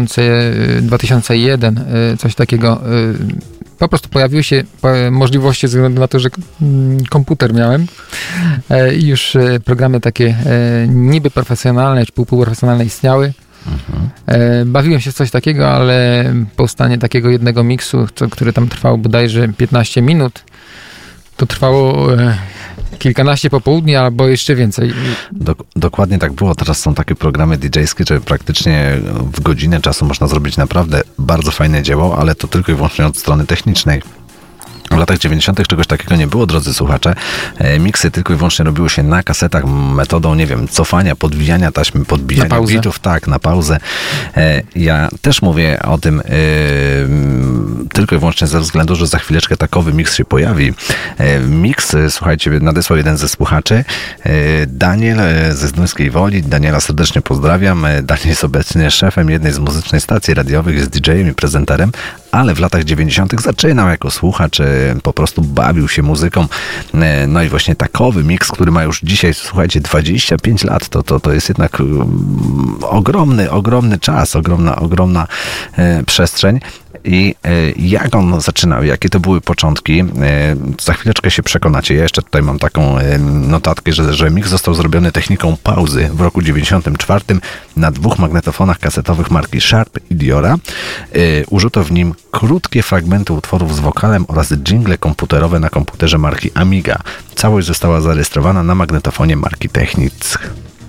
2001, coś takiego. Po prostu pojawiły się możliwości ze względu na to, że komputer miałem i już programy takie niby profesjonalne czy półprofesjonalne istniały. Bawiłem się w coś takiego, ale powstanie takiego jednego miksu, który tam trwał bodajże 15 minut, to trwało kilkanaście popołudni, albo jeszcze więcej. Dokładnie tak było. Teraz są takie programy DJ-skie, że praktycznie w godzinę czasu można zrobić naprawdę bardzo fajne dzieło, ale to tylko i wyłącznie od strony technicznej. W latach 90. czegoś takiego nie było, drodzy słuchacze. Miksy tylko i wyłącznie robiły się na kasetach metodą, nie wiem, cofania, podwijania taśmy, podbijania bitów, tak, na pauzę. Ja też mówię o tym tylko i wyłącznie ze względu, że za chwileczkę takowy miks się pojawi. Miks, słuchajcie, nadesłał jeden ze słuchaczy, Daniel ze Zduńskiej Woli. Daniela serdecznie pozdrawiam. Daniel jest obecnie szefem jednej z muzycznej stacji radiowych, jest DJ-em i prezenterem, ale w latach 90. zaczynał jako słuchacz, po prostu bawił się muzyką. No i właśnie takowy miks, który ma już dzisiaj, słuchajcie, 25 lat, to jest jednak ogromny czas, ogromna przestrzeń. I jak on zaczynał, jakie to były początki, za chwileczkę się przekonacie. Ja jeszcze tutaj mam taką notatkę, że miks został zrobiony techniką pauzy w roku 94 na 2 magnetofonach kasetowych marki Sharp i Diora. Użyto w nim krótkie fragmenty utworów z wokalem oraz dżingle komputerowe na komputerze marki Amiga. Całość została zarejestrowana na magnetofonie marki Technics.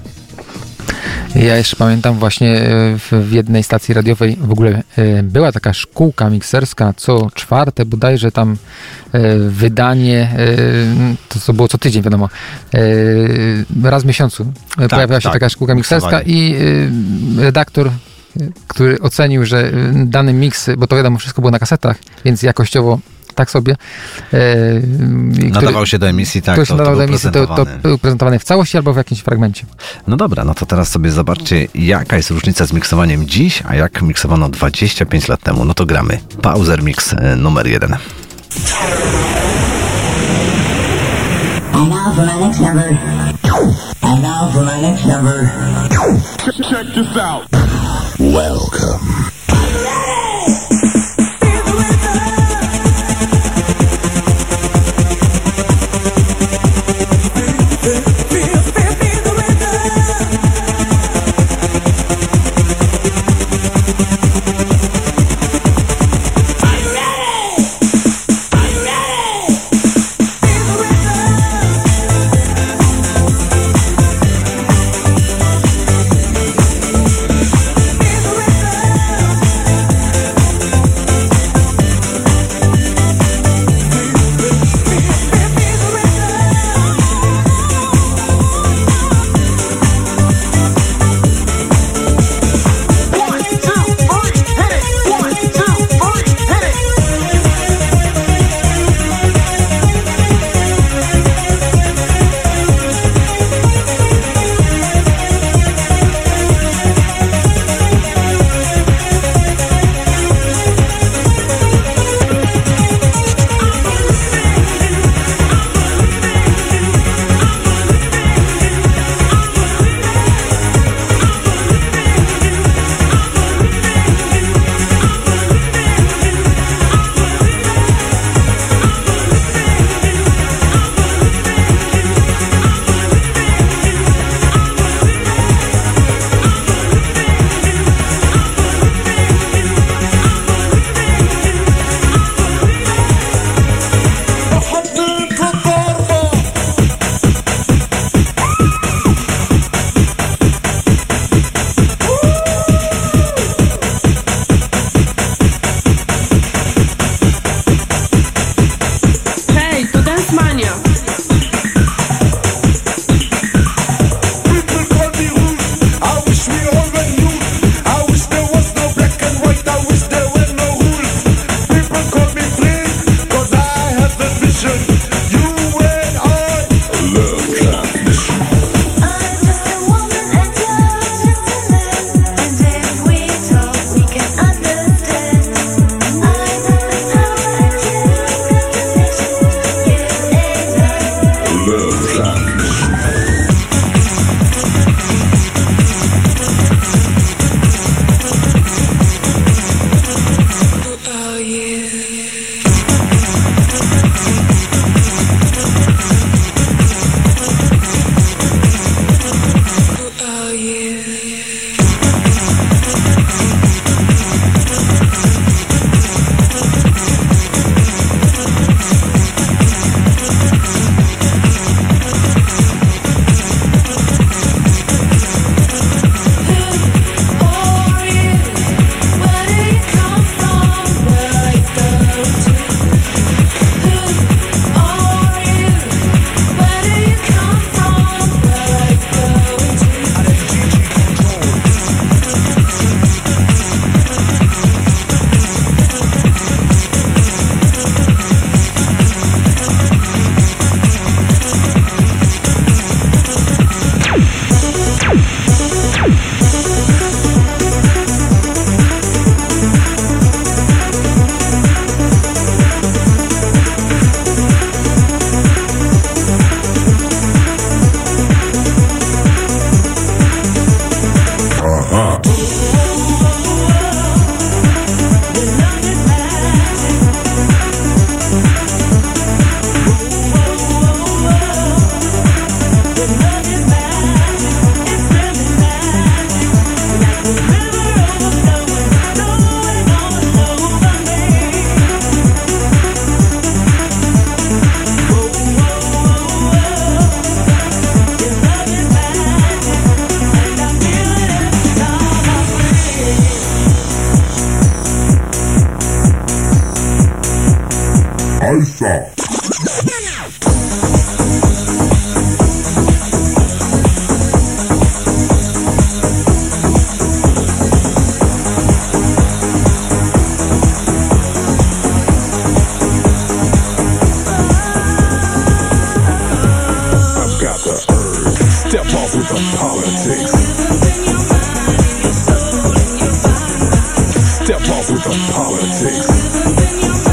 Ja jeszcze pamiętam właśnie w jednej stacji radiowej w ogóle była taka szkółka mikserska, co czwarte bodajże tam wydanie, to było co tydzień, wiadomo, raz w miesiącu pojawiała się taka szkółka mikserska i redaktor, który ocenił, że dany miks, bo to wiadomo, wszystko było na kasetach, więc jakościowo tak sobie. Nadawał się do emisji, tak, to był prezentowany w całości albo w jakimś fragmencie. No dobra, no to teraz sobie zobaczcie, jaka jest różnica z miksowaniem dziś, a jak miksowano 25 lat temu. No to gramy Pauser Mix numer 1. And now for my next number. And now for my next number. Check this out. Welcome. Salsa. I've got the urge. Step off with the politics. Step off with the politics.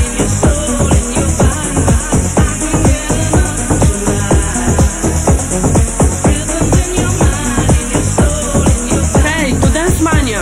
Hej, tu Dance Mania.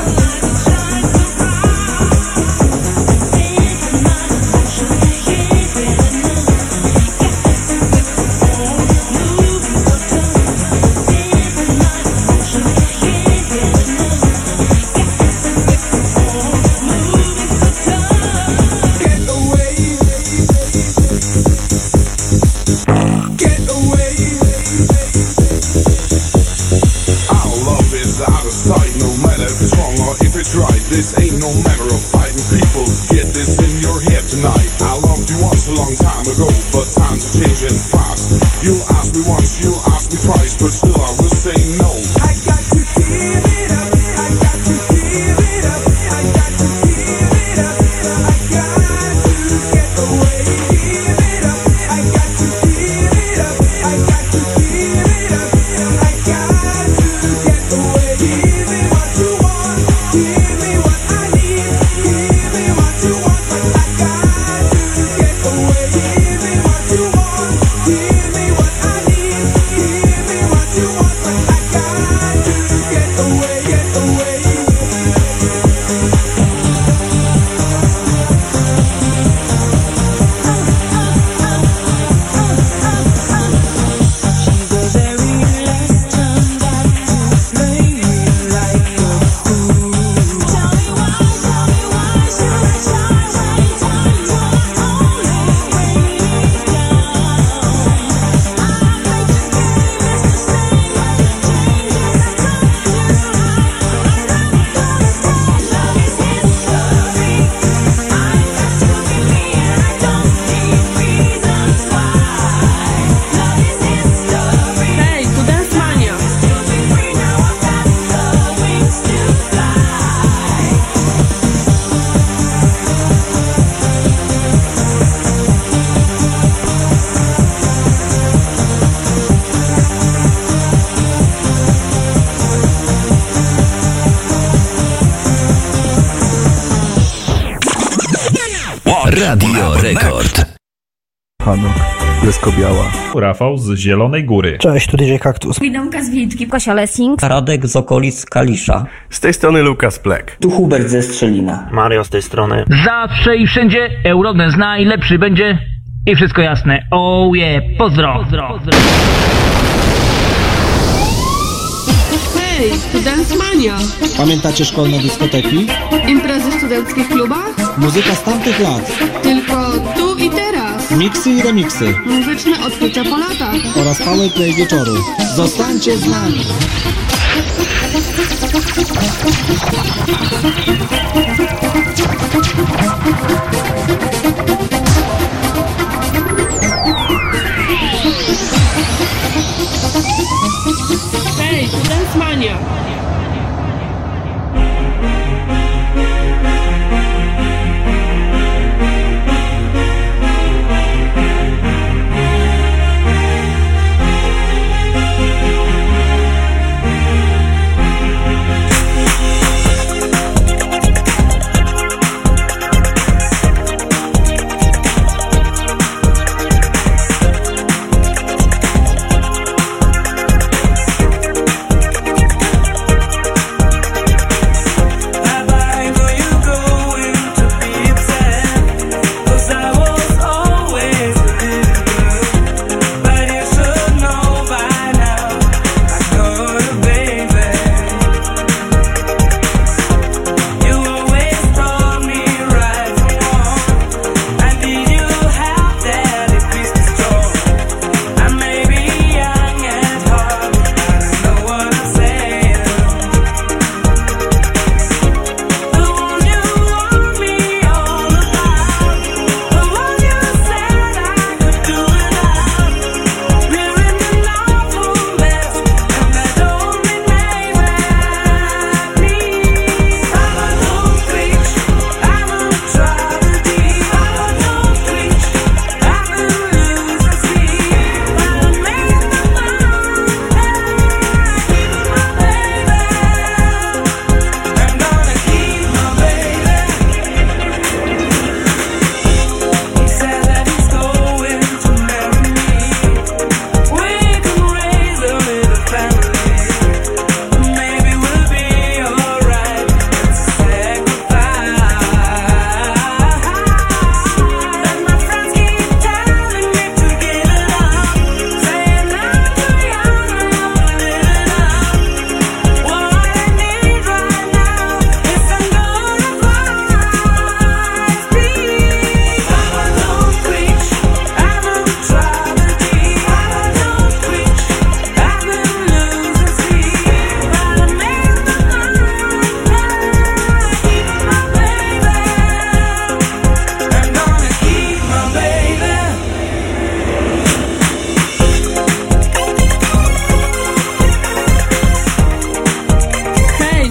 This ain't no matter of fighting people. Get this in your head tonight. I loved you once a long time ago, but times are changing fast. You asked me once, you asked me twice, but still I will say no. I got to give it up. I got to give it up. I got to give it up. I got to get away. Give it up. I got to give it up. I got to give it up. I got to get away. Give me what you want. Give me what I need. Give me what you want. I got to get away. Give me what you want. Give me what I need. Give me what you want. I got to get away. Get away. Hej, tu Dance Mania. Radio Rekord. Hanuk, Bielsko-Biała. Rafał z Zielonej Góry. Cześć, tu DJ Kaktus. Widomka z Wilczki, Kosia Lessing. Radek z okolic Kalisza. Z tej strony Lukas Plek. Tu Hubert ze Strzelina. Mario z tej strony. Zawsze i wszędzie Eurodance najlepszy będzie i wszystko jasne. Oh yeah, pozdro. Hej, tu Dance Mania. Pamiętacie szkolne dyskoteki? Imprezy w studenckich klubach? Muzyka z tamtych lat. Tylko tu i teraz. Miksy i remiksy. Muzyczne odkrycia po latach. Oraz powerplay wieczoru. Zostańcie z nami. Hej, tu Dance Mania.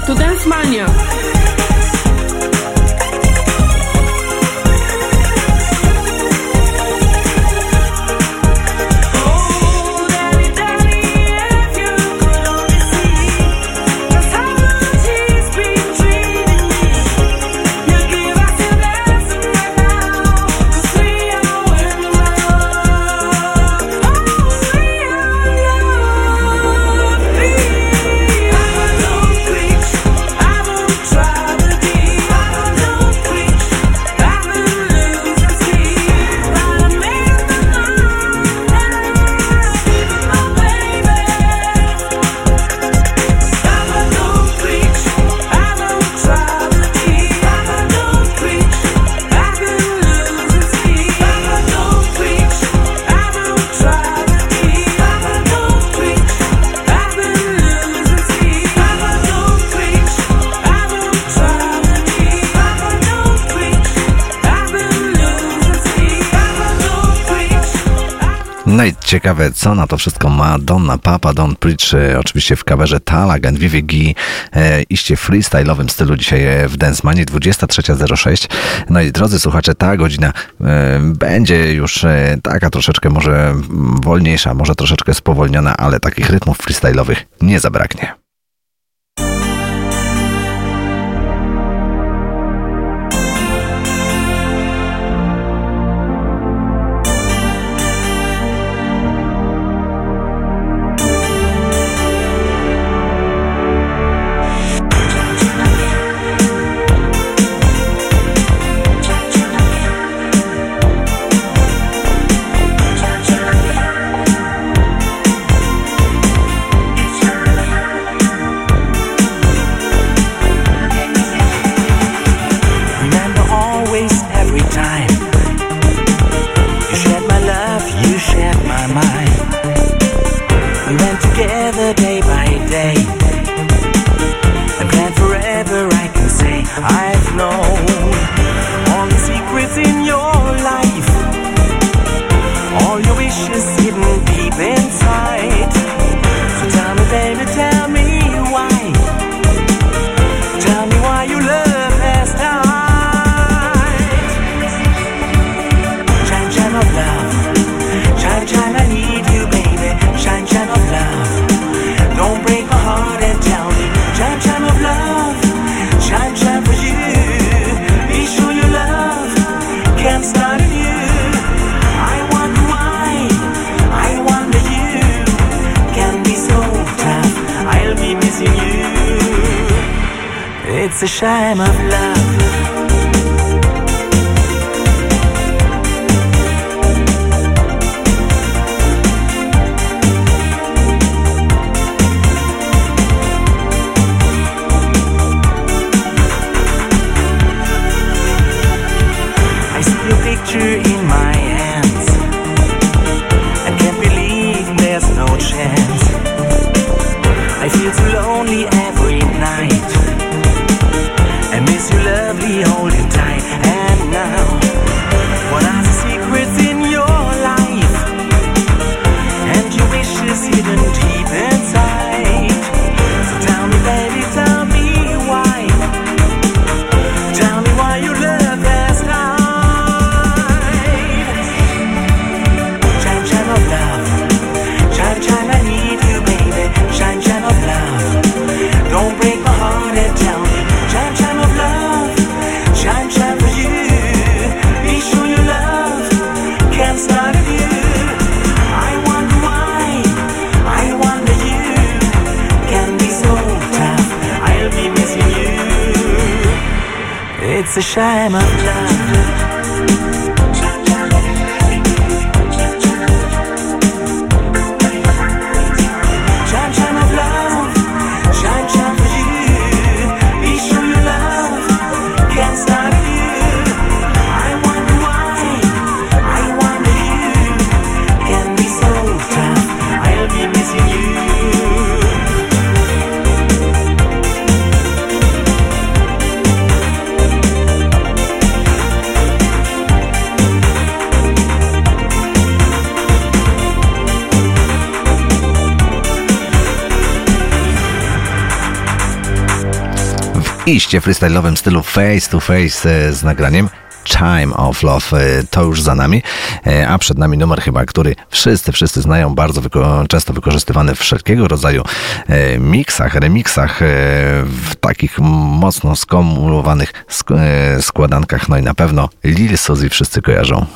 tu Dance Mania. No i ciekawe, co na to wszystko Madonna, Papa Don't Preach, oczywiście w coverze Talag and Vivi G, iście freestyle'owym stylu dzisiaj w Dance Manii, 23:06. No i drodzy słuchacze, ta godzina będzie już taka troszeczkę może wolniejsza, może troszeczkę spowolniona, ale takich rytmów freestyle'owych nie zabraknie. It's a shame of love. I see your picture in my hands and can't believe there's no chance. I feel so lonely every night. I miss you lovely holding tight. And now, what are the secrets in your life? And your wishes hidden deep inside. So tell me baby, tell me why. Tell me why you love has died. Shine, shine of love. Shine, shine, I need you baby. Shine, shine of love. Don't break my heart and tell me. Shine, shine of love, shine, shine for you. Be sure your love can't start with you. I wonder why, I wonder you can be so tough. I'll be missing you. It's a shame of love. iście freestyle'owym stylu Face to Face z nagraniem Chime of Love. To już za nami, a przed nami numer chyba, który wszyscy znają, bardzo często wykorzystywany w wszelkiego rodzaju miksach, remixach, w takich mocno skumulowanych składankach, no i na pewno Lil Suzy wszyscy kojarzą.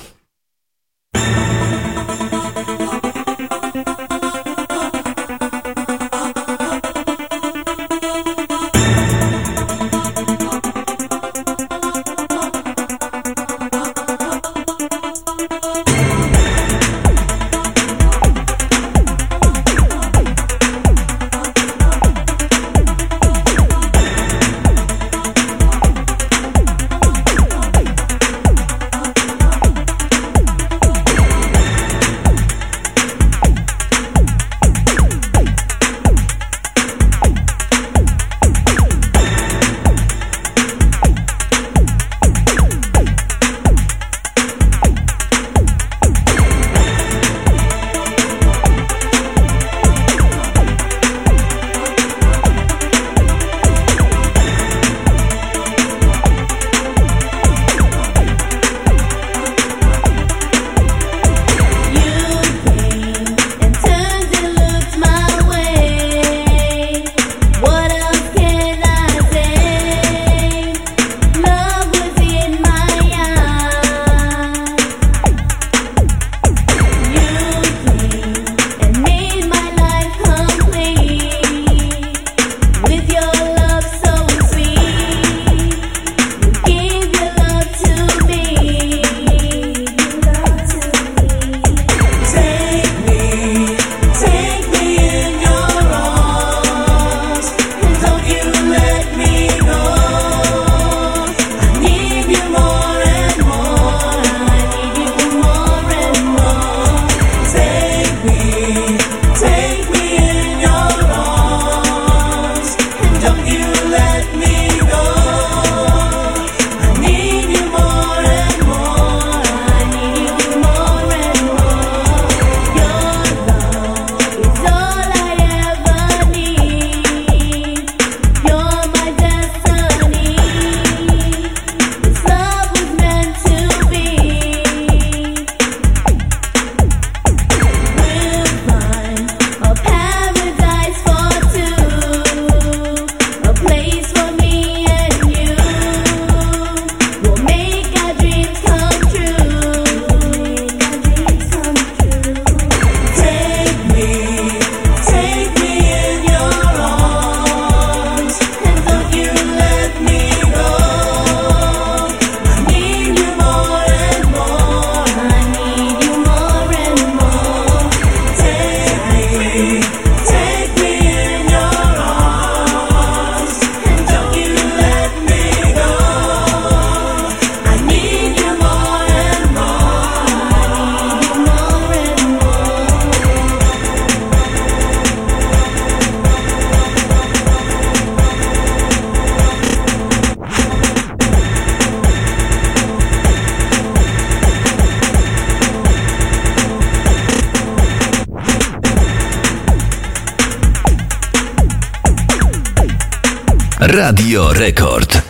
Radio Rekord.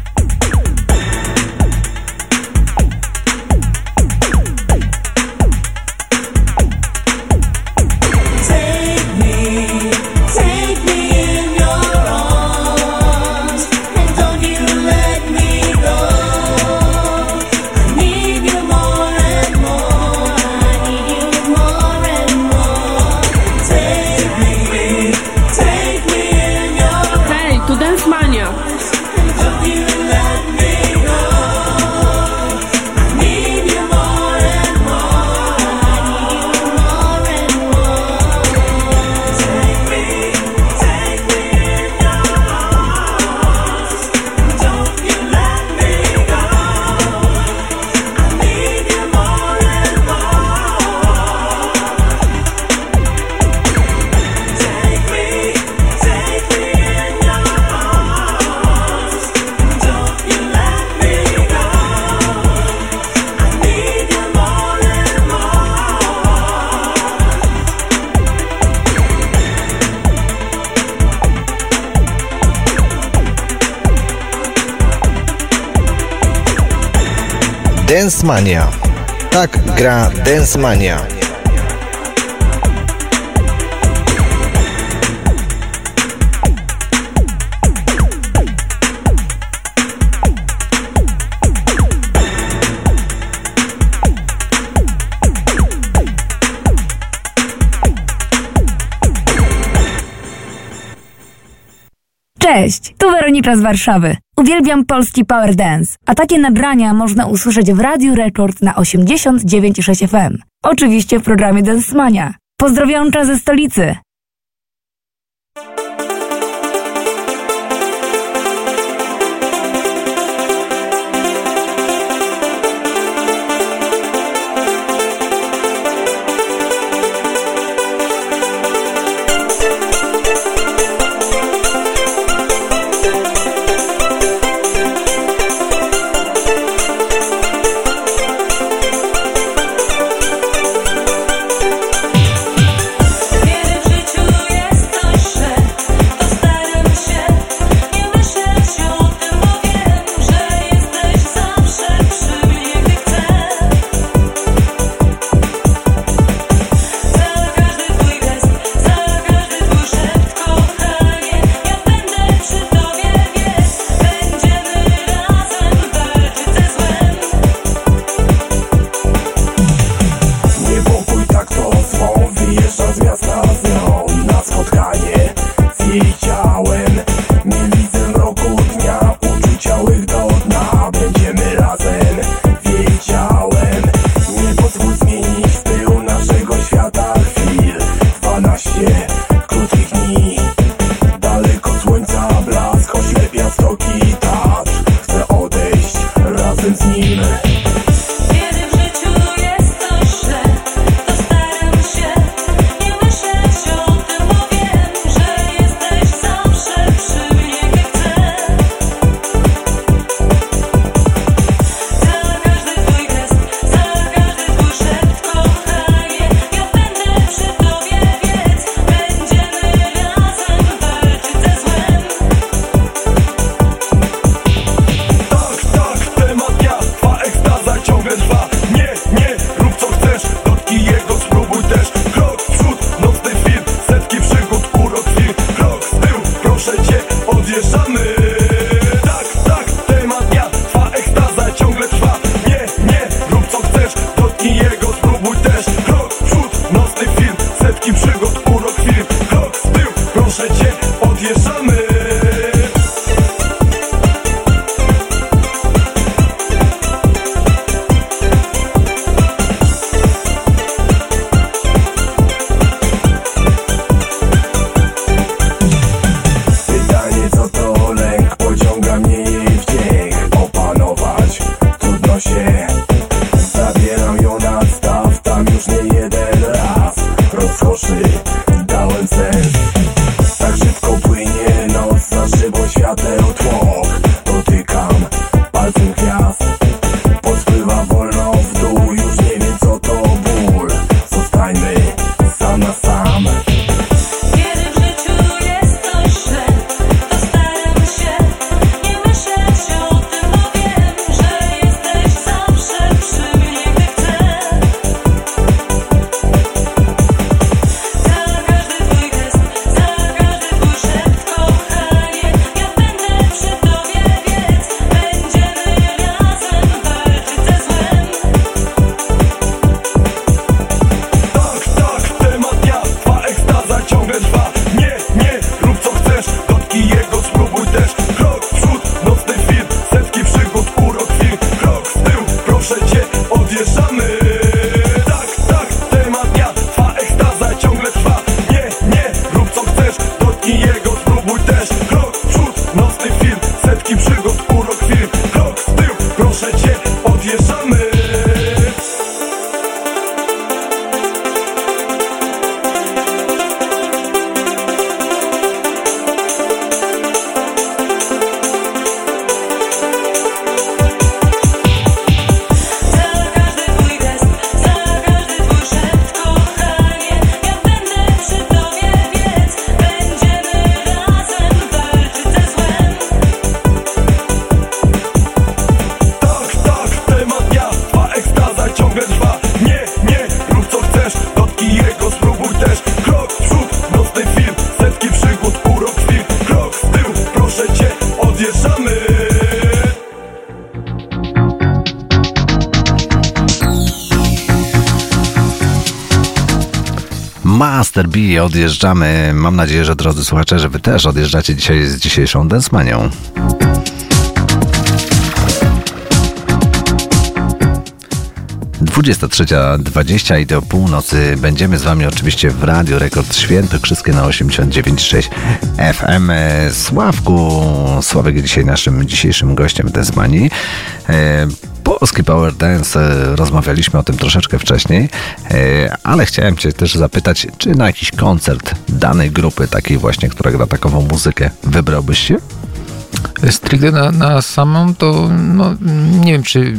Hej, tu Dance Mania. Take Dance Mania. Tak gra Dance Mania. Cześć, tu Weronika z Warszawy. Uwielbiam polski power dance, a takie nagrania można usłyszeć w Radiu Rekord na 89,6 FM. Oczywiście w programie Dance Mania. Pozdrowionka ze stolicy. Master B, odjeżdżamy. Mam nadzieję, że drodzy słuchacze, że wy też odjeżdżacie dzisiaj z dzisiejszą Densmanią. 23:20 i do północy będziemy z wami oczywiście w Radio Rekord Świętokrzyskie na 89,6 FM. Sławek dzisiaj naszym dzisiejszym gościem Densmanii. Polski Power Dance, rozmawialiśmy o tym troszeczkę wcześniej, ale chciałem cię też zapytać, czy na jakiś koncert danej grupy, takiej właśnie, która gra takową muzykę, wybrałbyś się? Stricte na samą to, no nie wiem, czy...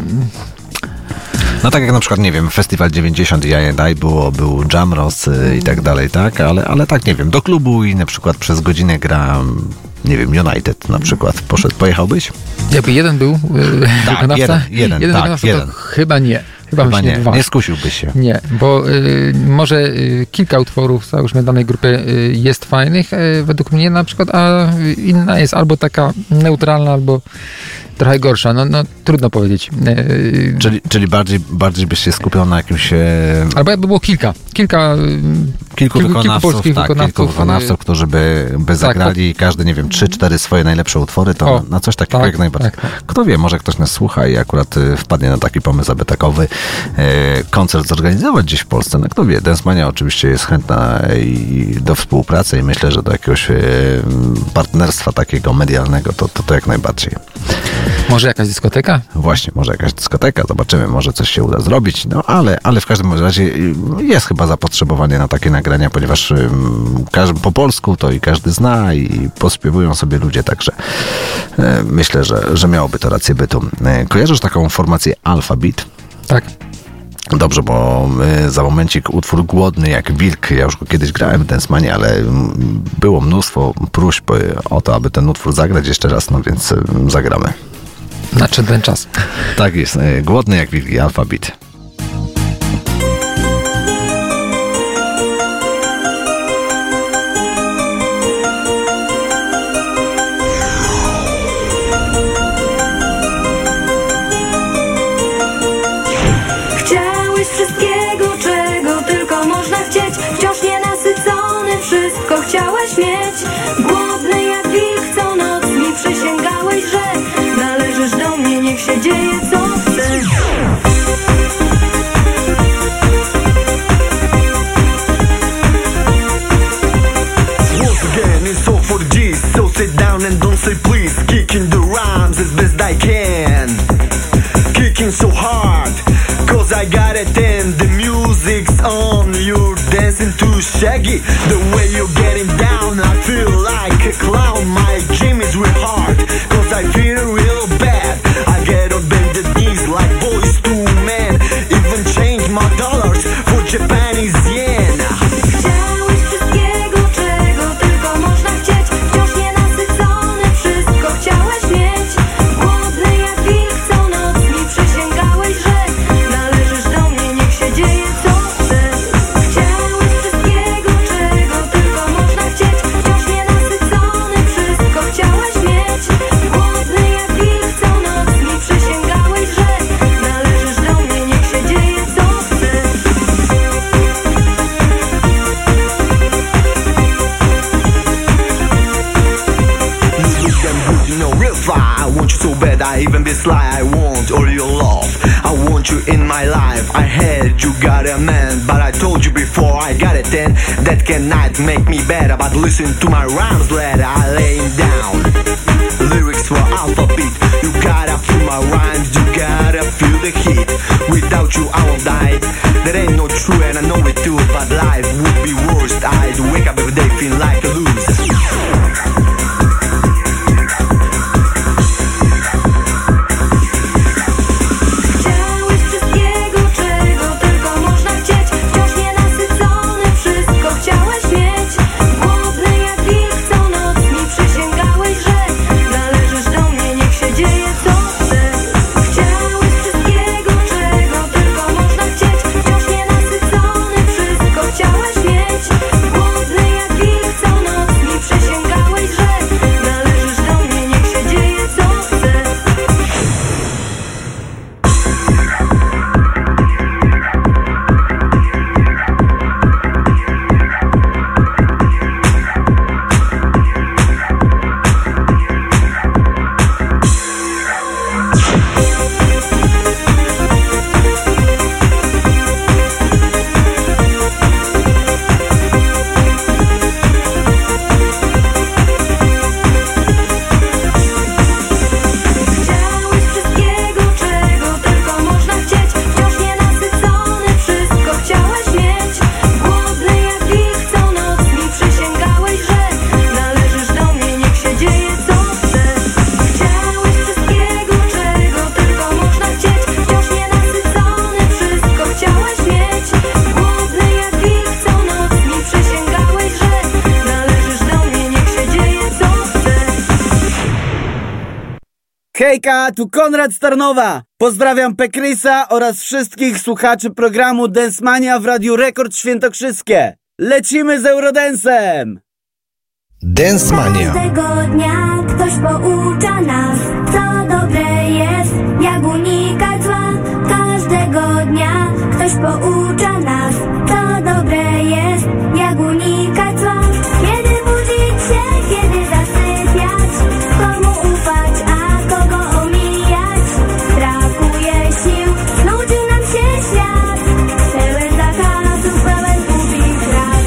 No tak jak na przykład, nie wiem, Festiwal 90 I&I był Jamrock i tak dalej, tak? Ale tak, nie wiem, do klubu i na przykład przez godzinę gra, nie wiem, United na przykład. Pojechałbyś? Jakby jeden był wykonawca? Jeden. To chyba nie. Chyba nie. Dwa. Nie skusiłbyś się. Nie, bo może kilka utworów załóżmy danej grupy jest fajnych według mnie na przykład, a inna jest albo taka neutralna, albo trochę gorsza. No trudno powiedzieć. Czyli bardziej byś się skupiał na jakimś... Albo jakby było kilku polskich wykonawców, którzy by zagrali i każdy, nie wiem, 3-4 swoje najlepsze utwory, to na coś takiego jak najbardziej. Kto wie, może ktoś nas słucha i akurat wpadnie na taki pomysł, aby takowy koncert zorganizować gdzieś w Polsce. No kto wie, Densmania oczywiście jest chętna do współpracy i myślę, że do jakiegoś partnerstwa takiego medialnego to jak najbardziej. Może jakaś dyskoteka? Właśnie, może jakaś dyskoteka, zobaczymy, może coś się uda zrobić, no ale w każdym razie jest chyba zapotrzebowanie na takie nagrania, ponieważ po polsku to i każdy zna i pośpiewują sobie ludzie, także myślę, że miałoby to rację bytu. Kojarzysz taką formację Alphabet? Tak. Dobrze, bo za momencik utwór Głodny jak wilk. Ja już go kiedyś grałem w Densmanie, ale było mnóstwo próśb o to, aby ten utwór zagrać jeszcze raz, no więc zagramy. Nadszedł ten czas. Tak jest. Głodny jak wilk i Alphabet. Chciałeś wszystkiego, czego tylko można chcieć. Wciąż nienasycony, wszystko chciałeś mieć. Głodny jak wilk, co noc mi przysięgałeś, że należysz do mnie, niech się dzieje co chcesz. Once again, it's all for G's, so sit down and don't say please. Kicking the rhymes as best I can. Kicking so hard, cause I got it and the music's on. You're dancing too shaggy, the way you're getting down. I feel like a clown, my gym is real hard, cause I feel real bad. I get on bended knees like boys to men. Even change my dollars for Japanese yen. Chciałeś wszystkiego, czego tylko można chcieć. Wciąż nienasycony, wszystko chciałeś mieć. Głodny jak wilk, co noc mi przysięgałeś, że należysz do mnie, niech się dzieje co chcesz. Chciałeś wszystkiego, czego tylko można chcieć. Wciąż nienasycony, wszystko chciałeś mieć. Głodny jak wilk, co noc mi przysięgałeś, że należysz do mnie, niech się dzieje co chcesz. You look damn good, you know, real fly. I want you so bad, I even be sly. I want all your love, I want you in my life. I heard you got a man, but I told you before I got it then. That cannot make me better, but listen to my rhymes, lad, I lay him down. Lyrics for Alphabet, you gotta feel my rhymes, you gotta feel the heat. Without you I won't die, that ain't no true and I know it too. But life would be worst, I'd wake up every day feeling like a loser. Chciałeś wszystkiego, czego tylko można chcieć. Wciąż nienasycony, wszystko chciałeś mieć. Głodny jak wilk, co noc mi przysięgałeś, że należysz do mnie, niech się dzieje co chcesz. Chciałeś wszystkiego, czego tylko można chcieć. Wciąż nienasycony, wszystko chciałeś mieć. Głodny jak wilk, co noc Hejka, tu Konrad z Tarnowa. Pozdrawiam Pekrysa oraz wszystkich słuchaczy programu Dance Mania w Radiu Rekord Świętokrzyskie. Lecimy z Eurodensem! Dance Mania. Każdego dnia ktoś poucza nas, co dobre jest, jak unikać zła. Każdego dnia ktoś poucza nas, co dobre jest, jak unikać zła. Kiedy budzić się, kiedy zasypiać, komu ufać, a kogo omijać. Brakuje sił, znudził nam się świat, pełen zakazów, pełen głupich rad.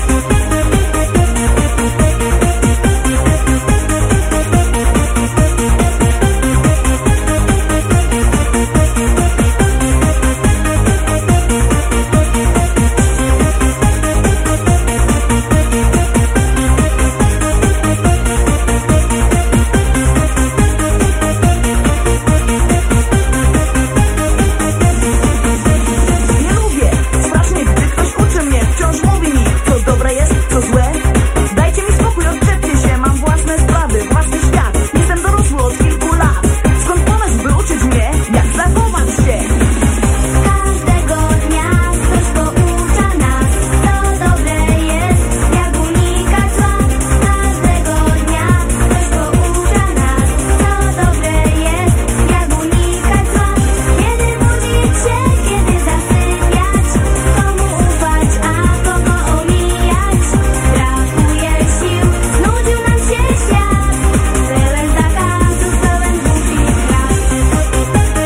Nie lubię, strasznie, gdy ktoś uczy mnie, wciąż mówi mi, co dobre jest, co złe. Dajcie mi spokój, odczepcie się, mam własne sprawy, własny świat. Jestem dorosły od kilku lat. Skąd pomysł, by uczyć mnie, jak zachować się? Każdego dnia ktoś poucza nas, co dobre jest, jak unikać zła. Każdego dnia ktoś poucza nas, co dobre jest, jak unikać zła. Kiedy budzić się, kiedy zasypiać, komu ufać, a kogo omijać. Brakuje sił, znudził nam się świat, pełen zakazów, pełen głupich rad.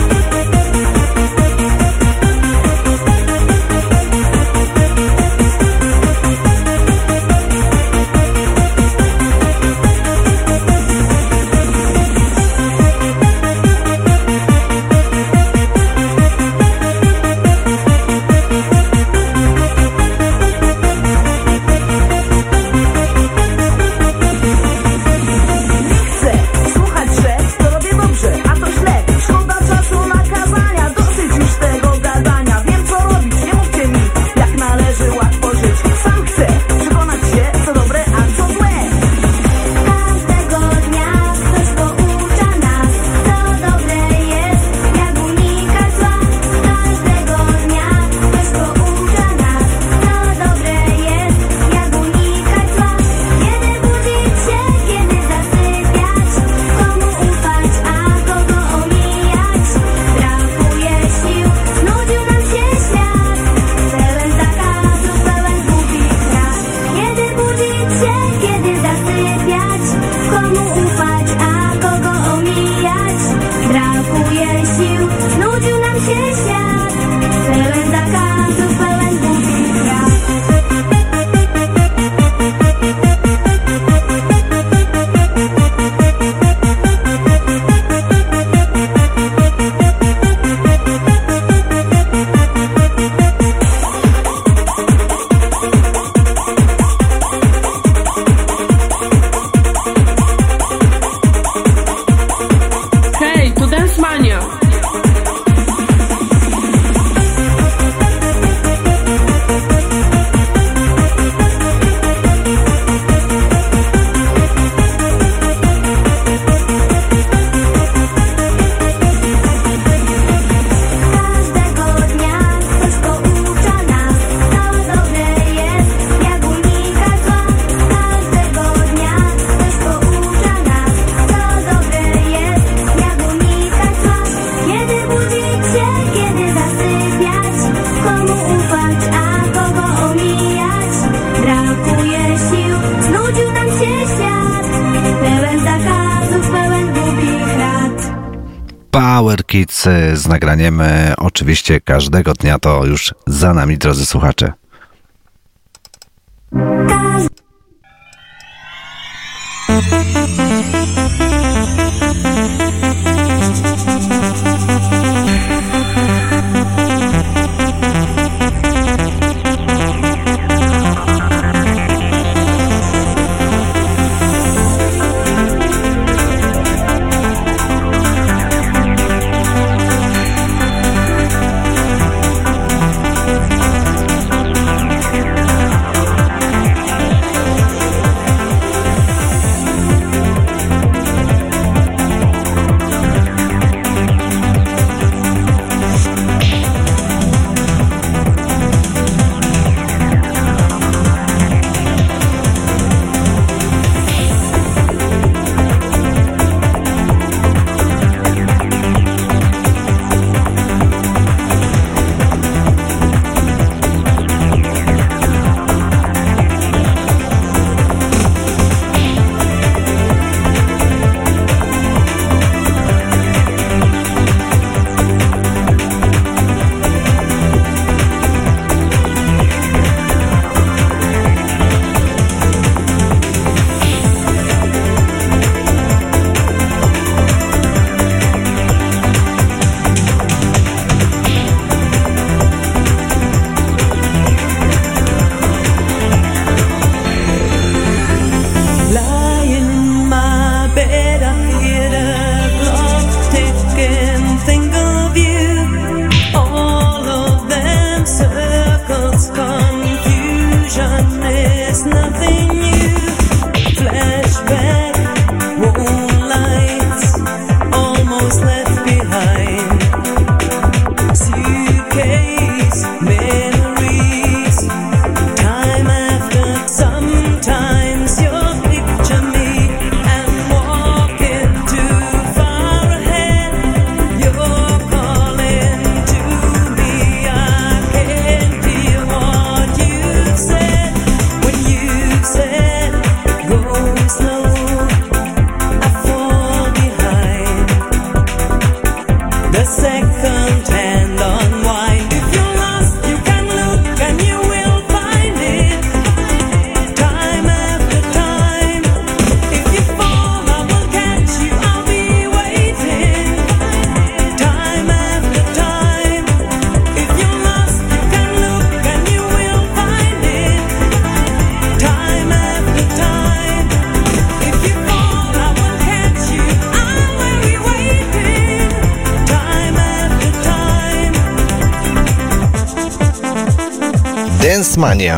Chcę słuchać, że to robię dobrze, a to źle. Szkoda czasu na kazania, dosyć już tego gadania. Wiem co robić, nie mówcie mi, jak należy łatwo żyć. Sam chcę przekonać się, co dobre, a co złe. Każdego dnia ktoś poucza nas, co dobre jest, jak unikać zła. Każdego dnia ktoś poucza nas, co dobre jest, jak unikać zła. Kiedy budzić się, kiedy zasypiać, komu ufać, a kogo omijać. Brakuje sił, znudził nam się świat, pełen zakazów, pełen głupich rad. Kiedy budzić się, kiedy zasypiać, komu ufać, a kogo omijać. Brakuje sił, znudził nam się świat, pełen zakazów, pełen głupich rad. Hej, tu Dance Mania. Każdego dnia ktoś poucza nas, co dobre jest, jak unikać zła. Każdego dnia ktoś poucza nas, co dobre jest, jak unikać zła. Kiedy budzić się, kiedy zasypiać, komu ufać, a kogo omijać. Brakuje sił, znudził nam się świat, pełen zakazów, pełen głupich rad. Power Kids z nagraniem oczywiście każdego dnia, to już za nami, drodzy słuchacze. the second hand unwind. If you're lost, you can look and you will find it. Time after time. If you fall, I will catch you. I'll be waiting. Time after time. If you're lost, you can look and you will find it. Time after time. If you fall, I will catch you. I will be waiting. Time after time. Dance Mania.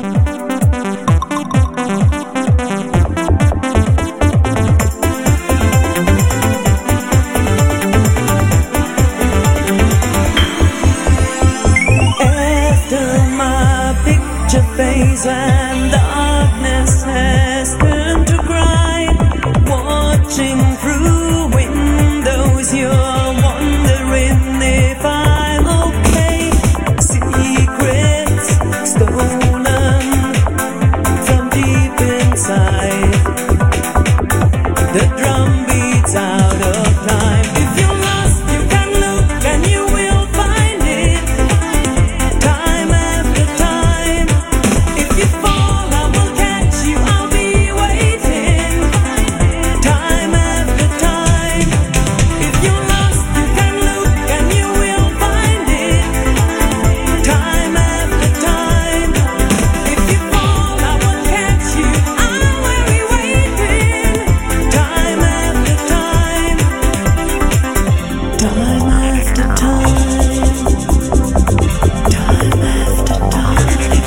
After my picture fades and darkness has turned to grime, watching through windows, you're wondering if I'm okay. Secrets stolen from deep inside. The drum beats out of time. If you're lost, you can look and you will find it. Time after time. If you fall, I will catch you. I'll be waiting. Time after time. If you're lost, you can look and you will find it. Time after time. If you fall, I will catch you. I will be waiting. Time after time. Time after time. Time after time.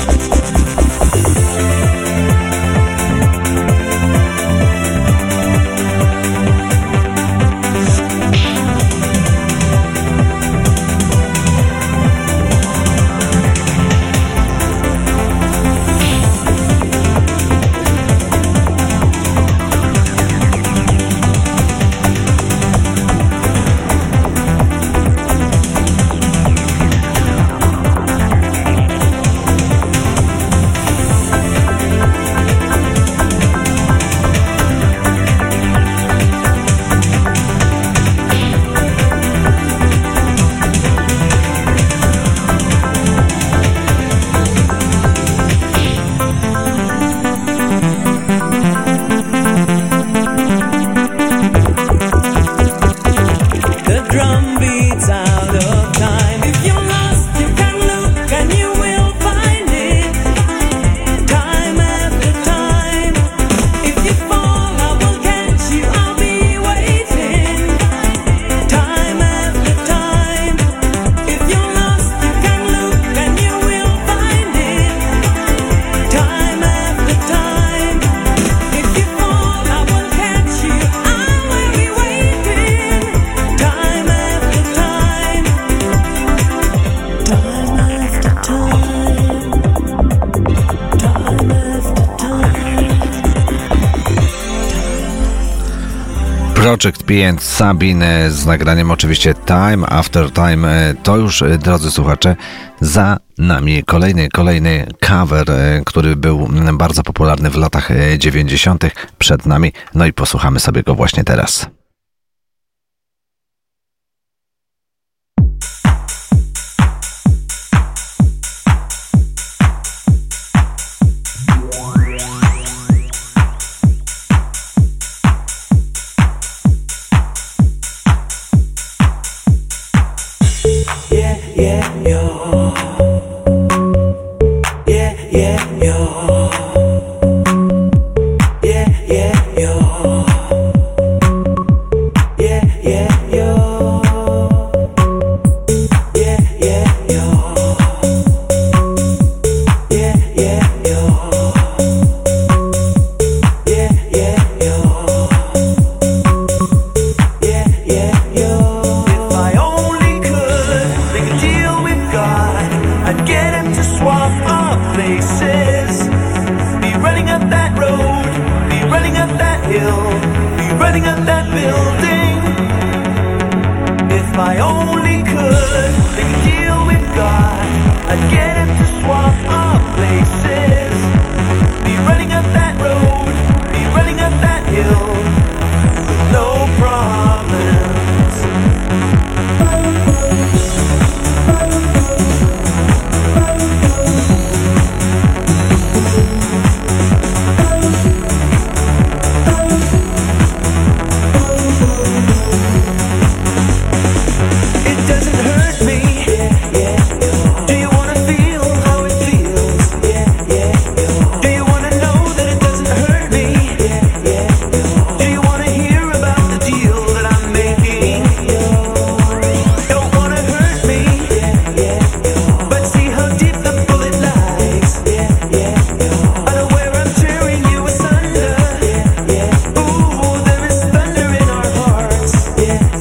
The drum beats out of time. If you're lost, you can look and you will find it. Time after time. If you fall, I will catch you. I'll be waiting. Time after time. If you're lost, you can look and you will find it. Time after time. If you fall, I will catch you. I will be waiting. Time after time. Time after time. Time after time. Project P and Sabin z nagraniem oczywiście Time After Time. To już, drodzy słuchacze, za nami kolejny cover, który był bardzo popularny w latach 90. przed nami. No i posłuchamy sobie go właśnie teraz. Yeah, yeah, yo. Yeah, yeah, yo. Yeah, yeah, yo. Yeah, yeah, yo. Yeah, yeah, yo. Yeah, yeah, yo. Yeah, yeah, yo. Yeah, yeah, yo. If I only could make a deal with God, I'd get him to swap our places. Be running up that road, be running up that hill, be running up that building. If I only could make a deal with God, I'd get him to swap our places. Be running up that road, be running up that hill, no problems.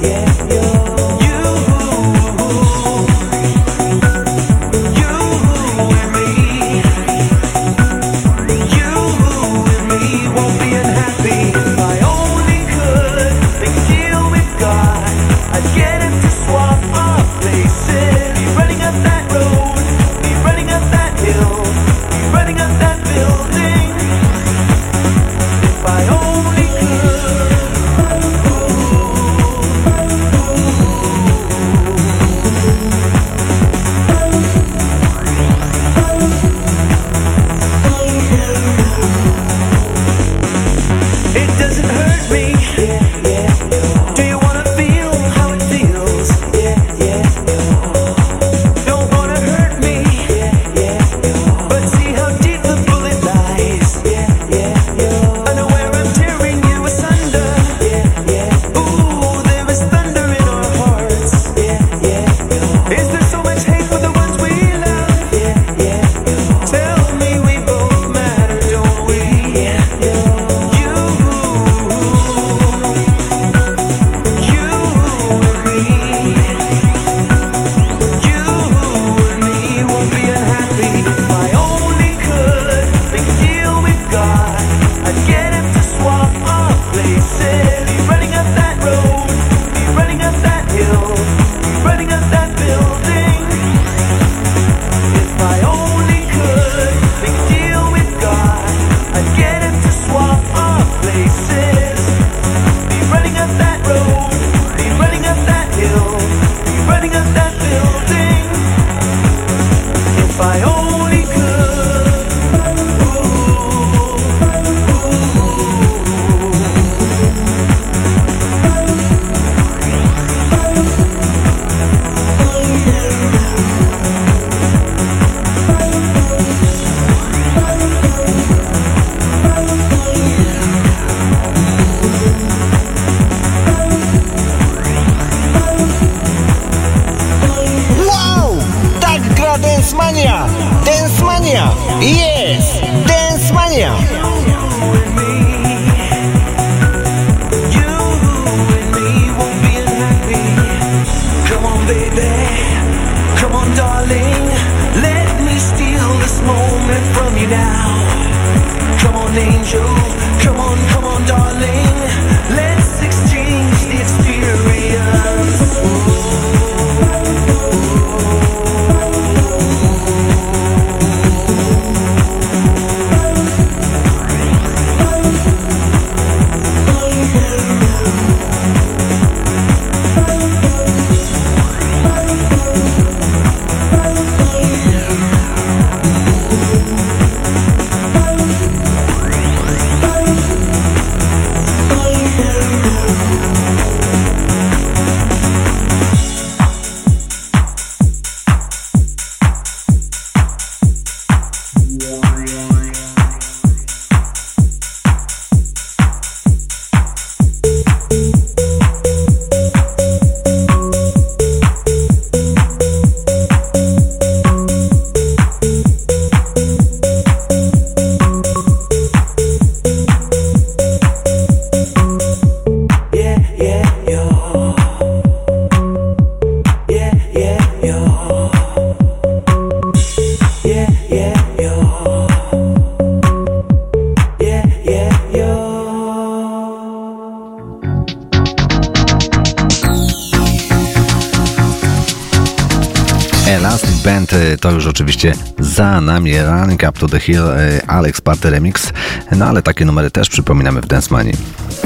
To już oczywiście za nami Running Up to the Hill, Alex Party Remix, no ale takie numery też przypominamy w Dance Manii.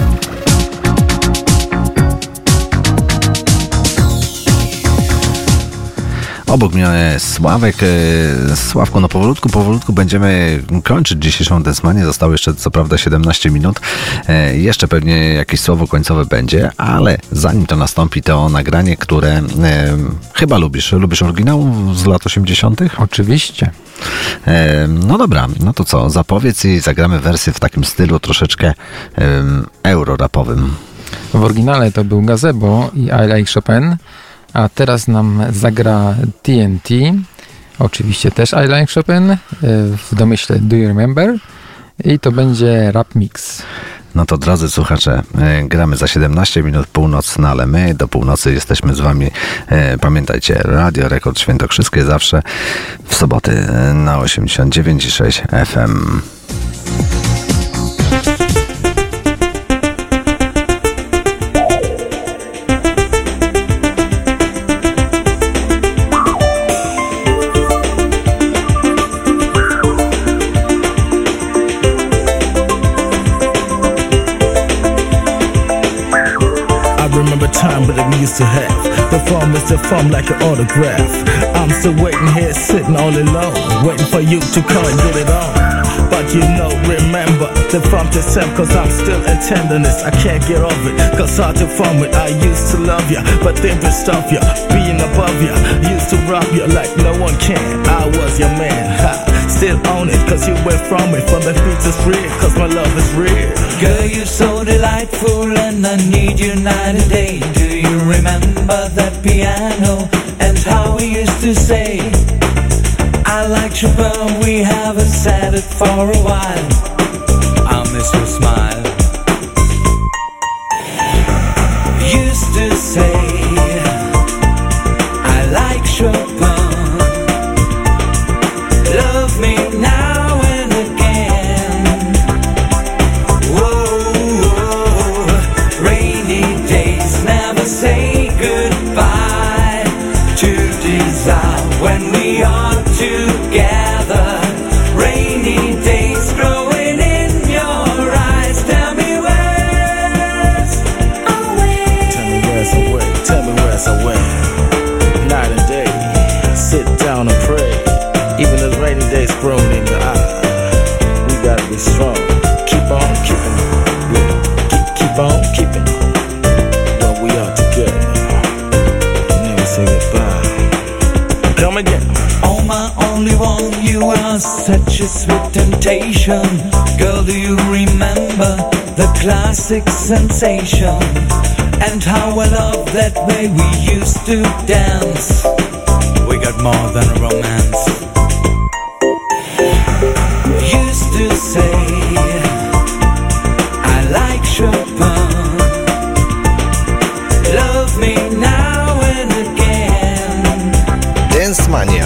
Obok mnie Sławek. Sławku, no powolutku będziemy kończyć dzisiejszą Dance Manię. Zostało jeszcze co prawda 17 minut. Jeszcze pewnie jakieś słowo końcowe będzie, ale zanim to nastąpi, to nagranie, które chyba lubisz. Lubisz oryginał z lat 80.? Oczywiście. No dobra, no to co? Zapowiedz i zagramy wersję w takim stylu troszeczkę euro-rapowym. W oryginale to był Gazebo i I Like Chopin, a teraz nam zagra TNT, oczywiście też I Like Chopin, w domyśle Do You Remember, i to będzie rap mix. No to drodzy słuchacze, gramy za 17 minut północna, ale my do północy jesteśmy z wami. Pamiętajcie, Radio Rekord Świętokrzyskie zawsze w soboty na 89,6 FM. Time that we used to have. The form is the form like an autograph. I'm still waiting here, sitting all alone, waiting for you to come and get it on. But you know, remember the form to send, cause I'm still in tenderness. I can't get over it, cause hard to form it. I used to love ya, but then to stop ya, being above ya, used to rob ya like no one can. I was your man, ha. Still own it, cause you went from it. From the features real, cause my love is real. Girl, you're so delightful and I need you night and day. Do you remember that piano and how we used to say, I like Chopin, we haven't said it for a while. I miss your smile. Used to say, I like Chopin. Love me now and again. Whoa, whoa. Rainy days never say goodbye to desire when we are together. Rainy days growing in your eyes. Tell me where's away. Tell me where's away. Tell me where's away. Night and day, sit down and pray. Even as rainy days growing in your eyes, we gotta be strong. Keep on keeping, keep on keeping. When we are together, never say goodbye. Come again. Oh my only one, you are such a sweet temptation. Girl, do you remember the classic sensation? And how I love that way we used to dance. We got more than a romance. Used to say, I like Chopin. Love me now and again. Dance Mania.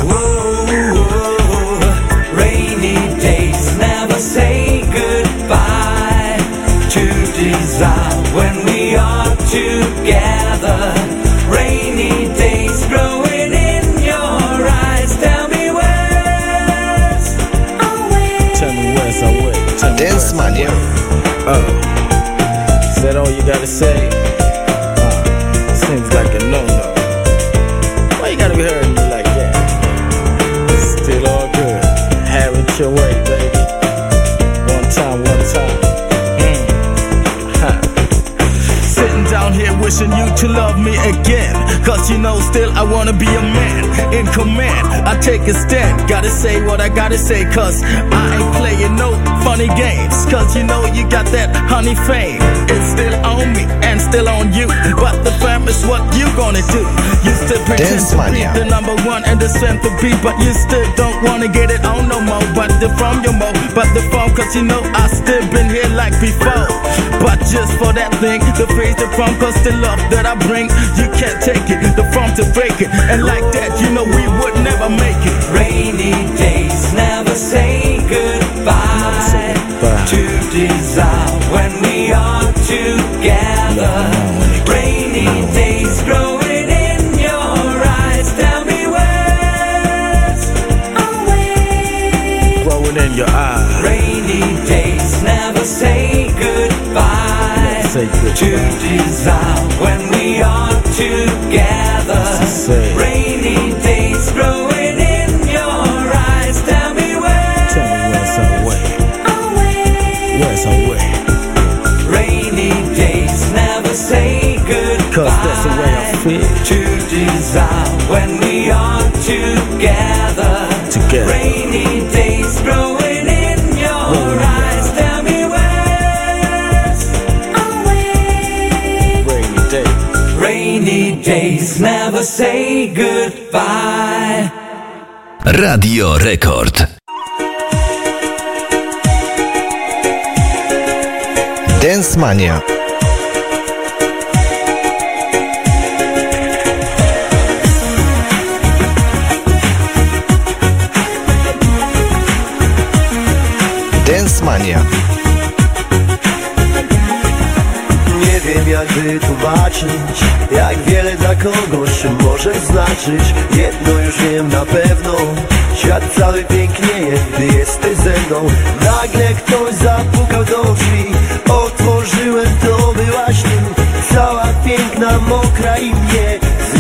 Rainy days never say goodbye to desire when we are together. Rainy days growing in your eyes. Tell me where's away. Tell me where's away. Tell me Dance Mania. Is that all you gotta say? Seems like a no-no. Why you gotta be hurting me like that? It's still all good. Have it your way, baby. One time, one time. Sitting down here wishing you to love me again. Cause you know still I wanna be a man in command. I take a stand, gotta say what I gotta say. Cause I ain't playing no funny games. Cause you know you got that honey fame. It's still on me and still on you. But the fam is what you gonna do. You still pretend Dance to Mania. be the number one and the strength to be. But you still don't wanna get it on no more. But the from your mo, but the from. Cause you know I still been here like before. But just for that thing, the praise the from. Cause the love that I bring, you can't take it. The from to break it. And like that, you know we would never make it. Rainy days never say goodbye to desire when we are together. Rainy days growing in your eyes. Tell me where's away. Growing in your eyes. Rainy days never say goodbye to desire when we are together. Rainy days growing in your eyes. Tell me where's away. Where's away? Rainy days never say goodbye. Cause that's the way I feel. To desire when we are together. Rainy days growing in your eyes. Tell me where's away. Rainy day. Rainy days never say goodbye. Radio Rekord. Dance Dance Mania. Dance Mania. Nie wiem jak wytłumaczyć, jak wiele dla kogoś może znaczyć. Jedno już wiem na pewno, świat cały pięknieje, gdy jesteś ze mną. Nagle ktoś zapukał do drzwi, otworzyłem, to byłaś ty. Cała piękna, mokra i mnie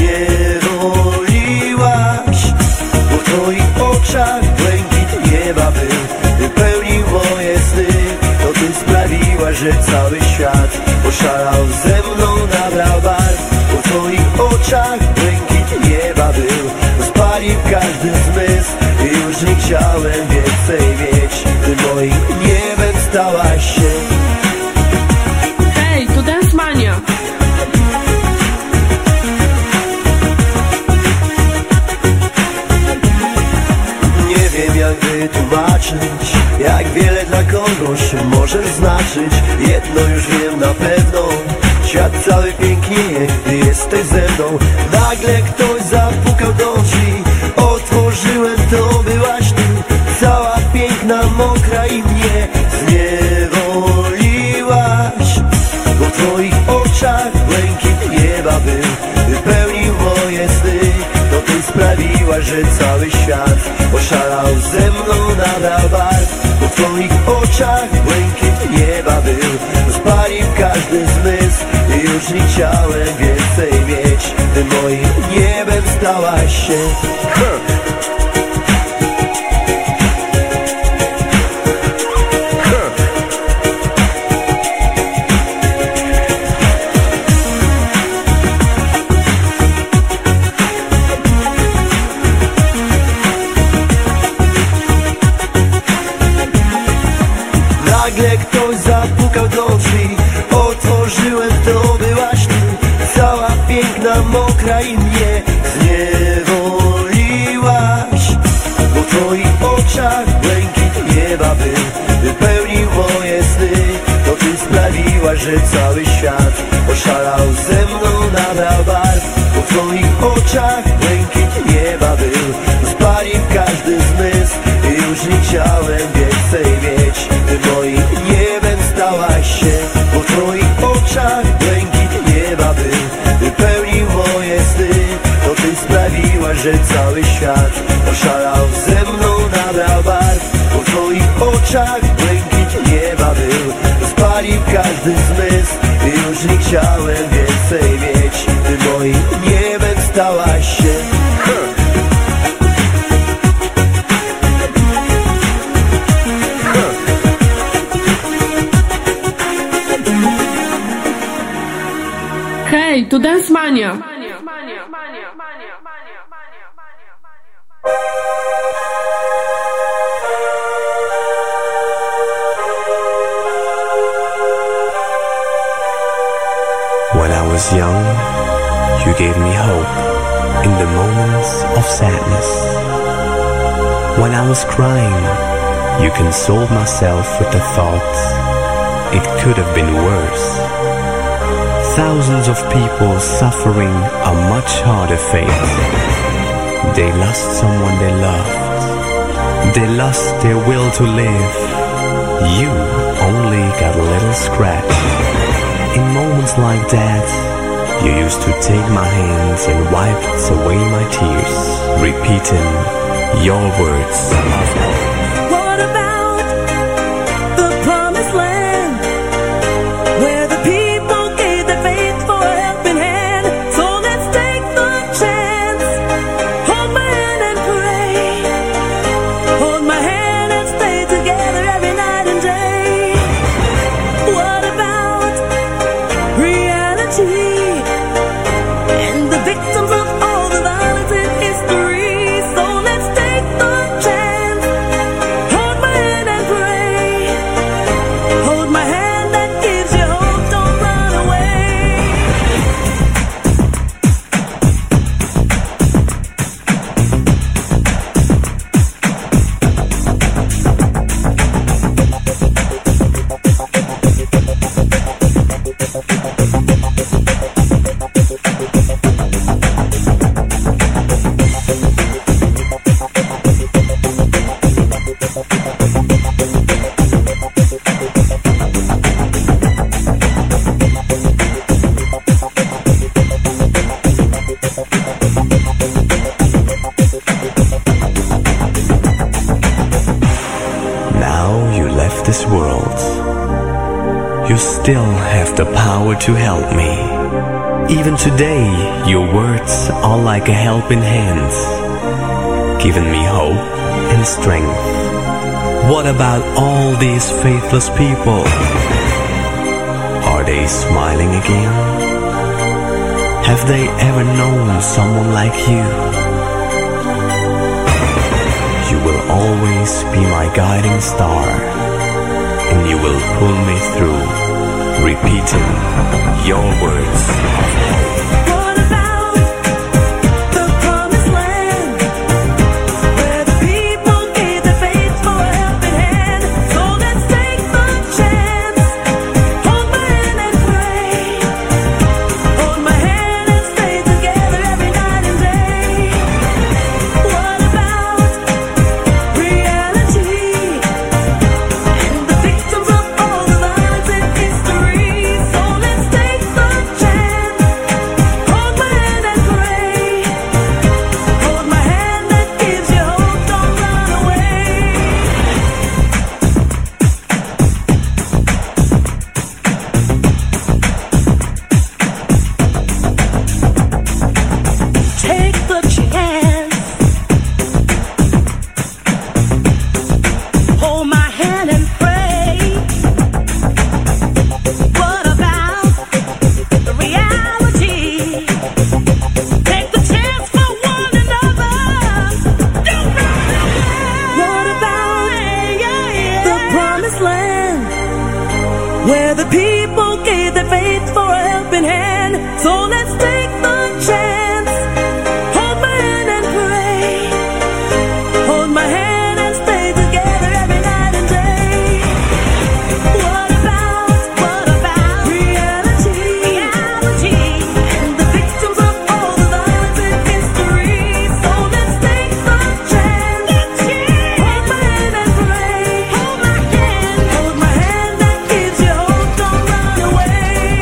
zniewoliłaś. Bo w twoich oczach błękit nieba był, wypełnił moje sny. To ty sprawiłaś, że cały świat oszalał ze mną, nabrał barw. Bo w twoich oczach błękit nieba był, spalił każdy zmysł. I już nie chciałem więcej mieć, ty moim niebem stałaś się. Hej, to Dance Mania. Nie wiem jak wytłumaczyć, jak wiele dla kogoś możesz znaczyć. Jedno już wiem na pewno, świat cały pięknieje, gdy jesteś ze mną. Nagle ktoś zapukał do drzwi, otworzyłem, to byłaś ty. Cała piękna, mokra i mnie zniewoliłaś. Bo w twoich oczach błękit nieba był, wypełnił moje sny. To ty sprawiłaś, że cały świat oszalał ze mną, nabrał barw. Bo w twoich oczach błękit nieba był, spalił każdy zmysł. I już nie chciałem więcej mieć, ty moim niebem stałaś się. Nagle ktoś zapukał do drzwi, otworzyłem, to byłaś ty. Cała piękna, mokra i mnie zniewoliłaś. Bo w twoich oczach błękit nieba był, wypełnił moje sny. To ty sprawiłaś, że cały świat oszalał ze mną, nabrał barw. Bo w twoich oczach błękit nieba był, spalił każdy zmysł. I już nie chciałem więcej mieć, ty moim niebem stałaś się. Bo w twoich oczach błękit nieba był, wypełnił moje sny. To ty sprawiłaś, że cały świat oszalał ze mną, nabrał barw. Bo w twoich oczach błękit nieba był, spalił każdy zmysł. I już nie chciałem więcej mieć, ty moim niebem stałaś się. Hej, to Dance Mania. When I was young, you gave me hope in the moments of sadness. When I was crying, you consoled myself with the thought it could have been worse. Thousands of people suffering a much harder fate. They lost someone they loved. They lost their will to live. You only got a little scratch. In moments like that, you used to take my hands and wipe away my tears, repeating your words of hope. What about the promised land, where the people gave their faith for a helping hand? So let's take the chance. Hold my hand and pray. Hold my hand and stay together every night and day. What about reality and the victims of all the violence in history? So let's take the chance. Hold my hand and pray. you still have the power to help me. Even today, your words are like a helping hand, giving me hope and strength. What about all these faithless people? Are they smiling again? Have they ever known someone like you? You will always be my guiding star, and you will pull me through, repeating your words of hope. What about the promised land, where the people gave their faith for a helping hand? So let's take the chance, hold my hand and pray, hold my hand and stay together every night and day. What about reality and the victims of all the violence in history? So let's take the chance, hold my hand and pray, hold my hand that gives you hope, don't run away. Take the chance, hold my hand and pray. What about the reality? Take the chance for one another. Don't run away. What about the promised land, where the people gave their faith for a helping hand? So let's take the chance, hold my hand and pray, hold my hand and stay together every night and day. What about reality and the victims of all the violence in history? So let's take the chance, hold my hand and pray, hold my hand that gives you hope, don't run away.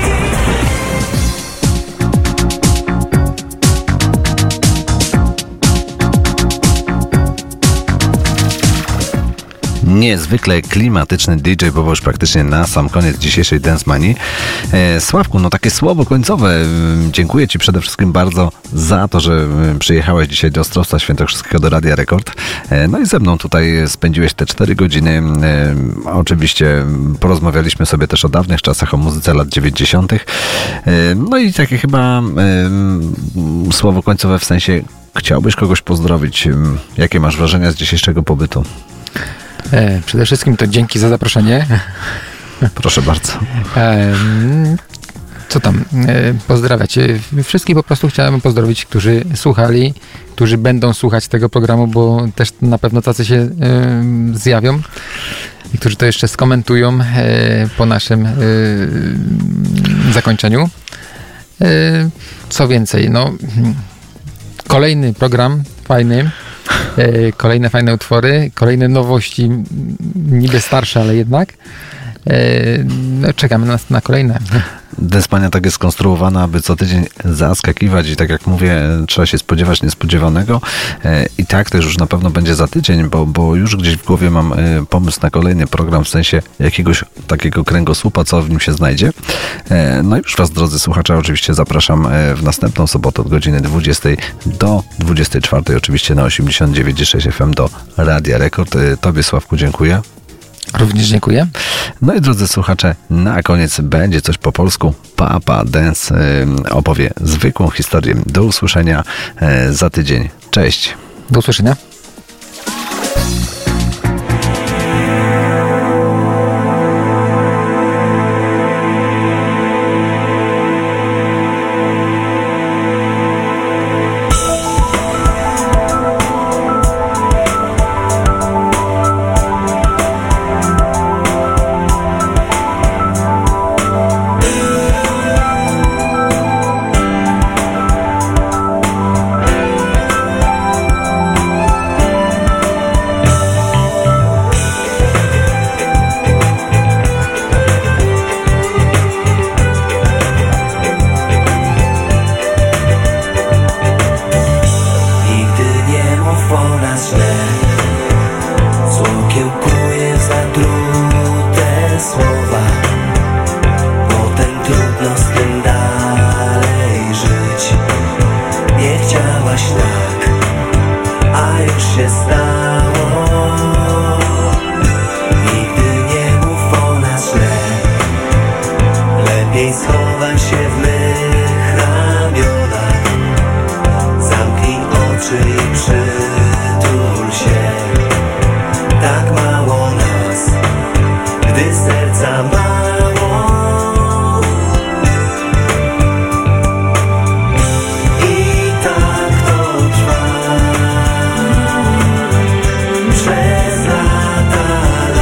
Niezwykle klimatyczny DJ, bo już praktycznie na sam koniec dzisiejszej Dance Manii. Sławku, no takie słowo końcowe. Dziękuję Ci przede wszystkim bardzo za to, że przyjechałeś dzisiaj do Ostrowca Świętokrzyskiego do Radia Rekord. No i ze mną tutaj spędziłeś te 4 godziny. Oczywiście porozmawialiśmy sobie też o dawnych czasach, o muzyce lat 90. No i takie chyba słowo końcowe w sensie, chciałbyś kogoś pozdrowić. Jakie masz wrażenia z dzisiejszego pobytu? Przede wszystkim to dzięki za zaproszenie. Proszę bardzo. Co tam? Pozdrawiać. Wszystkich po prostu chciałem pozdrowić, którzy słuchali, którzy będą słuchać tego programu, bo też na pewno tacy się zjawią i którzy to jeszcze skomentują po naszym zakończeniu. Co więcej, no kolejny program fajny, kolejne fajne utwory, kolejne nowości, niby starsze, ale jednak. No, czekamy na kolejne. Dance Mania tak jest skonstruowana, aby co tydzień zaskakiwać i tak jak mówię, trzeba się spodziewać niespodziewanego i tak też już na pewno będzie za tydzień, bo już gdzieś w głowie mam pomysł na kolejny program, w sensie jakiegoś takiego kręgosłupa, co w nim się znajdzie. No i już Was, drodzy słuchacze, oczywiście zapraszam w następną sobotę od godziny 20 do 24, oczywiście na 89,6 FM do Radia Rekord. Tobie, Sławku, dziękuję. Również dziękuję. No i drodzy słuchacze, na koniec będzie coś po polsku. Papa Dance opowie zwykłą historię. Do usłyszenia za tydzień. Cześć. Do usłyszenia. Powiedziałaś tak, a już się stało. Nigdy nie mów o nas źle. Lepiej schowaj się w mych ramionach. Zamknij oczy i przytul się. Tak mało nas, gdy serca mało. I tak to trwa przez lata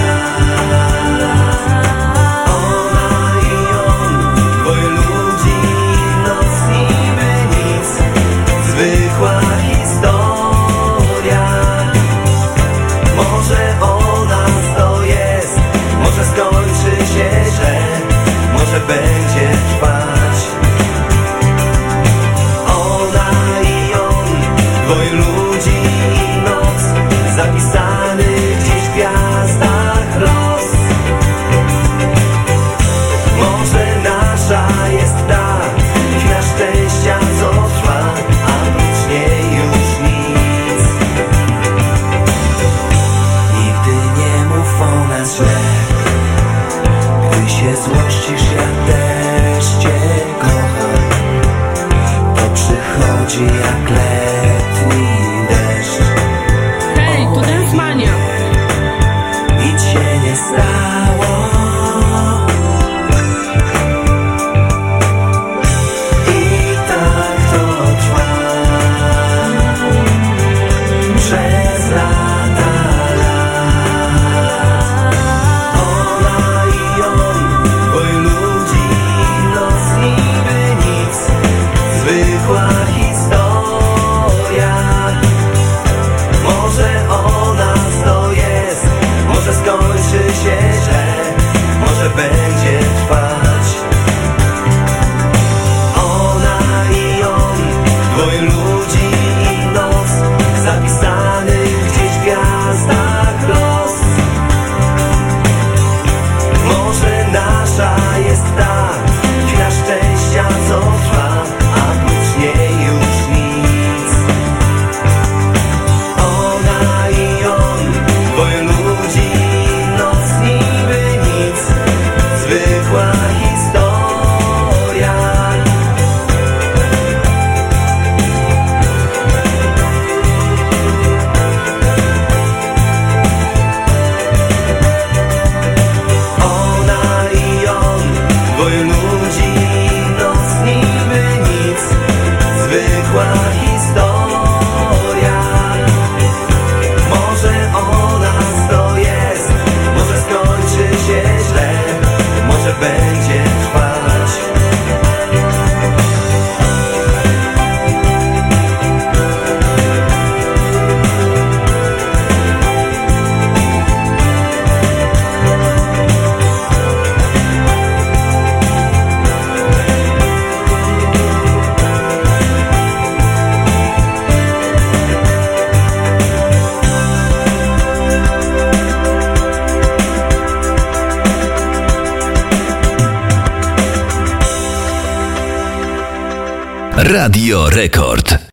lat. Ona i on, dwoje ludzi, noc niby nic. Zwykła historia. Może o nas to jest, może skończy się źle, może będzie trwać. Ona i on, dwoje ludzi i noc, zapisany gdzieś w gwiazdach los. Może nasza jest ta chwila szczęścia, co trwa, a prócz niej już nic. Nigdy nie mów o nas źle. Gdy się złościsz, ja też cię kocham. To przychodzi jak letni deszcz. Hej, to Densmania. Nic się nie stało. I tak to trwa przez lata lat. Ona i on, dwoje ludzi, noc niby nic. Zwykła historia. Może o nas to jest, może skończy się źle, może będzie trwać. Ona i on, dwoje ludzi i noc, zapisany gdzieś w gwiazdach los. Może nasza jest ta chwila szczęścia, co trwa, a prócz niej już nic. Ona i on, dwoje ludzi i noc niby nic. Zwykła historia. Ona i on, dwoje ludzi i noc niby nic. Zwykła historia. Może o nas to jest, może skończy się źle, może będzie trwać. Radio Rekord.